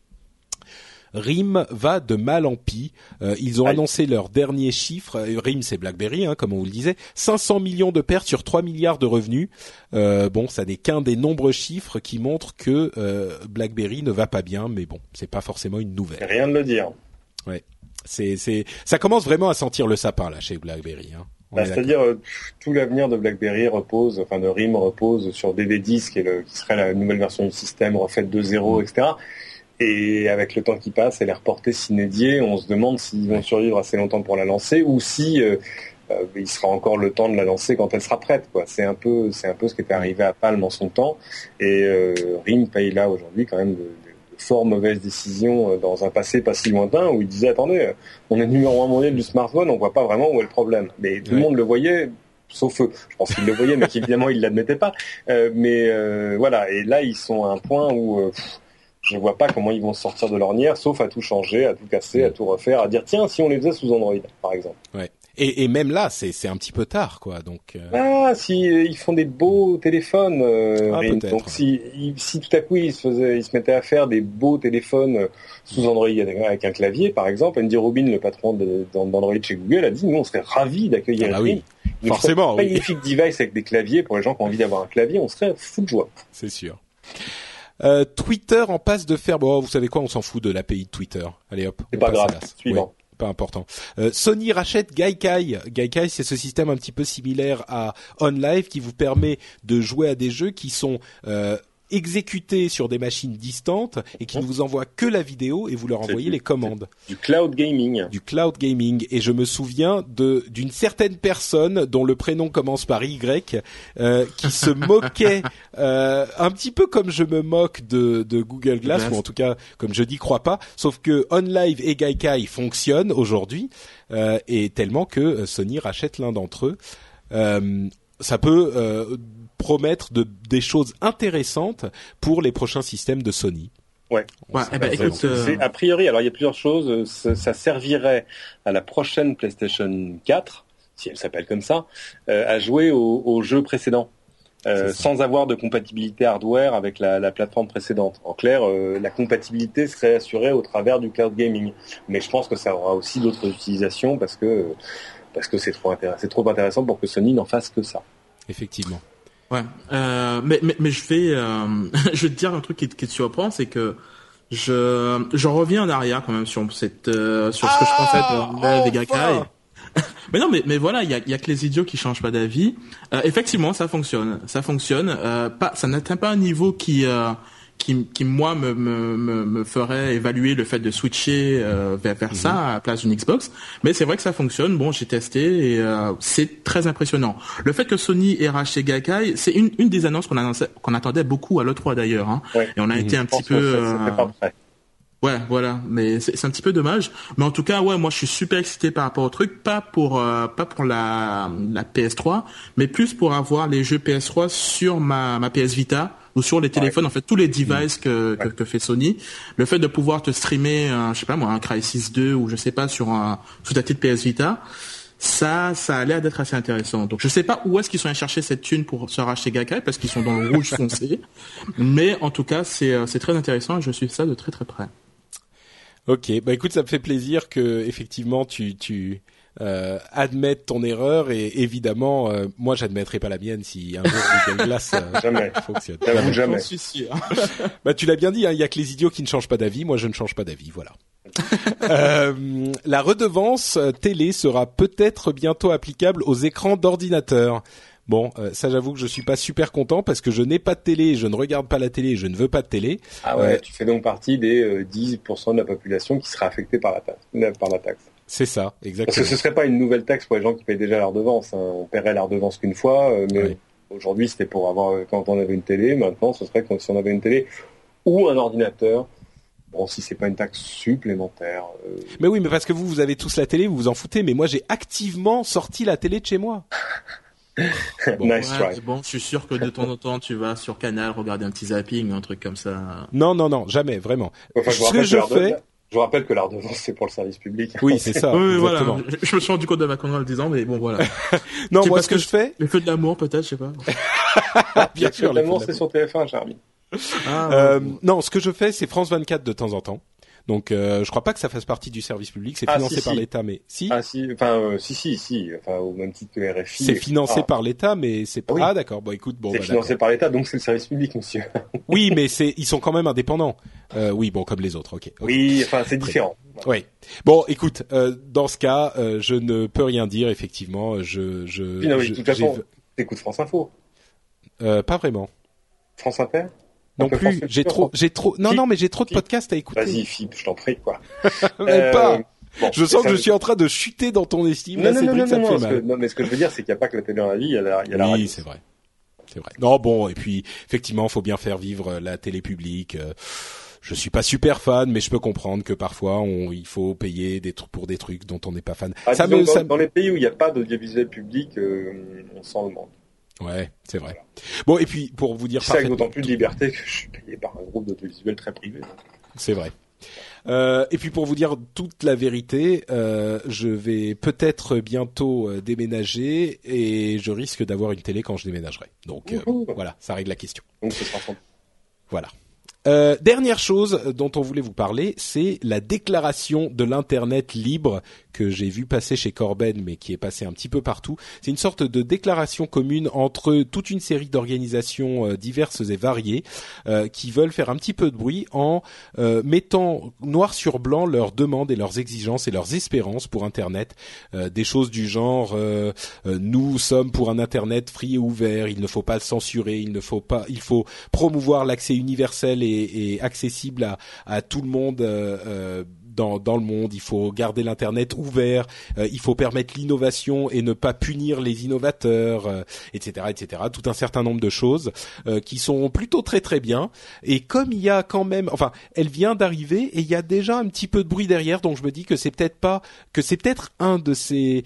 RIM va de mal en pis. Ils ont annoncé leurs derniers chiffres. RIM, c'est BlackBerry, comme on vous le disait. 500 millions de pertes sur 3 milliards de revenus. Bon, ça n'est qu'un des nombreux chiffres qui montrent que BlackBerry ne va pas bien, mais bon, c'est pas forcément une nouvelle. Rien de le dire. Ouais, ça commence vraiment à sentir le sapin là chez BlackBerry. C'est-à-dire tout l'avenir de BlackBerry de RIM repose sur DD10, qui serait la nouvelle version du système refaite de zéro, etc. Et avec le temps qui passe, elle est reportée sine die. On se demande s'ils vont survivre assez longtemps pour la lancer ou si il sera encore le temps de la lancer quand elle sera prête, quoi. C'est un peu ce qui était arrivé à Palm en son temps. Et RIM paye là aujourd'hui quand même de fort mauvaises décisions dans un passé pas si lointain où il disait attendez, on est numéro 1 mondial du smartphone, on voit pas vraiment où est le problème. Mais tout le monde le voyait. Sauf eux. Je pense qu'ils le voyaient, mais qu'évidemment ils l'admettaient pas. Voilà. Et là, ils sont à un point où je vois pas comment ils vont sortir de l'ornière, sauf à tout changer, à tout casser, à tout refaire, à dire tiens, si on les faisait sous Android, par exemple. Ouais. Et même là, c'est un petit peu tard, quoi. Donc. Si ils font des beaux téléphones. Donc si tout à coup ils se mettaient à faire des beaux téléphones sous Android avec un clavier, par exemple, Andy Rubin, le patron d'Android chez Google, a dit nous on serait ravis d'accueillir. Ah oui. Forcément. Un magnifique device avec des claviers pour les gens qui ont envie d'avoir un clavier, on serait fou de joie. C'est sûr. Twitter en passe de faire. Bon, vous savez quoi, on s'en fout de l'API de Twitter. Allez hop. C'est pas grave. Suivant. Ouais, pas important. Sony rachète Gaikai. Gaikai, c'est ce système un petit peu similaire à OnLive qui vous permet de jouer à des jeux qui sont exécutés sur des machines distantes et qui ne vous envoient que la vidéo et vous leur envoyez les commandes. Du cloud gaming. Du cloud gaming. Et je me souviens d'une certaine personne dont le prénom commence par Y qui se moquait un petit peu comme je me moque de Google Glass, ou en tout cas comme je n'y crois pas, sauf que OnLive et Gaikai fonctionnent aujourd'hui et tellement que Sony rachète l'un d'entre eux. Ça peut promettre des choses intéressantes pour les prochains systèmes de Sony. Ouais. Écoute, a priori, alors il y a plusieurs choses. Ça servirait à la prochaine PlayStation 4 si elle s'appelle comme ça, à jouer aux jeux précédents. Sans avoir de compatibilité hardware avec la plateforme précédente. En clair, la compatibilité serait assurée au travers du cloud gaming. Mais je pense que ça aura aussi d'autres utilisations parce que c'est trop intéressant pour que Sony n'en fasse que ça. Effectivement. Ouais. Mais je vais je vais te dire un truc qui te surprend, c'est que je reviens en arrière quand même sur ce que je pensais de Gaikai. Mais voilà, il y a que les idiots qui changent pas d'avis. Effectivement, ça fonctionne. Ça n'atteint pas un niveau qui moi me ferait évaluer le fait de switcher vers ça à la place d'une Xbox. Mais c'est vrai que ça fonctionne. Bon, j'ai testé et c'est très impressionnant. Le fait que Sony ait racheté Gaikai, c'est une des annonces qu'on attendait beaucoup à l'E3 d'ailleurs. Hein. Ouais. Et on a été un petit peu. C'était pas prêt. Ouais, voilà, mais c'est un petit peu dommage. Mais en tout cas, ouais, moi je suis super excité par rapport au truc, pas pour la PS3, mais plus pour avoir les jeux PS3 sur ma PS Vita ou sur les téléphones, en fait tous les devices que fait Sony. Le fait de pouvoir te streamer, je sais pas moi, un Crysis 2 ou je sais pas sous ta petite PS Vita. Ça a l'air d'être assez intéressant. Donc, je sais pas où est-ce qu'ils sont allés chercher cette thune pour se racheter Gaikai, parce qu'ils sont dans le rouge foncé. Mais, en tout cas, c'est très intéressant et je suis ça de très très près. Ok, bah écoute, ça me fait plaisir que effectivement tu admettes ton erreur et évidemment moi j'admettrai pas la mienne si un jour le Game Glass jamais fonctionne. Jamais. Je suis sûr. Bah tu l'as bien dit, hein, il y a que les idiots qui ne changent pas d'avis. Moi je ne change pas d'avis, voilà. La redevance télé sera peut-être bientôt applicable aux écrans d'ordinateur. Bon, ça j'avoue que je suis pas super content parce que je n'ai pas de télé, je ne regarde pas la télé, je ne veux pas de télé. Ah ouais, tu fais donc partie des 10% de la population qui sera affectée par la taxe. C'est ça, exactement. Parce que ce serait pas une nouvelle taxe pour les gens qui payent déjà la redevance. Hein. On paierait la redevance qu'une fois, mais aujourd'hui c'était pour avoir quand on avait une télé. Maintenant, ce serait comme si on avait une télé ou un ordinateur. Bon, si c'est pas une taxe supplémentaire. Mais oui, mais parce que vous avez tous la télé, vous vous en foutez. Mais moi, j'ai activement sorti la télé de chez moi. Bon. Nice try. Bon, je suis sûr que de temps en temps, tu vas sur Canal regarder un petit zapping, un truc comme ça. Non, jamais, vraiment. Enfin, je vous rappelle que la redevance, c'est pour le service public. Oui, c'est ça. Oui, voilà. Je me suis rendu compte de ma connerie en le disant, mais bon, voilà. Non, moi, ce que je fais... Les feux de l'amour, peut-être, je sais pas. Bien sûr, l'amour, c'est sur TF1, Charlie. Non, ce que je fais, c'est France 24 de temps en temps. Donc, je crois pas que ça fasse partie du service public. C'est financé par l'État, mais si. Ah si, enfin, si. Enfin, au même titre que RFI. C'est financé par l'État, mais c'est pas. Oui. Ah d'accord. Bon, écoute, c'est financé par l'État, donc c'est le service public, monsieur. Oui, mais ils sont quand même indépendants. Oui, bon, comme les autres. Ok. Oui, enfin, c'est différent. Oui. Bon, écoute, dans ce cas, je ne peux rien dire. Effectivement, de toute façon, t'écoutes France Info. Pas vraiment. France Inter. Non plus, j'ai trop, non, mais j'ai trop de podcasts à écouter. Vas-y, Philippe, je t'en prie, quoi. Mais pas. Bon, je sens que je suis en train de chuter dans ton estime. Non, mais ce que je veux dire, c'est qu'il n'y a pas que la télé dans la vie, il y a la radio. Oui, c'est vrai. Non, bon, et puis, effectivement, faut bien faire vivre la télé publique. Je suis pas super fan, mais je peux comprendre que parfois il faut payer pour des trucs dont on n'est pas fan. Dans les pays où il n'y a pas d'audiovisuel public, on s'en demande. Ouais, c'est vrai. Bon, et puis pour vous dire, c'est avec d'autant plus de liberté que je suis payé par un groupe d'audiovisuel très privé. C'est vrai. Et puis pour vous dire toute la vérité, je vais peut-être bientôt déménager et je risque d'avoir une télé quand je déménagerai. Donc voilà, ça règle la question. Donc ce sera sans... Voilà. Dernière chose dont on voulait vous parler, c'est la déclaration de l'internet libre que j'ai vu passer chez Corben, mais qui est passé un petit peu partout. C'est une sorte de déclaration commune entre toute une série d'organisations diverses et variées qui veulent faire un petit peu de bruit en mettant noir sur blanc leurs demandes et leurs exigences et leurs espérances pour Internet. Des choses du genre nous sommes pour un Internet free et ouvert, il ne faut pas le censurer, il faut promouvoir l'accès universel et accessible à tout le monde dans le monde. Il faut garder l'internet ouvert, il faut permettre l'innovation et ne pas punir les innovateurs, etc., etc. Tout un certain nombre de choses qui sont plutôt très très bien. Et comme il y a quand même, enfin, elle vient d'arriver et il y a déjà un petit peu de bruit derrière, donc je me dis que c'est peut-être un de ces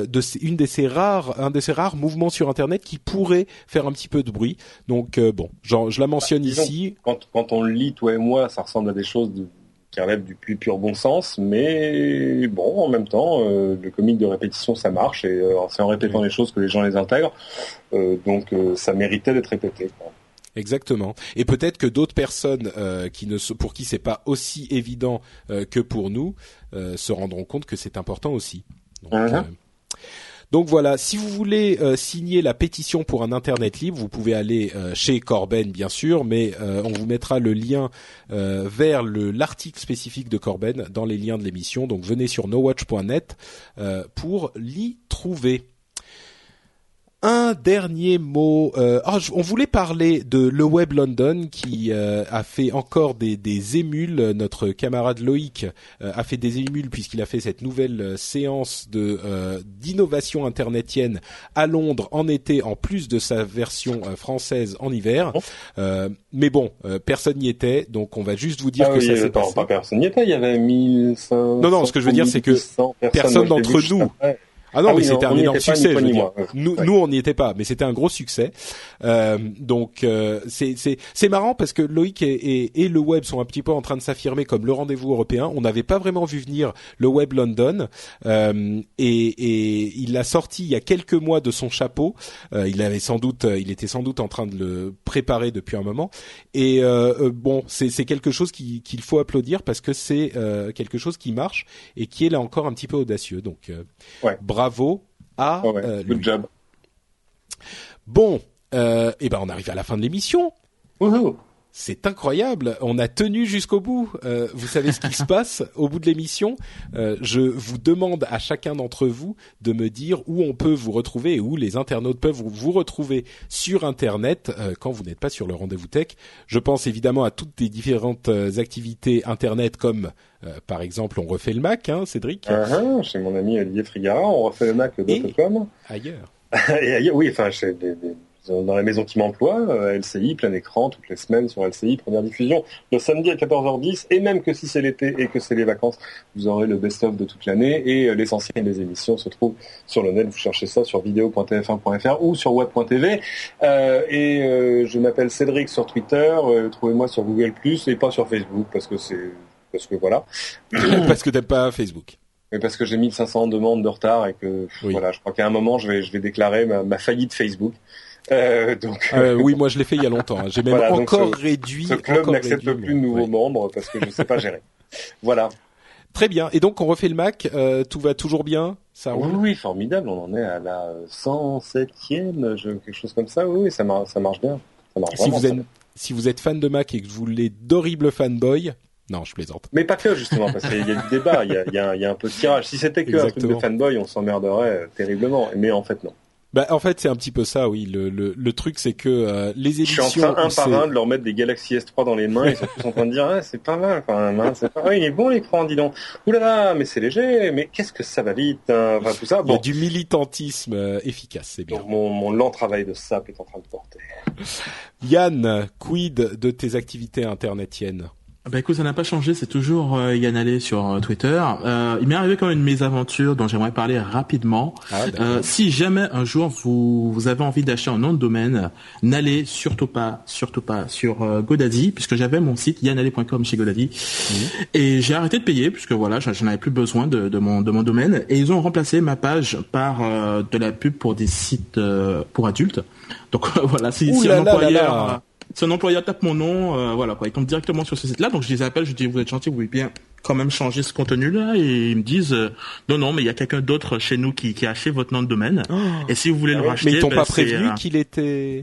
rares mouvements sur internet qui pourrait faire un petit peu de bruit. Donc bon, je la mentionne ici. Quand on le lit, toi et moi, ça ressemble à des choses qui relève du plus pur bon sens, mais bon, en même temps, le comique de répétition, ça marche, et c'est en répétant les choses que les gens les intègrent, donc ça méritait d'être répété, quoi. Exactement. Et peut-être que d'autres personnes pour qui c'est pas aussi évident que pour nous se rendront compte que c'est important aussi. Donc voilà, si vous voulez signer la pétition pour un Internet libre, vous pouvez aller chez Corben bien sûr, mais on vous mettra le lien vers l'article spécifique de Corben dans les liens de l'émission. Donc venez sur nowatch.net pour l'y trouver. Un dernier mot. On voulait parler de Le Web London qui a fait encore des émules. Notre camarade Loïc a fait des émules puisqu'il a fait cette nouvelle séance d'innovation internetienne à Londres en été, en plus de sa version française en hiver. Mais bon, personne n'y était, donc on va juste vous dire ça s'est passé. Pas personne n'y était. Il y avait 1500. Non, ce que je veux dire, c'est que personne d'entre nous. Mais c'était un énorme succès. Je veux dire. Nous, on n'y était pas, mais c'était un gros succès. Donc c'est marrant parce que Loïc et le web sont un petit peu en train de s'affirmer comme le rendez-vous européen. On n'avait pas vraiment vu venir le Web London, et il l'a sorti il y a quelques mois de son chapeau. Il était sans doute en train de le préparer depuis un moment. Et bon, c'est quelque chose qu'il faut applaudir parce que c'est quelque chose qui marche et qui est là encore un petit peu audacieux. Donc bravo à lui. Good job. Bon, on arrive à la fin de l'émission. C'est incroyable, on a tenu jusqu'au bout. Vous savez ce qui se passe au bout de l'émission. Je vous demande à chacun d'entre vous de me dire où on peut vous retrouver et où les internautes peuvent vous retrouver sur Internet quand vous n'êtes pas sur le Rendez-vous Tech. Je pense évidemment à toutes les différentes activités Internet comme par exemple on refait le Mac, hein, Cédric. Chez mon ami Olivier Frigara, on refait le Mac.com. Ailleurs. Et ailleurs, oui, enfin chez dans la maison qui m'emploie, LCI, plein écran, toutes les semaines sur LCI, première diffusion, le samedi à 14h10, et même que si c'est l'été et que c'est les vacances, vous aurez le best-of de toute l'année, et l'essentiel des émissions se trouve sur le net, vous cherchez ça sur vidéo.tf1.fr ou sur web.tv, je m'appelle Cédric sur Twitter, trouvez-moi sur Google+, et pas sur Facebook, parce que voilà. Parce que t'aimes pas Facebook. Mais parce que j'ai 1500 demandes de retard, et que, voilà, je crois qu'à un moment, je vais déclarer ma faillite Facebook. Oui, moi je l'ai fait il y a longtemps. Hein. J'ai même réduit. Ce club n'accepte plus de nouveaux membres parce que je ne sais pas gérer. Voilà. Très bien. Et donc on refait le Mac. Tout va toujours bien. Ça roule. Oui, formidable. On en est à la 107e, quelque chose comme ça. Oui, ça marche bien. Ça marche vraiment. Si vous êtes fan de Mac et que vous voulez d'horribles fanboys. Non, je plaisante. Mais pas que, justement, parce qu'il y a du débat, il y a un peu de tirage. Si c'était que un truc de fanboy, on s'emmerderait terriblement. Mais en fait, non. En fait, c'est un petit peu ça, oui. Le truc, c'est que les éditions... Je suis en train, un par un, de leur mettre des Galaxy S3 dans les mains. Ils sont tous en train de dire, c'est pas mal quand même. Hein, c'est pas... il est bon l'écran, dis donc. Oulala, mais c'est léger. Mais qu'est-ce que ça va vite, hein. Enfin, tout ça. Bon. Il y a du militantisme efficace, c'est bien. Donc, mon lent travail de sape est en train de porter. Yann, quid de tes activités internetiennes? Écoute, ça n'a pas changé, c'est toujours Yann Allais sur Twitter. Il m'est arrivé quand même une mésaventure dont j'aimerais parler rapidement. Si jamais un jour vous avez envie d'acheter un nom de domaine, n'allez surtout pas sur GoDaddy, puisque j'avais mon site yannallais.com chez GoDaddy. Et j'ai arrêté de payer, puisque voilà, j'en avais plus besoin de mon domaine. Et ils ont remplacé ma page par de la pub pour des sites pour adultes. Donc voilà, si un employeur... Si un employeur tape mon nom, voilà quoi, il tombe directement sur ce site-là. Donc je les appelle, je dis vous êtes gentil, vous voulez bien quand même changer ce contenu-là, et ils me disent non, mais il y a quelqu'un d'autre chez nous qui a acheté votre nom de domaine. Et si vous voulez le racheter, mais ils t'ont pas prévenu qu'il était.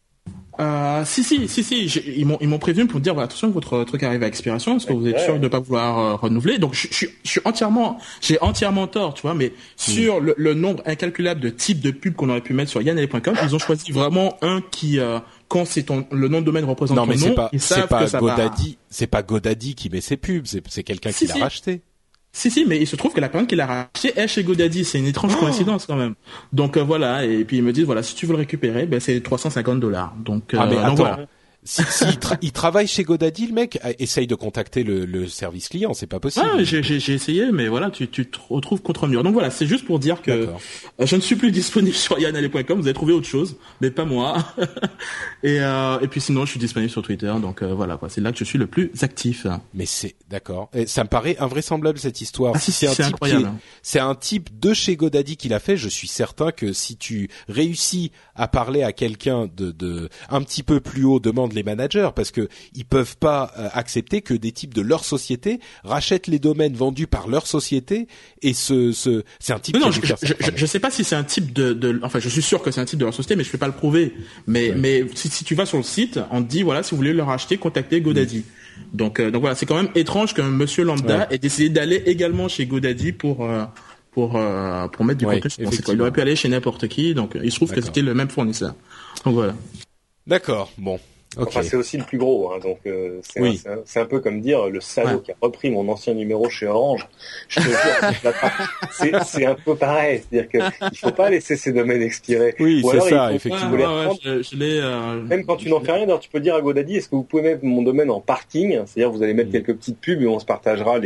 Si, ils m'ont prévenu pour me dire voilà, attention, votre truc arrive à expiration, est-ce que vous êtes sûr de ne pas vouloir renouveler? Donc j'ai entièrement tort, tu vois, mais sur le nombre incalculable de types de pubs qu'on aurait pu mettre sur yannallais.com, ils ont choisi vraiment un qui quand c'est le nom de domaine représente ton nom, c'est pas GoDaddy, c'est pas GoDaddy qui met ses pubs, c'est quelqu'un qui l'a racheté. Si, mais il se trouve que la personne qui l'a racheté est chez GoDaddy. C'est une étrange coïncidence quand même. Donc voilà, et puis ils me disent voilà, si tu veux le récupérer, c'est $350. Donc mais attends, voilà. il travaille chez GoDaddy, le mec, essaye de contacter le service client, c'est pas possible. Ah, j'ai essayé, mais voilà, tu te retrouves contre mur. Donc voilà, c'est juste pour dire que je ne suis plus disponible sur yanale.com, vous avez trouvé autre chose, mais pas moi. Et puis sinon, je suis disponible sur Twitter, donc voilà, quoi, c'est là que je suis le plus actif. Mais c'est d'accord. Et ça me paraît invraisemblable cette histoire. Ah, si, c'est incroyable. C'est un type de chez GoDaddy qui l'a fait. Je suis certain que si tu réussis à parler à quelqu'un de un petit peu plus haut, demande les managers, parce que ils peuvent pas accepter que des types de leur société rachètent les domaines vendus par leur société et c'est un type. Non, je sais pas si c'est un type de enfin, je suis sûr que c'est un type de leur société, mais je peux pas le prouver. Mais si tu vas sur le site, on te dit voilà, si vous voulez leur acheter, contactez GoDaddy. Donc voilà, c'est quand même étrange qu'un monsieur lambda ait décidé d'aller également chez GoDaddy pour mettre du contenu sur son site. Il aurait pu aller chez n'importe qui, donc il se trouve que c'était le même fournisseur. Donc voilà. D'accord, bon. Okay. Enfin, c'est aussi le plus gros, hein, donc c'est un peu comme dire le salaud qui a repris mon ancien numéro chez Orange. Je te jure, c'est un peu pareil, c'est-à-dire que il faut pas laisser ces domaines expirer. Oui, c'est ça, effectivement. Je l'ai. Même quand tu n'en fais rien, tu peux dire à GoDaddy, est-ce que vous pouvez mettre mon domaine en parking, c'est-à-dire vous allez mettre quelques petites pubs et on se partagera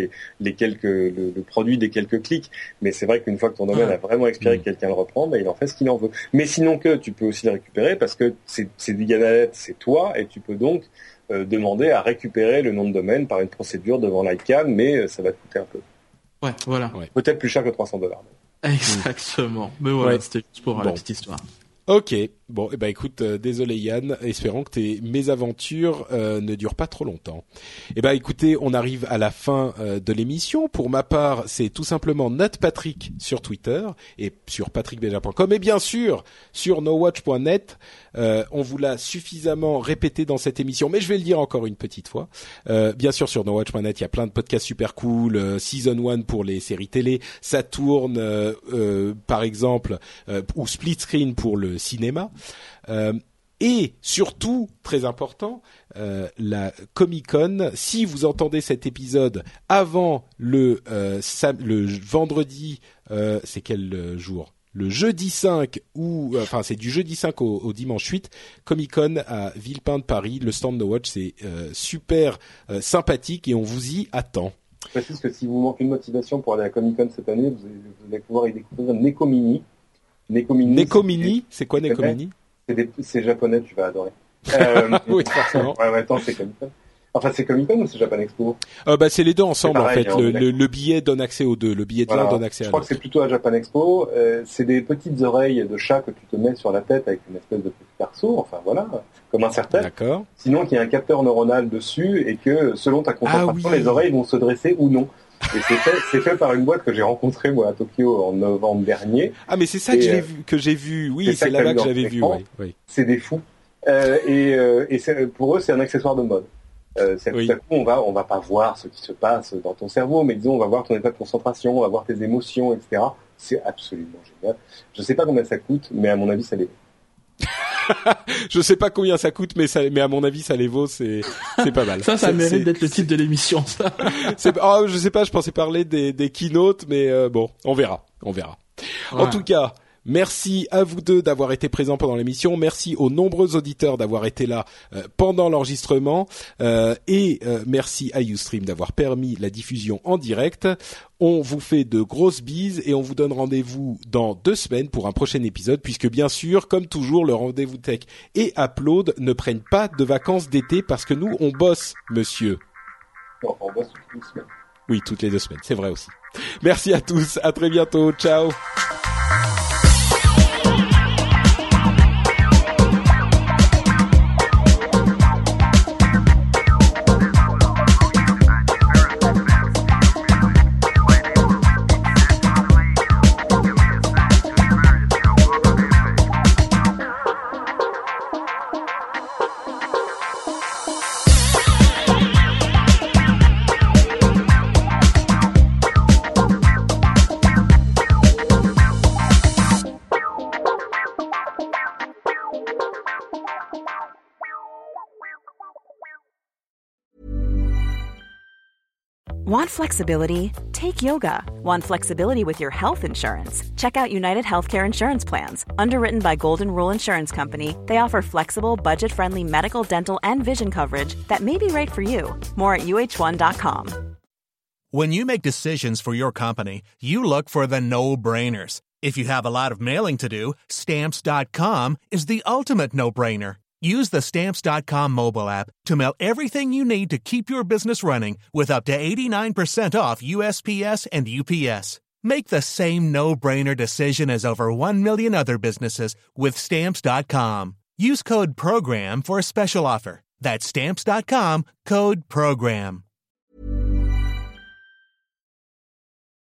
le produit des quelques clics. Mais c'est vrai qu'une fois que ton domaine a vraiment expiré, que quelqu'un le reprend, il en fait ce qu'il en veut. Mais sinon tu peux aussi le récupérer parce que c'est Yanale, c'est toi. Et tu peux donc demander à récupérer le nom de domaine par une procédure devant l'ICANN, mais ça va te coûter un peu. Ouais, voilà. Peut-être plus cher que $300. Exactement. Mais voilà, c'était juste pour la petite histoire. Ok, bon, écoute, désolé Yann, espérons que tes mésaventures ne durent pas trop longtemps. Écoutez, on arrive à la fin de l'émission. Pour ma part, c'est tout simplement NotPatrick sur Twitter et sur patrickbeja.com et bien sûr sur nowatch.net. On vous l'a suffisamment répété dans cette émission, mais je vais le dire encore une petite fois. Bien sûr sur nowatch.net, il y a plein de podcasts super cool, Season 1 pour les séries télé, ça tourne par exemple, ou Split Screen pour le cinéma, et surtout très important, la Comic-Con. Si vous entendez cet épisode avant le vendredi, c'est quel jour? Le jeudi 5 c'est du jeudi 5 au dimanche 8, Comic-Con à Villepin de Paris, le stand No Watch, c'est super sympathique et on vous y attend. Je précise que si vous manquez de motivation pour aller à Comic-Con cette année, vous allez pouvoir y découvrir Nekomini. Nekomini, c'est quoi Nekomini? C'est japonais, tu vas adorer. Oui, forcément. Attends, c'est Comic-Con. Enfin, c'est Comic-Con ou c'est Japan Expo? C'est les deux ensemble, pareil, en fait. Le billet donne accès aux deux. Le billet de l'un donne accès à l'autre. Je crois que c'est plutôt à Japan Expo. C'est des petites oreilles de chat que tu te mets sur la tête avec une espèce de petit perceau. Enfin, voilà. Comme un serre-tête. D'accord. Sinon, qu'il y a un capteur neuronal dessus et que, selon ta concentration, les oreilles vont se dresser ou non. Et c'est fait par une boîte que j'ai rencontrée, moi, à Tokyo en novembre dernier. Ah, mais c'est ça que j'ai vu. Oui, c'est là-bas que j'avais vu, oui. C'est des fous. Et pour eux, c'est un accessoire de mode. Tout à coup, on va pas voir ce qui se passe dans ton cerveau, mais disons, on va voir ton état de concentration, on va voir tes émotions, etc. C'est absolument génial. Je sais pas combien ça coûte, mais à mon avis, ça les vaut. Je sais pas combien ça coûte, mais à mon avis, ça les vaut, c'est pas mal. Ça mérite d'être le titre de l'émission, ça. Je sais pas, je pensais parler des keynotes, mais bon, on verra. Ouais. En tout cas, merci à vous deux d'avoir été présents pendant l'émission. Merci aux nombreux auditeurs d'avoir été là pendant l'enregistrement. Et merci à Ustream d'avoir permis la diffusion en direct. On vous fait de grosses bises et on vous donne rendez-vous dans 2 semaines pour un prochain épisode, puisque bien sûr, comme toujours, le Rendez-vous Tech et Upload ne prennent pas de vacances d'été parce que nous, on bosse, monsieur. Non, on bosse toutes les semaines. Oui, toutes les 2 semaines, c'est vrai aussi. Merci à tous, à très bientôt, ciao. Want flexibility? Take yoga. Want flexibility with your health insurance? Check out United Healthcare Insurance Plans. Underwritten by Golden Rule Insurance Company, they offer flexible, budget-friendly medical, dental, and vision coverage that may be right for you. More at uh1.com. When you make decisions for your company, you look for the no-brainers. If you have a lot of mailing to do, Stamps.com is the ultimate no-brainer. Use the Stamps.com mobile app to mail everything you need to keep your business running with up to 89% off USPS and UPS. Make the same no-brainer decision as over 1 million other businesses with Stamps.com. Use code PROGRAM for a special offer. That's Stamps.com, code PROGRAM.